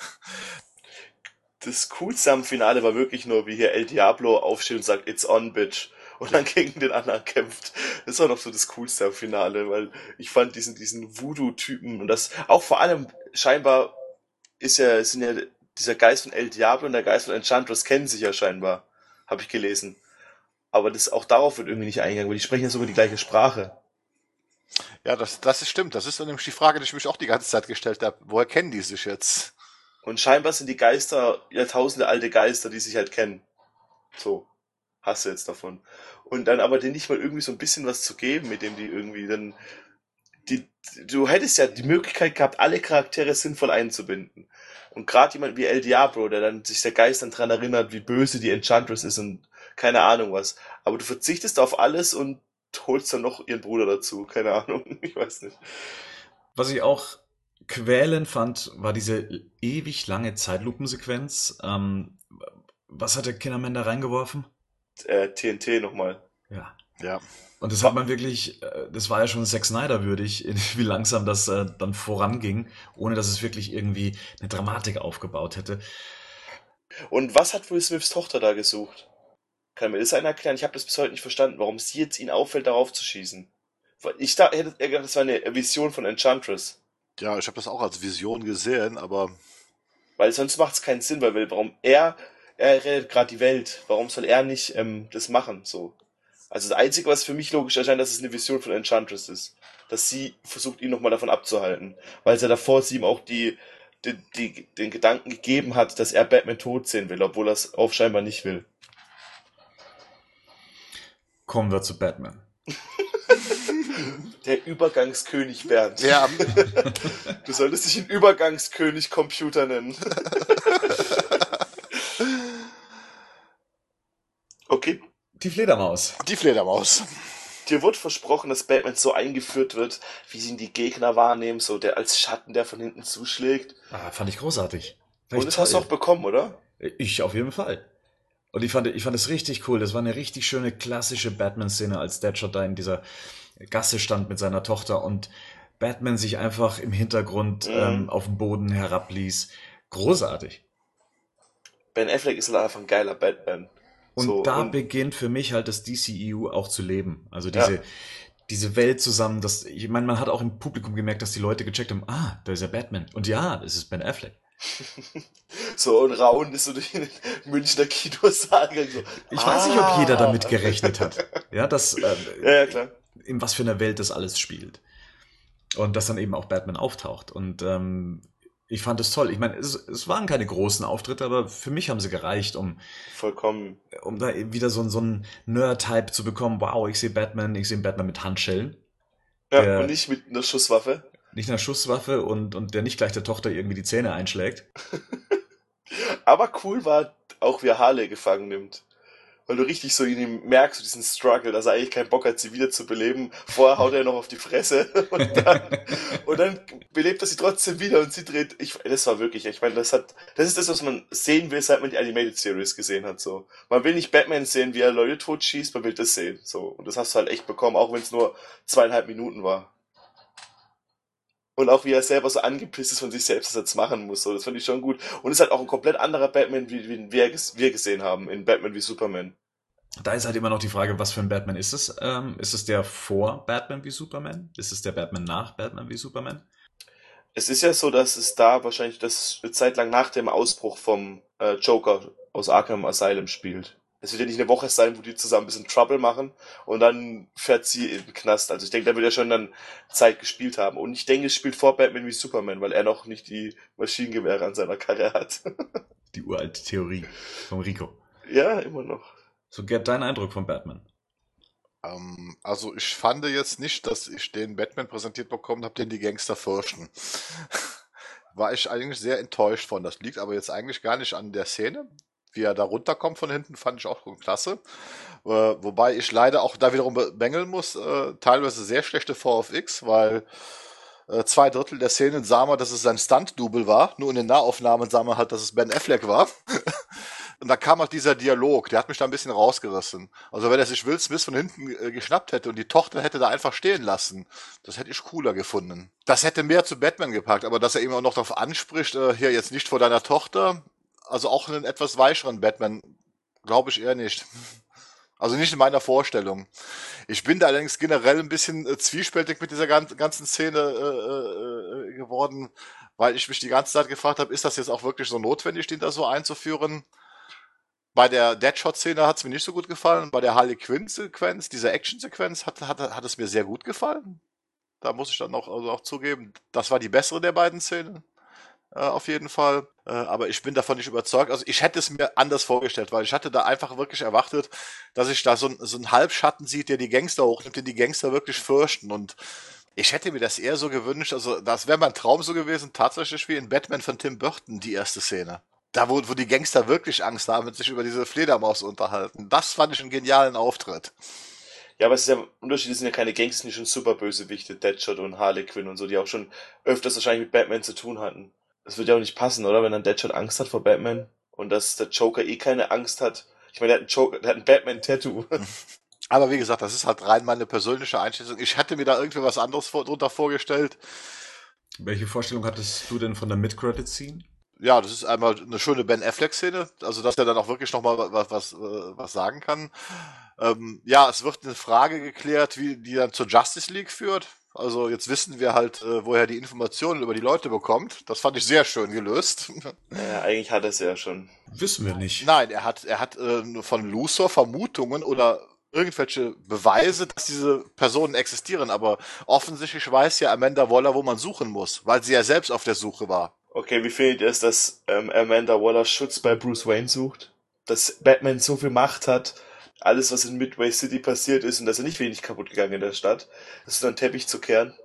Das Coolste am Finale war wirklich nur, wie hier El Diablo aufsteht und sagt, "It's on, bitch." Und dann gegen den anderen kämpft. Das war noch so das Coolste am Finale, weil ich fand diesen Voodoo-Typen und das auch vor allem scheinbar sind ja dieser Geist von El Diablo und der Geist von Enchantress kennen sich ja scheinbar. Habe ich gelesen. Aber auch darauf wird irgendwie nicht eingegangen, weil die sprechen ja sogar die gleiche Sprache. ja, das ist stimmt. Das ist dann nämlich die Frage, die ich mich auch die ganze Zeit gestellt habe. Woher kennen die sich jetzt? Und scheinbar sind die Geister Jahrtausende alte Geister, die sich halt kennen. So, hast du jetzt davon. Und dann aber denen nicht mal irgendwie so ein bisschen was zu geben, mit dem die irgendwie dann du hättest ja die Möglichkeit gehabt, alle Charaktere sinnvoll einzubinden. Und gerade jemand wie El Diablo, der dann sich der Geist dann dran erinnert, wie böse die Enchantress ist und keine Ahnung was. Aber du verzichtest auf alles und holst dann noch ihren Bruder dazu. Keine Ahnung, ich weiß nicht. Was ich auch quälend fand, war diese ewig lange Zeitlupensequenz. Was hat der Kinnaman da reingeworfen? TNT nochmal. Ja. Ja. Und das hat man wirklich, das war ja schon Zack Snyder würdig, wie langsam das dann voranging, ohne dass es wirklich irgendwie eine Dramatik aufgebaut hätte. Und was hat Will Smiths Tochter da gesucht? Kann mir das einer erklären? Ich habe das bis heute nicht verstanden, warum es jetzt ihn auffällt, darauf zu schießen. Ich hätte eher gedacht, das war eine Vision von Enchantress. Ja, ich habe das auch als Vision gesehen, aber Weil sonst macht es keinen Sinn, weil warum er rettet gerade die Welt. Warum soll er nicht das machen? So. Also das Einzige, was für mich logisch erscheint, dass es eine Vision von Enchantress ist. Dass sie versucht, ihn nochmal davon abzuhalten. Weil sie davor sie ihm auch den Gedanken gegeben hat, dass er Batman tot sehen will, obwohl er es auch scheinbar nicht will. Kommen wir zu Batman. Der Übergangskönig Bernd. ja, Du solltest dich einen Übergangskönig Computer nennen. Okay. Die Fledermaus. die Fledermaus. Dir wird versprochen, dass Batman so eingeführt wird, wie sie ihn die Gegner wahrnehmen, so der als Schatten, der von hinten zuschlägt. Fand ich großartig. Und das hast du auch bekommen, oder? Ich auf jeden Fall. Und ich fand es richtig cool. Das war eine richtig schöne klassische Batman-Szene, als Deadshot da in dieser Gasse stand mit seiner Tochter und Batman sich einfach im Hintergrund auf den Boden herabließ. Großartig. Ben Affleck ist halt einfach ein geiler Batman. Und So, da beginnt für mich halt das DCEU auch zu leben. Also diese Welt zusammen, ich meine, man hat auch im Publikum gemerkt, dass die Leute gecheckt haben, da ist ja Batman. Und ja, das ist Ben Affleck. so, und Rauen ist so durch den Münchner Kinosaal gegangen. So, Ich weiß nicht, ob jeder damit gerechnet hat. Ja, ja, klar. in was für einer Welt das alles spielt. Und dass dann eben auch Batman auftaucht. Und ich fand es toll. Ich meine, es waren keine großen Auftritte, aber für mich haben sie gereicht, um da wieder so einen Nerd-Type zu bekommen. Wow, ich sehe Batman mit Handschellen. Ja, und nicht mit einer Schusswaffe. Nicht einer Schusswaffe und der nicht gleich der Tochter irgendwie die Zähne einschlägt. Aber cool war auch, wie er Harley gefangen nimmt. Weil du richtig so in ihm merkst, so diesen Struggle, dass er eigentlich keinen Bock hat, sie wieder zu beleben. Vorher haut er noch auf die Fresse und dann belebt er sie trotzdem wieder und sie dreht. Das war wirklich, ich meine, das ist das, was man sehen will, seit man die Animated Series gesehen hat. So, man will nicht Batman sehen, wie er Leute totschießt, man will das sehen. So, und das hast du halt echt bekommen, auch wenn es nur 2,5 Minuten war. Und auch wie er selber so angepisst ist von sich selbst, dass er jetzt machen muss. So, das fand ich schon gut. Und es ist halt auch ein komplett anderer Batman, wie wir gesehen haben in Batman wie Superman. Da ist halt immer noch die Frage, was für ein Batman ist es? Ist es der vor Batman wie Superman? Ist es der Batman nach Batman wie Superman? Es ist ja so, dass es da wahrscheinlich das eine Zeit lang nach dem Ausbruch vom Joker aus Arkham Asylum spielt. Es wird ja nicht eine Woche sein, wo die zusammen ein bisschen Trouble machen und dann fährt sie in den Knast. Also ich denke, da wird er schon dann Zeit gespielt haben. Und ich denke, es spielt vor Batman wie Superman, weil er noch nicht die Maschinengewehre an seiner Karre hat. Die uralte Theorie vom Rico. Ja, immer noch. So, Gerd, dein Eindruck von Batman? Also ich fand jetzt nicht, dass ich den Batman präsentiert bekommen habe, den die Gangster fürchten. War ich eigentlich sehr enttäuscht von. Das liegt aber jetzt eigentlich gar nicht an der Szene. Wie er da runterkommt von hinten, fand ich auch klasse. Wobei ich leider auch da wiederum bemängeln muss, teilweise sehr schlechte VFX, weil 2/3 der Szenen sah man, dass es sein Stunt-Double war. Nur in den Nahaufnahmen sah man halt, dass es Ben Affleck war. Und da kam halt dieser Dialog, der hat mich da ein bisschen rausgerissen. Also wenn er sich Will Smith von hinten geschnappt hätte und die Tochter hätte da einfach stehen lassen, das hätte ich cooler gefunden. Das hätte mehr zu Batman gepackt, aber dass er eben auch noch darauf anspricht, hier jetzt nicht vor deiner Tochter, also auch einen etwas weicheren Batman, glaube ich eher nicht. Also nicht in meiner Vorstellung. Ich bin da allerdings generell ein bisschen zwiespältig mit dieser ganzen Szene geworden, weil ich mich die ganze Zeit gefragt habe, ist das jetzt auch wirklich so notwendig, den da so einzuführen? Bei der Deadshot-Szene hat es mir nicht so gut gefallen. Bei der Harley Quinn-Sequenz, dieser Action-Sequenz, hat es mir sehr gut gefallen. Da muss ich dann auch zugeben, das war die bessere der beiden Szenen. Auf jeden Fall. Aber ich bin davon nicht überzeugt. Also ich hätte es mir anders vorgestellt, weil ich hatte da einfach wirklich erwartet, dass ich da so ein Halbschatten sieht, der die Gangster hochnimmt, den die Gangster wirklich fürchten. Und ich hätte mir das eher so gewünscht, also das wäre mein Traum so gewesen, tatsächlich wie in Batman von Tim Burton, die erste Szene. Da, wo die Gangster wirklich Angst haben und sich über diese Fledermaus unterhalten. Das fand ich einen genialen Auftritt. Ja, aber es ist ja ein Unterschied, es sind ja keine Gangster, die schon super Bösewichte, Deadshot und Harley Quinn und so, die auch schon öfters wahrscheinlich mit Batman zu tun hatten. Das wird ja auch nicht passen, oder? Wenn dann Deadshot Angst hat vor Batman und dass der Joker eh keine Angst hat. Ich meine, der hat ein Batman-Tattoo. Aber wie gesagt, das ist halt rein meine persönliche Einschätzung. Ich hätte mir da irgendwie was anderes drunter vorgestellt. Welche Vorstellung hattest du denn von der Mid-Credit-Scene? Ja, das ist einmal eine schöne Ben Affleck-Szene, also dass er dann auch wirklich nochmal was sagen kann. Ja, es wird eine Frage geklärt, wie die dann zur Justice League führt. Also jetzt wissen wir halt, woher die Informationen über die Leute bekommt. Das fand ich sehr schön gelöst. Ja, eigentlich hat er es ja schon. Wissen wir nicht. Nein, er hat von Luthor Vermutungen oder irgendwelche Beweise, dass diese Personen existieren, aber offensichtlich weiß ja Amanda Waller, wo man suchen muss, weil sie ja selbst auf der Suche war. Okay, wie findet ihr es, dass Amanda Waller Schutz bei Bruce Wayne sucht? Dass Batman so viel Macht hat, alles was in Midway City passiert ist und dass er nicht wenig kaputt gegangen in der Stadt, das ist ein Teppich zu kehren.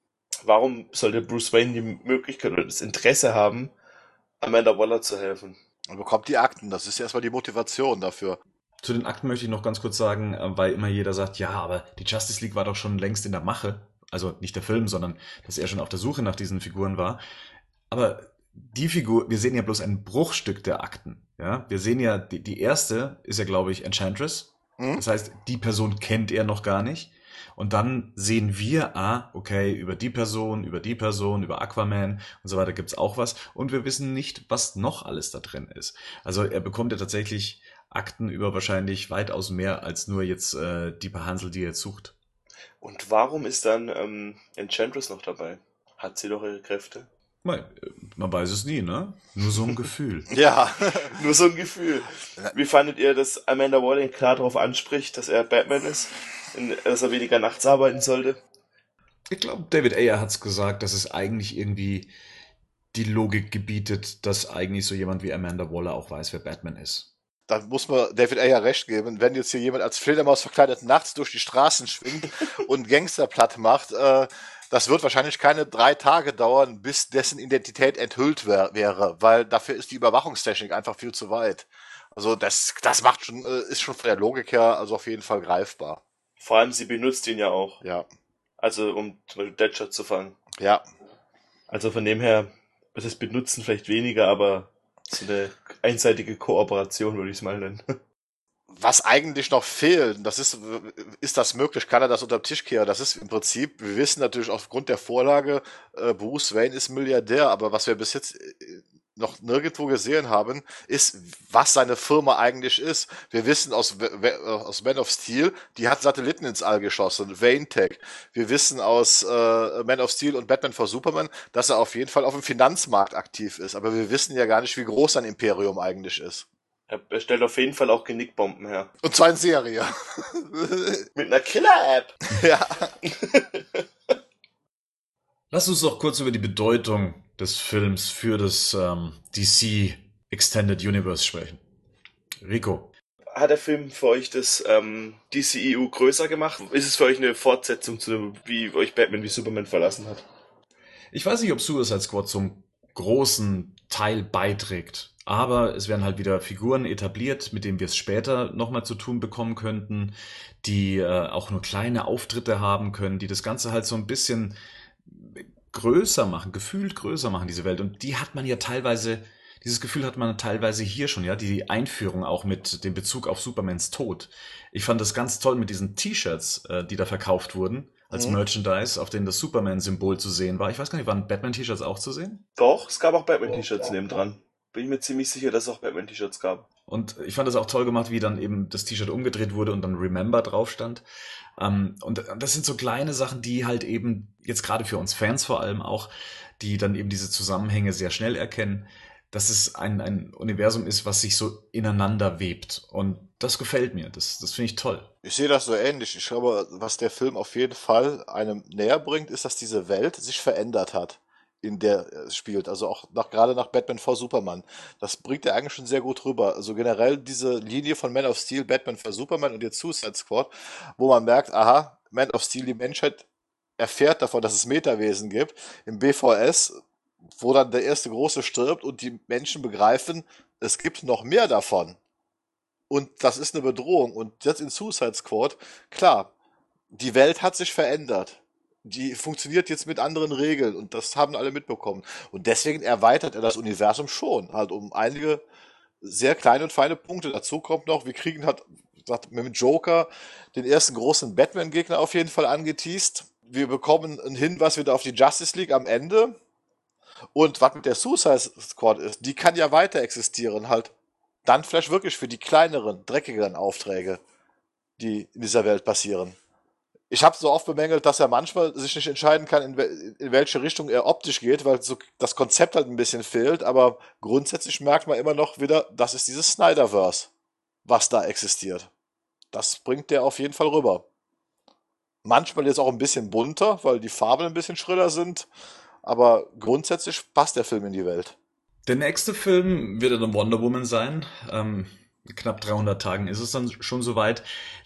Warum sollte Bruce Wayne die Möglichkeit oder das Interesse haben, Amanda Waller zu helfen? Und bekommt die Akten, das ist ja erstmal die Motivation dafür. Zu den Akten möchte ich noch ganz kurz sagen, weil immer jeder sagt, ja, aber die Justice League war doch schon längst in der Mache. Also nicht der Film, sondern dass er schon auf der Suche nach diesen Figuren war. Aber die Figur, wir sehen ja bloß ein Bruchstück der Akten. Ja, wir sehen ja, die erste ist ja, glaube ich, Enchantress. Das heißt, die Person kennt er noch gar nicht. Und dann sehen wir, okay, über die Person, über Aquaman und so weiter gibt's auch was. Und wir wissen nicht, was noch alles da drin ist. Also er bekommt ja tatsächlich Akten über wahrscheinlich weitaus mehr als nur jetzt die paar Hansel, die er jetzt sucht. Und warum ist dann Enchantress noch dabei? Hat sie doch ihre Kräfte? Man weiß es nie, ne? Nur so ein Gefühl. Ja. Nur so ein Gefühl. Wie fandet ihr, dass Amanda Waller klar darauf anspricht, dass er Batman ist? Dass er weniger nachts arbeiten sollte? Ich glaube, David Ayer hat's gesagt, dass es eigentlich irgendwie die Logik gebietet, dass eigentlich so jemand wie Amanda Waller auch weiß, wer Batman ist. Dann muss man David Ayer recht geben, wenn jetzt hier jemand als Fledermaus verkleidet nachts durch die Straßen schwingt und Gangster platt macht, das wird wahrscheinlich keine 3 Tage dauern, bis dessen Identität enthüllt wäre, weil dafür ist die Überwachungstechnik einfach viel zu weit. Also das macht schon, ist schon von der Logik her also auf jeden Fall greifbar. Vor allem, sie benutzt ihn ja auch. Ja. Also, um zum Beispiel Deadshot zu fangen. Ja. Also von dem her, was ist benutzen vielleicht weniger, aber so eine einseitige Kooperation würde ich es mal nennen. Was eigentlich noch fehlt, das ist das möglich? Kann er das unter den Tisch kehren? Das ist im Prinzip, wir wissen natürlich aufgrund der Vorlage, Bruce Wayne ist Milliardär, aber was wir bis jetzt noch nirgendwo gesehen haben, ist, was seine Firma eigentlich ist. Wir wissen aus Man of Steel, die hat Satelliten ins All geschossen, Wayne Tech. Wir wissen aus Man of Steel und Batman vs. Superman, dass er auf jeden Fall auf dem Finanzmarkt aktiv ist, aber wir wissen ja gar nicht, wie groß sein Imperium eigentlich ist. Er stellt auf jeden Fall auch Genickbomben her. Und zwar in Serie. Mit einer Killer-App. Ja. Lass uns doch kurz über die Bedeutung des Films für das DC Extended Universe sprechen. Rico. Hat der Film für euch das DCEU größer gemacht? Ist es für euch eine Fortsetzung zu, wie euch Batman wie Superman verlassen hat? Ich weiß nicht, ob Suicide Squad zum großen Teil beiträgt. Aber es werden halt wieder Figuren etabliert, mit denen wir es später nochmal zu tun bekommen könnten, die auch nur kleine Auftritte haben können, die das Ganze halt so ein bisschen größer machen, gefühlt größer machen, diese Welt. Und die hat man ja teilweise, Dieses Gefühl hat man teilweise hier schon, ja, die Einführung auch mit dem Bezug auf Supermans Tod. Ich fand das ganz toll mit diesen T-Shirts, die da verkauft wurden, als Mhm. Merchandise, auf denen das Superman-Symbol zu sehen war. Ich weiß gar nicht, waren Batman-T-Shirts auch zu sehen? Doch, es gab auch Batman-T-Shirts nebendran. Bin ich mir ziemlich sicher, dass es auch Batman-T-Shirts gab. Und ich fand das auch toll gemacht, wie dann eben das T-Shirt umgedreht wurde und dann Remember drauf stand. Und das sind so kleine Sachen, die halt eben, jetzt gerade für uns Fans vor allem auch, die dann eben diese Zusammenhänge sehr schnell erkennen, dass es ein Universum ist, was sich so ineinander webt. Und das gefällt mir. Das finde ich toll. Ich sehe das so ähnlich. Ich glaube, was der Film auf jeden Fall einem näher bringt, ist, dass diese Welt sich verändert hat, in der es spielt. Also auch gerade nach Batman v Superman. Das bringt er eigentlich schon sehr gut rüber. Also generell diese Linie von Man of Steel, Batman v Superman und jetzt Suicide Squad, wo man merkt, aha, Man of Steel, die Menschheit erfährt davon, dass es Metawesen gibt. Im BVS, wo dann der erste Große stirbt und die Menschen begreifen, es gibt noch mehr davon. Und das ist eine Bedrohung. Und jetzt in Suicide Squad, klar, die Welt hat sich verändert. Die funktioniert jetzt mit anderen Regeln und das haben alle mitbekommen. Und deswegen erweitert er das Universum schon, halt um einige sehr kleine und feine Punkte. Dazu kommt noch, wir kriegen halt, sagt, mit dem Joker den ersten großen Batman-Gegner auf jeden Fall angeteased. Wir bekommen einen Hinweis wieder auf die Justice League am Ende. Und was mit der Suicide Squad ist, die kann ja weiter existieren, halt dann vielleicht wirklich für die kleineren, dreckigeren Aufträge, die in dieser Welt passieren. Ich habe so oft bemängelt, dass er manchmal sich nicht entscheiden kann, in welche Richtung er optisch geht, weil so das Konzept halt ein bisschen fehlt, aber grundsätzlich merkt man immer noch wieder, das ist dieses Snyderverse, was da existiert. Das bringt der auf jeden Fall rüber. Manchmal jetzt auch ein bisschen bunter, weil die Farben ein bisschen schriller sind, aber grundsätzlich passt der Film in die Welt. Der nächste Film wird dann Wonder Woman sein. In knapp 300 Tagen ist es dann schon soweit.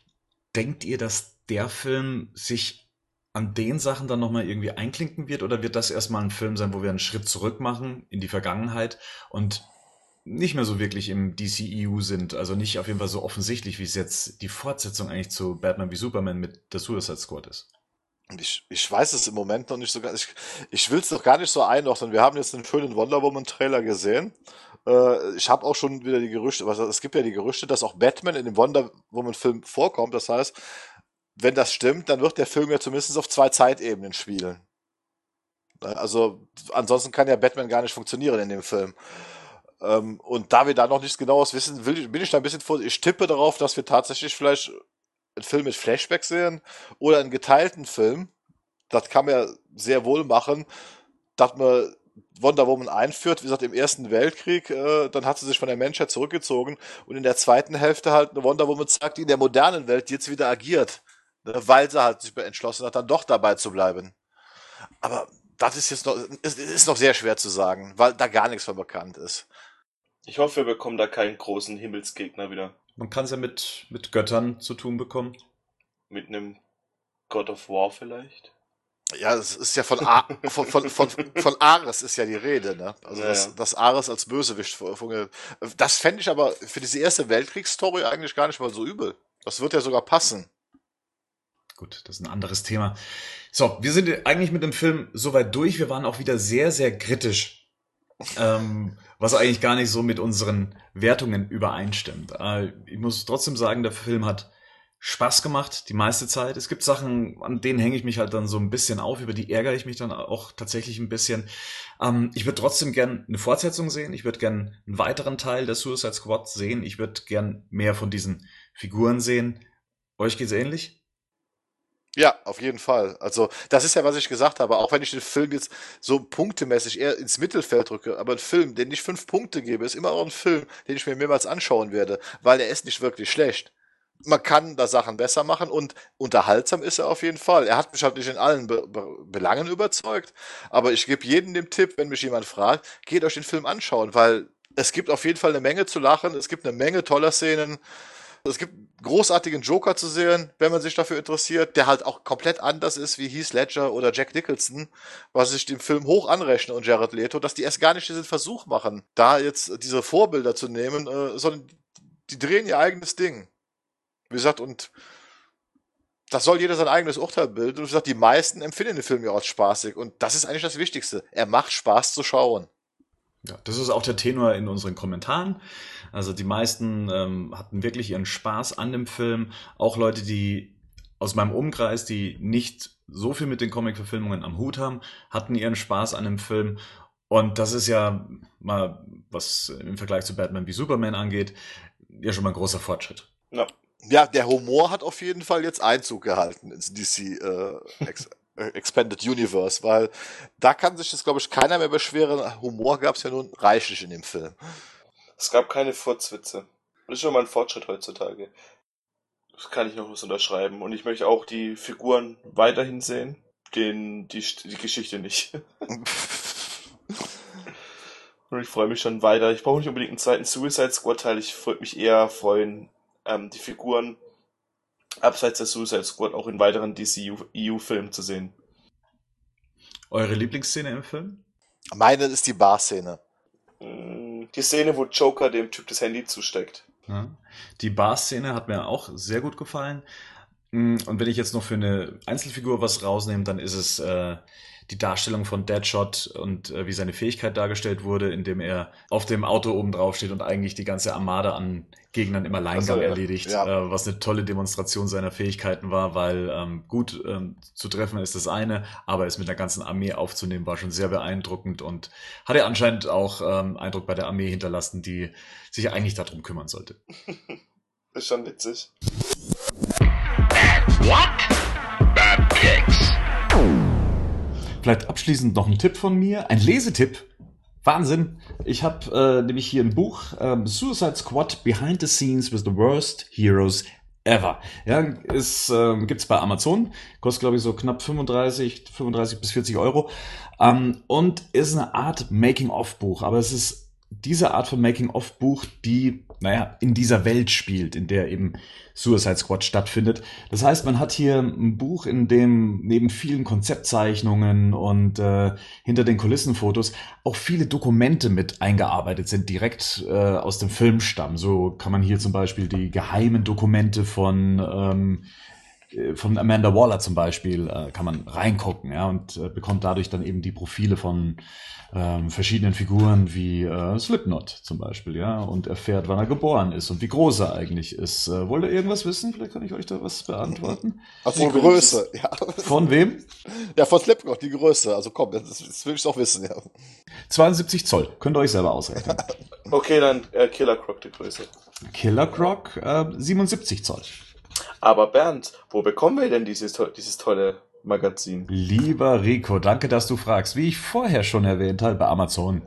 Denkt ihr, dass der Film sich an den Sachen dann nochmal irgendwie einklinken wird? Oder wird das erstmal ein Film sein, wo wir einen Schritt zurück machen in die Vergangenheit und nicht mehr so wirklich im DCEU sind? Also nicht auf jeden Fall so offensichtlich, wie es jetzt die Fortsetzung eigentlich zu Batman wie Superman mit der Suicide Squad ist. Und ich weiß es im Moment noch nicht so ganz. Ich will es noch gar nicht so einordnen. Wir haben jetzt einen schönen Wonder Woman-Trailer gesehen. Ich habe auch schon wieder die Gerüchte, also es gibt ja die Gerüchte, dass auch Batman in dem Wonder Woman-Film vorkommt. Das heißt, wenn das stimmt, dann wird der Film ja zumindest auf zwei Zeitebenen spielen. Also ansonsten kann ja Batman gar nicht funktionieren in dem Film. Und da wir da noch nichts Genaues wissen, bin ich da ein bisschen vor. Ich tippe darauf, dass wir tatsächlich vielleicht einen Film mit Flashback sehen oder einen geteilten Film. Das kann man ja sehr wohl machen, dass man Wonder Woman einführt, wie gesagt, im Ersten Weltkrieg, dann hat sie sich von der Menschheit zurückgezogen und in der zweiten Hälfte halt eine Wonder Woman zeigt, die in der modernen Welt jetzt wieder agiert, ne, weil sie halt sich entschlossen hat, dann doch dabei zu bleiben. Aber das ist jetzt noch, es ist noch sehr schwer zu sagen, weil da gar nichts von bekannt ist. Ich hoffe, wir bekommen da keinen großen Himmelsgegner wieder. Man kann es ja mit Göttern zu tun bekommen. Mit einem God of War vielleicht. Ja, es ist ja von Ares ist ja die Rede, ne? Also Ja, ja. dass Ares als Bösewicht fungiert. Das fände ich aber für diese erste Weltkriegsstory eigentlich gar nicht mal so übel. Das wird ja sogar passen. Gut, das ist ein anderes Thema. So, wir sind eigentlich mit dem Film soweit durch. Wir waren auch wieder sehr, sehr kritisch, was eigentlich gar nicht so mit unseren Wertungen übereinstimmt. Ich muss trotzdem sagen, der Film hat Spaß gemacht, die meiste Zeit. Es gibt Sachen, an denen hänge ich mich halt dann so ein bisschen auf, über die ärgere ich mich dann auch tatsächlich ein bisschen. Ich würde trotzdem gern eine Fortsetzung sehen. Ich würde gern einen weiteren Teil der Suicide Squad sehen. Ich würde gern mehr von diesen Figuren sehen. Euch geht's ähnlich? Ja, auf jeden Fall. Also, das ist ja, was ich gesagt habe. Auch wenn ich den Film jetzt so punktemäßig eher ins Mittelfeld drücke, aber ein Film, den ich 5 Punkte gebe, ist immer auch ein Film, den ich mir mehrmals anschauen werde, weil er ist nicht wirklich schlecht. Man kann da Sachen besser machen und unterhaltsam ist er auf jeden Fall. Er hat mich halt nicht in allen Belangen überzeugt, aber ich gebe jedem den Tipp, wenn mich jemand fragt, geht euch den Film anschauen, weil es gibt auf jeden Fall eine Menge zu lachen, es gibt eine Menge toller Szenen, es gibt einen großartigen Joker zu sehen, wenn man sich dafür interessiert, der halt auch komplett anders ist wie Heath Ledger oder Jack Nicholson, was ich dem Film hoch anrechne und Jared Leto, dass die erst gar nicht diesen Versuch machen, da jetzt diese Vorbilder zu nehmen, sondern die drehen ihr eigenes Ding. Wie gesagt, und das soll jeder sein eigenes Urteil bilden. Und wie gesagt, die meisten empfinden den Film ja als spaßig. Und das ist eigentlich das Wichtigste. Er macht Spaß zu schauen. Ja, das ist auch der Tenor in unseren Kommentaren. Also die meisten hatten wirklich ihren Spaß an dem Film. Auch Leute, die aus meinem Umkreis, die nicht so viel mit den Comic-Verfilmungen am Hut haben, hatten ihren Spaß an dem Film. Und das ist ja mal, was im Vergleich zu Batman wie Superman angeht, ja schon mal ein großer Fortschritt. Ja. Ja, der Humor hat auf jeden Fall jetzt Einzug gehalten ins DC Expanded Universe, weil da kann sich das, glaube ich, keiner mehr beschweren. Humor gab es ja nun reichlich in dem Film. Es gab keine Furzwitze. Das ist schon mal ein Fortschritt heutzutage. Das kann ich noch was unterschreiben. Und ich möchte auch die Figuren weiterhin sehen, die Geschichte nicht. Und ich freue mich schon weiter. Ich brauche nicht unbedingt einen zweiten Suicide Squad Teil. Ich würde mich eher freuen, die Figuren abseits der Suicide Squad auch in weiteren DC-EU-Filmen zu sehen. Eure Lieblingsszene im Film? Meine ist die Bar-Szene. Die Szene, wo Joker dem Typ das Handy zusteckt. Ja. Die Bar-Szene hat mir auch sehr gut gefallen. Und wenn ich jetzt noch für eine Einzelfigur was rausnehme, dann ist es die Darstellung von Deadshot und wie seine Fähigkeit dargestellt wurde, indem er auf dem Auto oben drauf steht und eigentlich die ganze Armada an Gegnern im Alleingang erledigt, was eine tolle Demonstration seiner Fähigkeiten war, weil gut zu treffen ist das eine, aber es mit einer ganzen Armee aufzunehmen war schon sehr beeindruckend und hat er anscheinend auch Eindruck bei der Armee hinterlassen, die sich eigentlich darum kümmern sollte. Ist schon witzig. What? Bad Picks. Vielleicht abschließend noch ein Tipp von mir, ein Lesetipp. Wahnsinn. Ich habe nämlich hier ein Buch, Suicide Squad Behind the Scenes with the Worst Heroes Ever. Ja, gibt's bei Amazon, kostet glaube ich so knapp 35 bis 40 Euro und ist eine Art Making-of-Buch, aber es ist diese Art von Making-of-Buch, die, in dieser Welt spielt, in der eben Suicide Squad stattfindet. Das heißt, man hat hier ein Buch, in dem neben vielen Konzeptzeichnungen und hinter den Kulissenfotos auch viele Dokumente mit eingearbeitet sind, direkt aus dem Film stammen. So kann man hier zum Beispiel die geheimen Dokumente von Amanda Waller zum Beispiel kann man reingucken, ja, und bekommt dadurch dann eben die Profile von verschiedenen Figuren wie Slipknot zum Beispiel, ja, und erfährt, wann er geboren ist und wie groß er eigentlich ist. Wollt ihr irgendwas wissen? Vielleicht kann ich euch da was beantworten. Also die Größe, ja. Von wem? Ja, von Slipknot, die Größe. Also komm, das will ich auch wissen, ja. 72 Zoll. Könnt ihr euch selber ausrechnen. Okay, dann Killer Croc die Größe. Killer Croc 77 Zoll. Aber Bernd, wo bekommen wir denn dieses tolle Magazin? Lieber Rico, danke, dass du fragst. Wie ich vorher schon erwähnt habe, bei Amazon.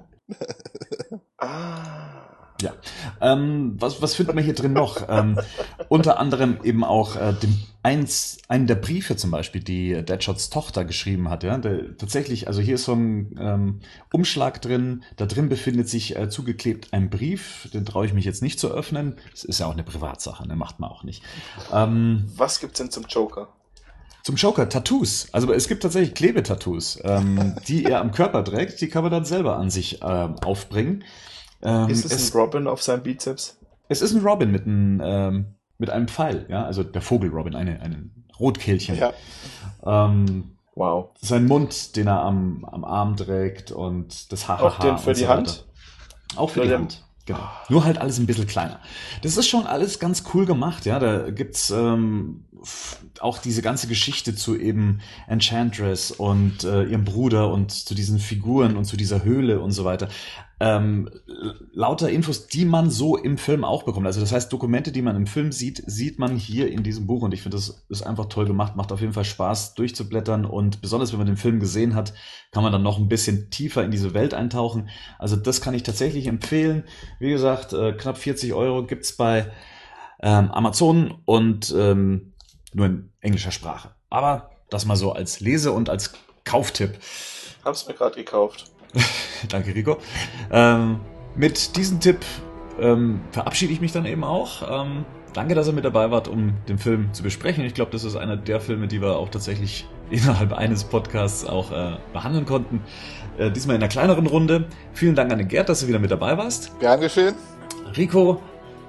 Ja. Was findet man hier drin noch? Unter anderem eben auch einen der Briefe zum Beispiel, die Deadshots Tochter geschrieben hat. Ja? Tatsächlich, also hier ist so ein Umschlag drin. Da drin befindet sich zugeklebt ein Brief. Den traue ich mich jetzt nicht zu öffnen. Das ist ja auch eine Privatsache, ne? Macht man auch nicht. Was gibt's denn zum Joker? Zum Joker, Tattoos. Also es gibt tatsächlich Klebetattoos, die er am Körper trägt. Die kann man dann selber an sich aufbringen. Ist es ein Robin auf seinem Bizeps? Es ist ein Robin mit einem Pfeil, ja, also der Vogel Robin, ein Rotkehlchen. Ja. Wow. Sein Mund, den er am Arm trägt und das Haar. Auch den für die Hand? Auch für die Hand. Genau. Nur halt alles ein bisschen kleiner. Das ist schon alles ganz cool gemacht, ja. Da gibt's auch diese ganze Geschichte zu eben Enchantress und ihrem Bruder und zu diesen Figuren und zu dieser Höhle und so weiter. Lauter Infos, die man so im Film auch bekommt. Also das heißt, Dokumente, die man im Film sieht man hier in diesem Buch und ich finde, das ist einfach toll gemacht, macht auf jeden Fall Spaß durchzublättern und besonders, wenn man den Film gesehen hat, kann man dann noch ein bisschen tiefer in diese Welt eintauchen. Also das kann ich tatsächlich empfehlen. Wie gesagt, knapp 40 Euro gibt's bei Amazon und nur in englischer Sprache. Aber das mal so als Lese- und als Kauftipp. Hab's mir gerade gekauft. Danke, Rico. Mit diesem Tipp verabschiede ich mich dann eben auch. Danke, dass ihr mit dabei wart, um den Film zu besprechen. Ich glaube, das ist einer der Filme, die wir auch tatsächlich innerhalb eines Podcasts auch behandeln konnten. Diesmal in einer kleineren Runde. Vielen Dank an den Gerd, dass du wieder mit dabei warst. Gern geschehen. Rico,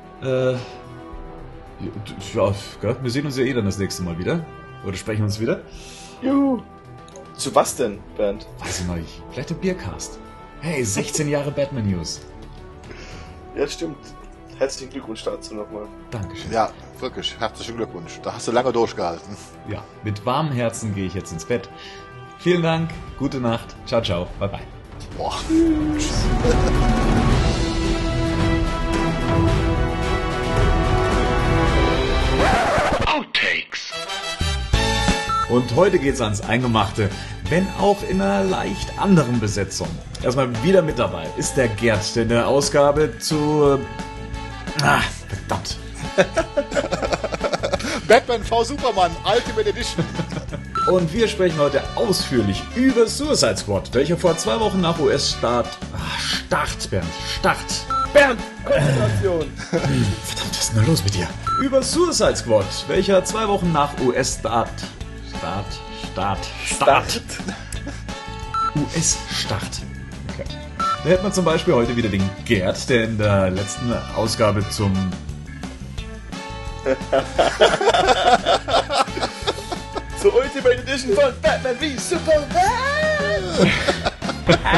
ja, wir sehen uns ja dann das nächste Mal wieder. Oder sprechen uns wieder. Juhu. Zu was denn, Bernd? Weiß ich noch nicht. Vielleicht der Biercast. Hey, 16 Jahre Batman News. Ja, stimmt. Herzlichen Glückwunsch dazu nochmal. Dankeschön. Ja, wirklich. Herzlichen Glückwunsch. Da hast du lange durchgehalten. Ja, mit warmem Herzen gehe ich jetzt ins Bett. Vielen Dank, gute Nacht, ciao, ciao, bye bye. Boah. Outtakes. Und heute geht's ans Eingemachte, wenn auch in einer leicht anderen Besetzung. Erstmal wieder mit dabei ist der Gerd, der in der Ausgabe zu... verdammt. Batman v Superman Ultimate Edition. Und wir sprechen heute ausführlich über Suicide Squad, welcher vor 2 Wochen nach US-Start... Bernd, Konzentration! Verdammt, was ist denn da los mit dir? Über Suicide Squad, welcher 2 Wochen nach US-Start... US-Start. Okay. Da hätte man zum Beispiel heute wieder den Gerd, der in der letzten Ausgabe zum... Zur Ultimate Edition von Batman wie Superman!